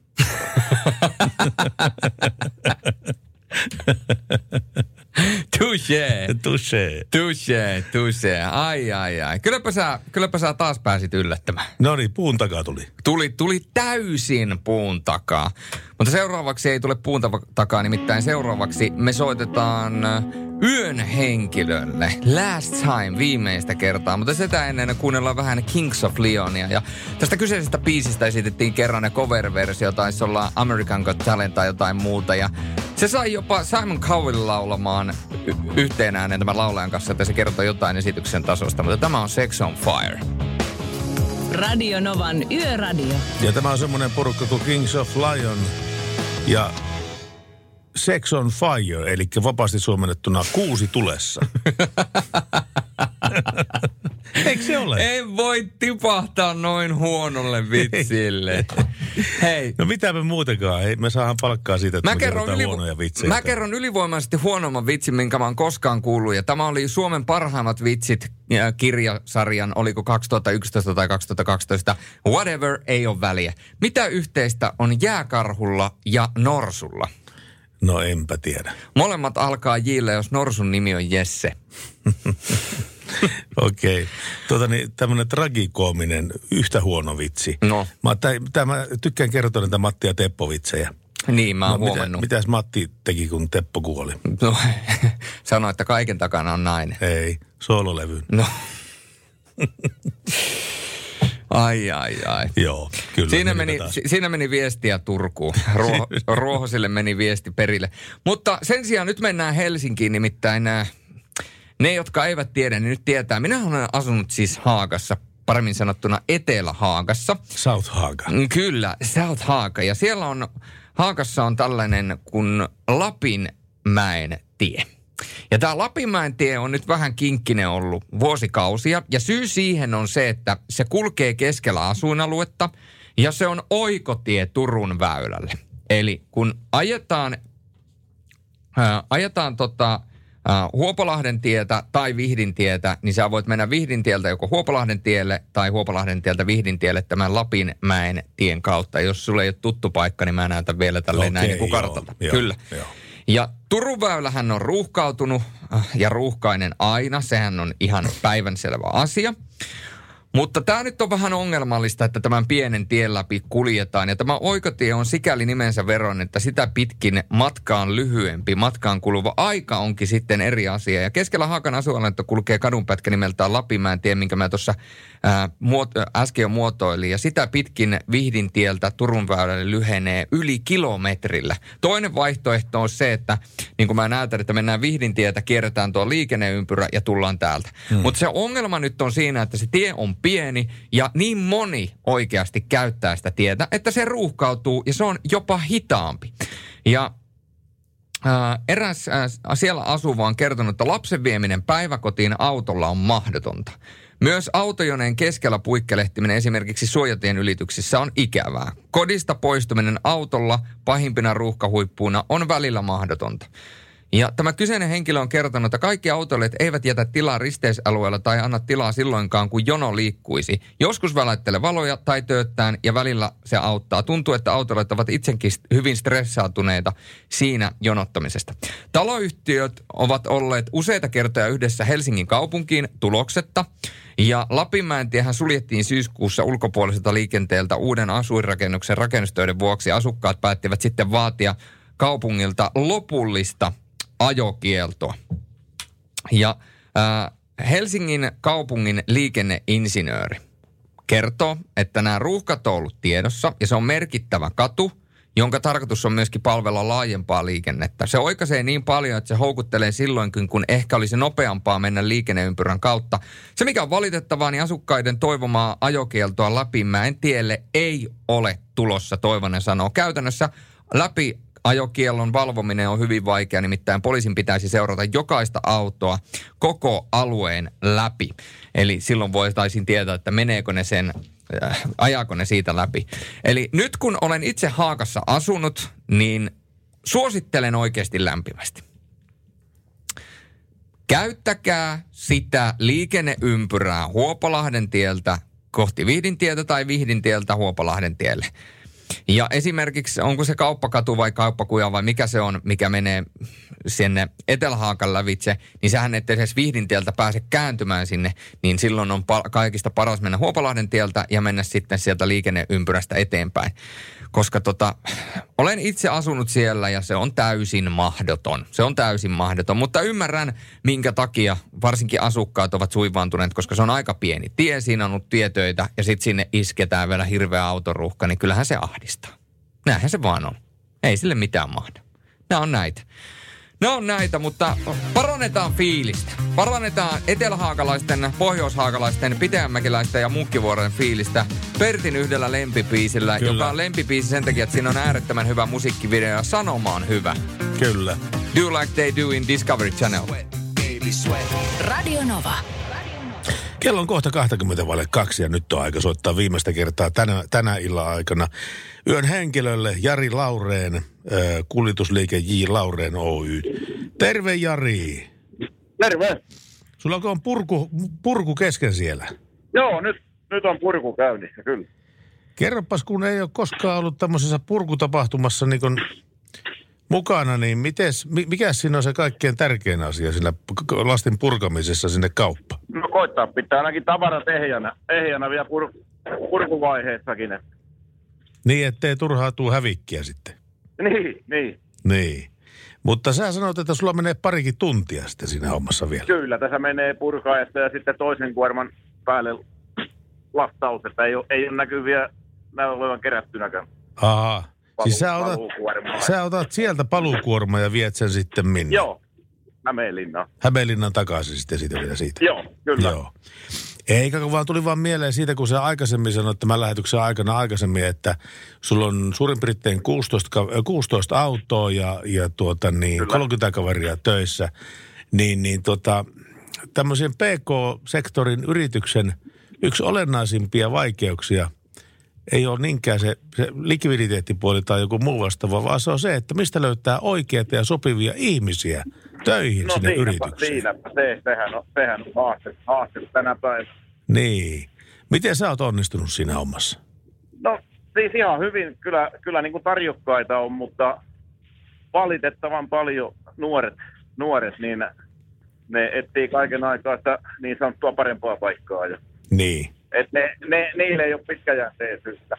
Touché. Touché. Touché, touché. Ai, ai, ai. Kylläpä sä, kylläpä sä taas pääsit yllättämään. No niin, puun takaa tuli. Tuli, tuli täysin puun takaa. Mutta seuraavaksi ei tule puun takaa, nimittäin seuraavaksi me soitetaan yön henkilölle. Last time, viimeistä kertaa. Mutta sitä ennen kuunnellaan vähän Kings of Leonia. Ja tästä kyseisestä biisistä esitettiin kerran ne cover-versio, taisi olla American Got Talent tai jotain muuta. Ja se sai jopa Simon Cowell laulamaan y- yhteen ääneen tämän laulajan kanssa, että se kertoo jotain esityksen tasosta. Mutta tämä on Sex on Fire. Radio Novan Yöradio. Ja tämä on semmoinen porukka kuin Kings of Lion ja Sex on Fire, eli vapaasti suomennettuna kuusi tulessa. Eikö se ole? En voi tipahtaa noin huonolle vitsille. Hei. No mitä me muutenkaan? Hei, me saadaan palkkaa siitä, että mä me kerrotaan yli... huonoja vitsejä. Mä kerron ylivoimaisesti huonomman vitsin, minkä mä oon koskaan kuullut. Ja tämä oli Suomen parhaimmat vitsit kirjasarjan, oliko kaksituhattayksitoista tai kaksituhattakaksitoista. Whatever, ei ole väliä. Mitä yhteistä on jääkarhulla ja norsulla? No enpä tiedä. Molemmat alkaa Jille, jos norsun nimi on Jesse. Okei. Okay. Tuota niin, tämmöinen tragikoominen, yhtä huono vitsi. No. Mä, tää, tää, mä tykkään kertoa näitä Matti ja Teppo-vitsejä. Niin, mä oon no, huomannut. Mitä, mitäs Matti teki, kun Teppo kuoli? No, sano, että kaiken takana on nainen. Ei, soololevyn. No. Ai, ai, ai. Joo, kyllä. Siinä meni, si, siinä meni viestiä Turkuun. Ruoho, Ruohosille meni viesti perille. Mutta sen sijaan nyt mennään Helsinkiin, nimittäin nämä, ne, jotka eivät tiedä, niin nyt tietää. Minä olen asunut siis Haagassa, paremmin sanottuna Etelä-Haagassa. South Haaga. Kyllä, South Haaga. Ja siellä on, Haagassa on tällainen kuin Lapinmäen tie. Ja tämä Lapinmäen tie on nyt vähän kinkkinen ollut vuosikausia. Ja syy siihen on se, että se kulkee keskellä asuinaluetta ja se on oikotie Turun väylälle. Eli kun ajetaan, ää, ajetaan tota, ää, Huopalahden tietä tai Vihdin tietä, niin sä voit mennä Vihdin tieltä joko Huopalahden tielle tai Huopalahden tieltä Vihdin tielle tämän Lapinmäen tien kautta. Jos sulle ei ole tuttu paikka, niin mä näytän vielä tälleen näin niin kuin kartalta. Joo, Kyllä. Joo. Ja Turun väylähän on ruuhkautunut ja ruuhkainen aina. Sehän on ihan päivänselvä asia. Mutta tämä nyt on vähän ongelmallista, että tämän pienen tien läpi kuljetaan. Ja tämä oikotie on sikäli nimensä veron, että sitä pitkin matka on lyhyempi. Matkaan kuluva aika onkin sitten eri asia. Ja keskellä Haakan asuinaluetta kulkee kadunpätkä nimeltään Lapinmäen tie, minkä mä tuossa ää, muoto, äsken jo muotoilin. Ja sitä pitkin Vihdin tieltä Turun väylälle lyhenee yli kilometrillä. Toinen vaihtoehto on se, että niin kuin mä näytän, että mennään Vihdin tietä, kierretään tuo liikenneympyrä ja tullaan täältä. Hmm. Mutta se ongelma nyt on siinä, että se tie on pieni ja niin moni oikeasti käyttää sitä tietä, että se ruuhkautuu ja se on jopa hitaampi. Ja ää, eräs ää, siellä asuva on kertonut, että lapsen vieminen päiväkotiin autolla on mahdotonta. Myös autojoneen keskellä puikkelehtiminen esimerkiksi suojatien ylityksissä on ikävää. Kodista poistuminen autolla pahimpina ruuhkahuippuina on välillä mahdotonta. Ja tämä kyseinen henkilö on kertonut, että kaikki autoilijat eivät jätä tilaa risteysalueella tai anna tilaa silloinkaan, kun jono liikkuisi. Joskus väläyttelee valoja tai tööttään ja välillä se auttaa. Tuntuu, että autoilijat ovat itsekin hyvin stressaantuneita siinä jonottamisesta. Taloyhtiöt ovat olleet useita kertoja yhdessä Helsingin kaupunkiin tuloksetta. Ja Lapinmäentiehän suljettiin syyskuussa ulkopuoliselta liikenteeltä uuden asuinrakennuksen rakennustöiden vuoksi. Asukkaat päättivät sitten vaatia kaupungilta lopullista ajokieltoa. Ja äh, Helsingin kaupungin liikenneinsinööri kertoo, että nämä ruuhkat on ollut tiedossa ja se on merkittävä katu, jonka tarkoitus on myöskin palvella laajempaa liikennettä. Se oikaisee niin paljon, että se houkuttelee silloinkin, kun ehkä olisi nopeampaa mennä liikenneympyrän kautta. Se, mikä on valitettavaa, niin asukkaiden toivomaa ajokieltoa Lapinmäen tielle ei ole tulossa, Toivonen sanoo. Käytännössä läpi ajokiellon valvominen on hyvin vaikea, nimittäin poliisin pitäisi seurata jokaista autoa koko alueen läpi. Eli silloin voitaisiin tietää, että meneekö ne sen, äh, ajaako ne siitä läpi. Eli nyt kun olen itse Haagassa asunut, niin suosittelen oikeasti lämpimästi. Käyttäkää sitä liikenneympyrää Huopalahden tieltä kohti Vihdintietä tai Vihdintieltä Huopalahden tielle. Ja esimerkiksi, onko se kauppakatu vai kauppakuja vai mikä se on, mikä menee sinne Etelä-Haakan lävitse, niin sähän ette edes Vihdintieltä pääse kääntymään sinne, niin silloin on pa- kaikista paras mennä Huopalahden tieltä ja mennä sitten sieltä liikenneympyrästä eteenpäin. Koska tota, olen itse asunut siellä ja se on täysin mahdoton. Se on täysin mahdoton, mutta ymmärrän, minkä takia varsinkin asukkaat ovat suivaantuneet, koska se on aika pieni tie. Siinä on ollut tietöitä ja sitten sinne isketään vielä hirveä autoruuhka, niin kyllähän se ahdistaa. Näinhän se vaan on. Ei sille mitään mahda. Nämä on näitä. Nämä on näitä, mutta parannetaan fiilistä. Parannetaan etelähaakalaisten, pohjoishaakalaisten, pitäjänmäkeläisten ja munkkivuoren fiilistä Pertin yhdellä lempipiisillä, Kyllä. joka on lempipiisi sen takia, että siinä on äärettömän hyvä musiikkivideo ja sanoma on hyvä. Kyllä. Do like they do in Discovery Channel. Radio Nova. Kello on kohta kaksikymmentä vaille kaksi ja nyt on aika soittaa viimeistä kertaa tänä, tänä illan aikana yön henkilölle Jari Laureen, äh, kuljetusliike J. Laureen Oy. Terve Jari. Terve. Sulla on purku, purku kesken siellä? Joo, nyt, nyt on purku käynnissä, kyllä. Kerropas, kun ei ole koskaan ollut tämmöisessä purkutapahtumassa niin kun mukana, niin mites, mikä siinä on se kaikkein tärkein asia siinä lastin purkamisessa sinne kauppaan? No koittaa pitää ainakin tavarat ehjänä, ehjänä vielä pur, purkuvaiheessakin. Että. Niin, ettei turhaa tuu hävikkiä sitten. Niin, niin. Niin. Mutta sä sanoit, että sulla menee parikin tuntia sitten siinä hommassa vielä. Kyllä, tässä menee purkaessa ja sitten toisen kuorman päälle lastaus, että ei ole, ei ole näkyviä näin olevan kerättynäkään. Aha. Palu, siis sä otat, sä otat sieltä paluukuorma ja viet sen sitten minne? Joo, Hämeenlinnaan. Hämeenlinnan takaisin sitten siitä vielä siitä? Joo, kyllä. Joo. Eikä vaan tuli vaan mieleen siitä, kun sä aikaisemmin sanoit tämän lähetyksen aikana aikaisemmin, että sulla on suurin piirtein kuusitoista, kuusitoista autoa ja, ja tuota niin, kolmekymmentä kaveria töissä, niin, niin tota, tämmöisen P K-sektorin yrityksen yksi olennaisimpia vaikeuksia ei ole niinkään se, se likviditeettipuoli tai joku muu vastaava, vaan se on se, että mistä löytää oikeita ja sopivia ihmisiä töihin no, sinne siinäpä, yritykseen. Siinäpä se, sehän on, sehän on haaste, haaste tänä päivänä. Niin. Miten sä oot onnistunut siinä hommassa? No siis ihan hyvin, kyllä, kyllä niin kuin tarjokkaita on, mutta valitettavan paljon nuoret, nuoret niin ne etsii kaiken aikaa sitä niin sanottua parempaa paikkaa. Ja niin. Että ne, ne, niille ei ole pitkäjänteisyyttä.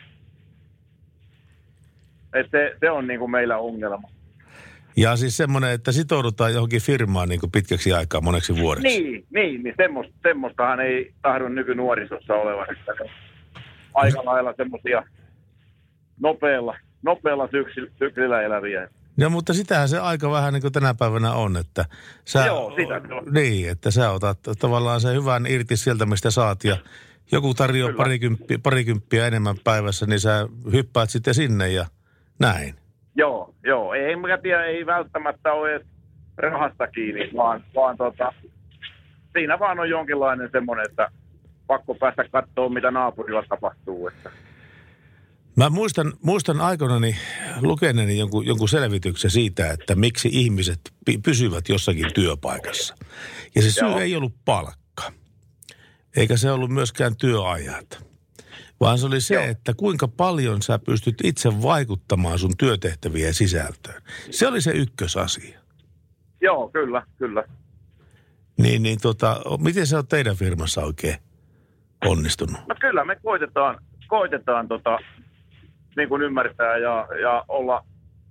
Että se, se on niin kuin meillä ongelma. Ja siis semmoinen, että sitoudutaan johonkin firmaan niin kuin pitkäksi aikaa moneksi vuodeksi. Niin, niin, niin semmoista, semmoistahan ei tahdo nykynuorisossa olevan. Aika lailla semmoisia nopealla, nopealla syksillä, syksillä eläviä. No mutta sitähän se aika vähän niin kuin tänä päivänä on, että sä, Joo, sitä on. Niin, että sä otat tavallaan sen hyvän irti sieltä, mistä saat ja joku tarjoaa parikymppiä, parikymppiä enemmän päivässä, niin sä hyppäät sitten sinne ja näin. Joo, joo. Ei, mä tiedä, ei välttämättä ole edes rahasta kiinni, vaan, vaan tota, siinä vaan on jonkinlainen semmoinen, että pakko päästä katsoa, mitä naapurilla tapahtuu. Että. Mä muistan, muistan aikoinani lukeneeni jonkun, jonkun selvityksen siitä, että miksi ihmiset pysyvät jossakin työpaikassa. Ja se syy Joo. ei ollut palkka, eikä se ollut myöskään työajat, vaan se oli se, Joo. että kuinka paljon sä pystyt itse vaikuttamaan sun työtehtävien sisältöön. Se oli se ykkösasia. Joo, kyllä, kyllä. Niin, niin tota, miten se on teidän firmassa oikein onnistunut? No kyllä me koitetaan, koitetaan tota, niin kuin ymmärtää ja, ja olla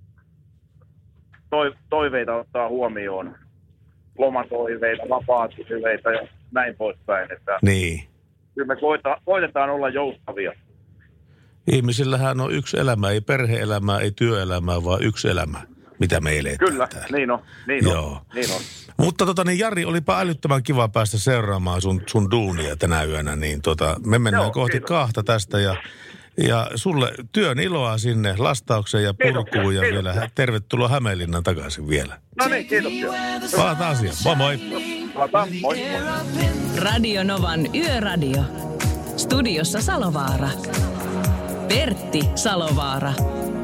toi, toiveita ottaa huomioon. Lomatoiveita, vapaatoiveita ja näin poispäin. Että niin. Kyllä me koita, koitetaan olla joustavia. Ihmisillähän on yksi elämä, ei perhe-elämää, ei työelämää, vaan yksi elämä, mitä me eletään Kyllä, täällä. niin on, niin on, Joo. niin on. Mutta tota niin Jari, olipa älyttömän kiva päästä seuraamaan sun, sun duunia tänä yönä, niin tota, me mennään Joo, kohti kiitos. kahta tästä ja, ja sulle työn iloa sinne lastaukseen ja purkuun ja kiitos. Vielä tervetuloa Hämeenlinnan takaisin vielä. No niin, kiitoksia. Palataan asiaan. Moi moi. Palataan, moi moi. Radio Novan Yöradio. Studiossa Salovaara. Pertti Salovaara.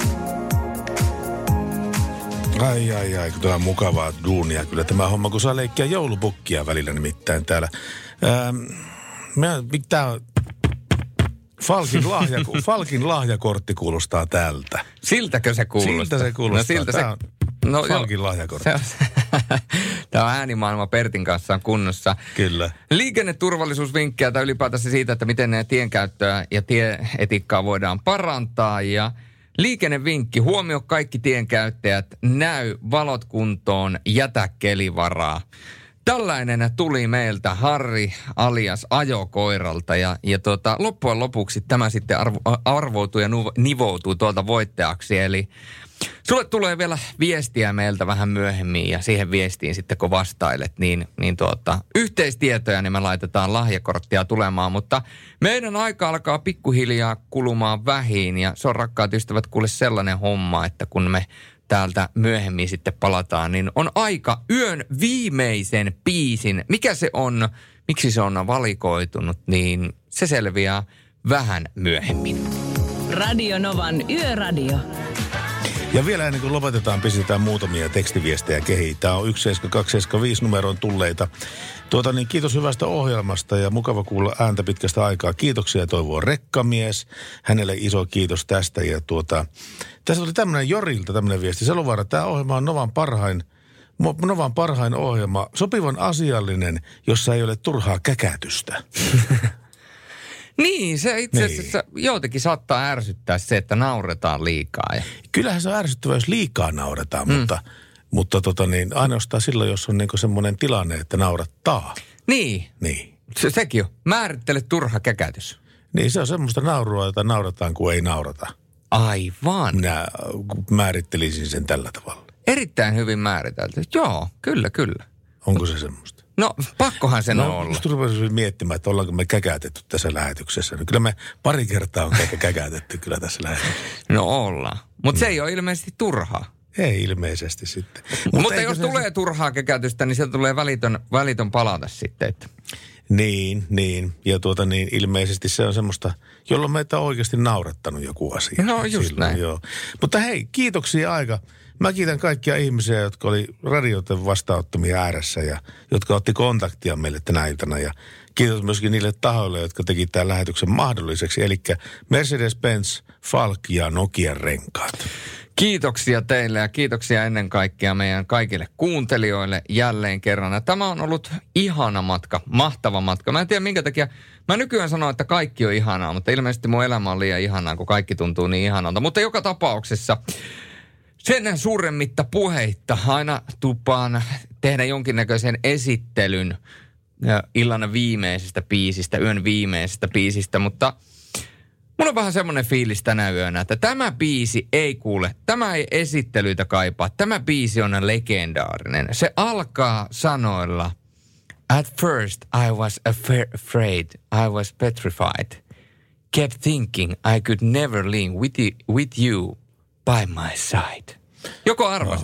Ai, ai, ai, kun tämä on mukavaa duunia. Kyllä tämä homma, kun saa leikkiä joulupukkia välillä nimittäin täällä. Ähm, tämä on... Falkin, lahja, Falkin lahjakortti kuulostaa tältä. Siltäkö se kuulostaa? Siltä se kuulostaa. No, siltä tämä se... on no, Falkin jo. lahjakortti. Tämä on äänimaailma Pertin kanssa on kunnossa. Kyllä. Liikenneturvallisuusvinkkejä tai ylipäätänsä siitä, että miten tienkäyttöä ja tieetiikkaa voidaan parantaa. Ja liikennevinkki, huomio kaikki tienkäyttäjät, näy valot kuntoon, jätä kelivaraa. Tällainen tuli meiltä Harri alias ajokoiralta ja, ja tuota, loppujen lopuksi tämä sitten arvo, arvoutui ja nivoutui tuolta voittajaksi. Eli sulle tulee vielä viestiä meiltä vähän myöhemmin ja siihen viestiin sitten kun vastailet, niin, niin tuota, yhteistietoja niin me laitetaan lahjakorttia tulemaan. Mutta meidän aika alkaa pikkuhiljaa kulumaan vähiin ja se on rakkaat ystävät kuule sellainen homma, että kun me täältä myöhemmin sitten palataan, niin on aika yön viimeisen biisin. Mikä se on, miksi se on valikoitunut, niin se selviää vähän myöhemmin. Radio Novan Yöradio. Ja vielä ennen kuin lopetetaan, pistetään muutamia tekstiviestejä kehiin. Tämä on yksi seitsemän kaksi seitsemän viisi numeroon tulleita. Tuota niin, kiitos hyvästä ohjelmasta ja mukava kuulla ääntä pitkästä aikaa. Kiitoksia toivoo Rekkamies. Hänelle iso kiitos tästä. Ja tuota, tässä oli tämmöinen Jorilta tämmöinen viesti. Salovaara, tämä ohjelma on Novan parhain, Novan parhain ohjelma. Sopivan asiallinen, jossa ei ole turhaa käkätystä. Niin, se itse asiassa niin. Joitakin saattaa ärsyttää se, että nauretaan liikaa. Ja... Kyllähän se on ärsyttävää, jos liikaa nauretaan, mm. mutta, mutta tota niin, ainoastaan silloin, jos on niinku semmoinen tilanne, että naurattaa. Niin. Niin. Se, sekin on. Määrittele turha käkätys. Niin, se on semmoista naurua, jota naurataan, kun ei naurata. Aivan. Minä määrittelisin sen tällä tavalla. Erittäin hyvin määritelty. Joo, kyllä, kyllä. Onko se semmoista? No, pakkohan sen no, on olla. Musta rupesin miettimään, että ollaanko me käkätetty tässä lähetyksessä. No, kyllä me pari kertaa on käkätetty kyllä tässä lähetyksessä. No ollaan. Mutta mm. se ei ole ilmeisesti turhaa. Ei ilmeisesti sitten. Mutta, Mutta jos se... tulee turhaa käkätystä, niin sieltä tulee välitön, välitön palata sitten. Että... Niin, niin. Ja tuota niin, ilmeisesti se on semmoista, jolloin meitä on oikeasti naurattanut joku asia. No just silloin, näin. Joo. Mutta hei, kiitoksia aika. Mä kiitän kaikkia ihmisiä, jotka oli radioiden vastaanottamia ääressä ja jotka otti kontaktia meille tänä iltana. Ja kiitos myöskin niille tahoille, jotka teki tämän lähetyksen mahdolliseksi. Eli Mercedes-Benz, Falk ja Nokian renkaat. Kiitoksia teille ja kiitoksia ennen kaikkea meidän kaikille kuuntelijoille jälleen kerran. Ja tämä on ollut ihana matka, mahtava matka. Mä en tiedä minkä takia, mä nykyään sanon, että kaikki on ihanaa, mutta ilmeisesti mun elämä on liian ihanaa, kun kaikki tuntuu niin ihanalta. Mutta joka tapauksessa... Sen suuremmitta puheitta aina tupaan tehdä jonkinnäköisen esittelyn illan viimeisestä biisistä, yön viimeisestä biisistä, mutta mun on vähän semmoinen fiilis tänä yönä, että tämä biisi ei kuule, tämä ei esittelyitä kaipaa, tämä biisi on legendaarinen. Se alkaa sanoilla, at first I was afraid, I was petrified, kept thinking I could never live with you, with you by my side. Joko arvasit? Oh,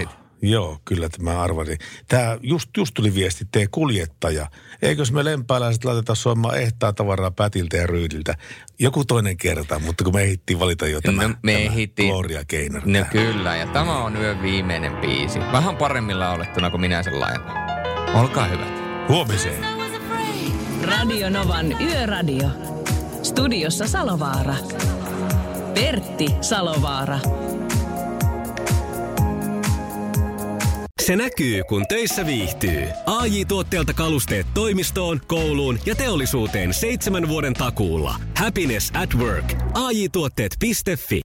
Joo, kyllä tämä arvasin. Tämä just, just tuli viesti, tee kuljettaja. Eikös me lempääläiset laiteta soimaan ehtaa tavaraa Pätiltä ja Ryydiltä? Joku toinen kerta, mutta kun me ehdittiin valita jo tämä, no, me tämä ehdittiin. Gloria Gaynor. No tähän. Kyllä, ja tämä on yön viimeinen biisi. Vähän paremmilla olettuna kuin minä sen lainan. Olkaa hyvät. Huomiseen. Radio Novan Yöradio. Studiossa Salovaara. Pertti Salovaara. Se näkyy, kun töissä viihtyy. A J-tuotteelta kalusteet toimistoon, kouluun ja teollisuuteen seitsemän vuoden takuulla. Happiness at work. A J tuotteet piste fi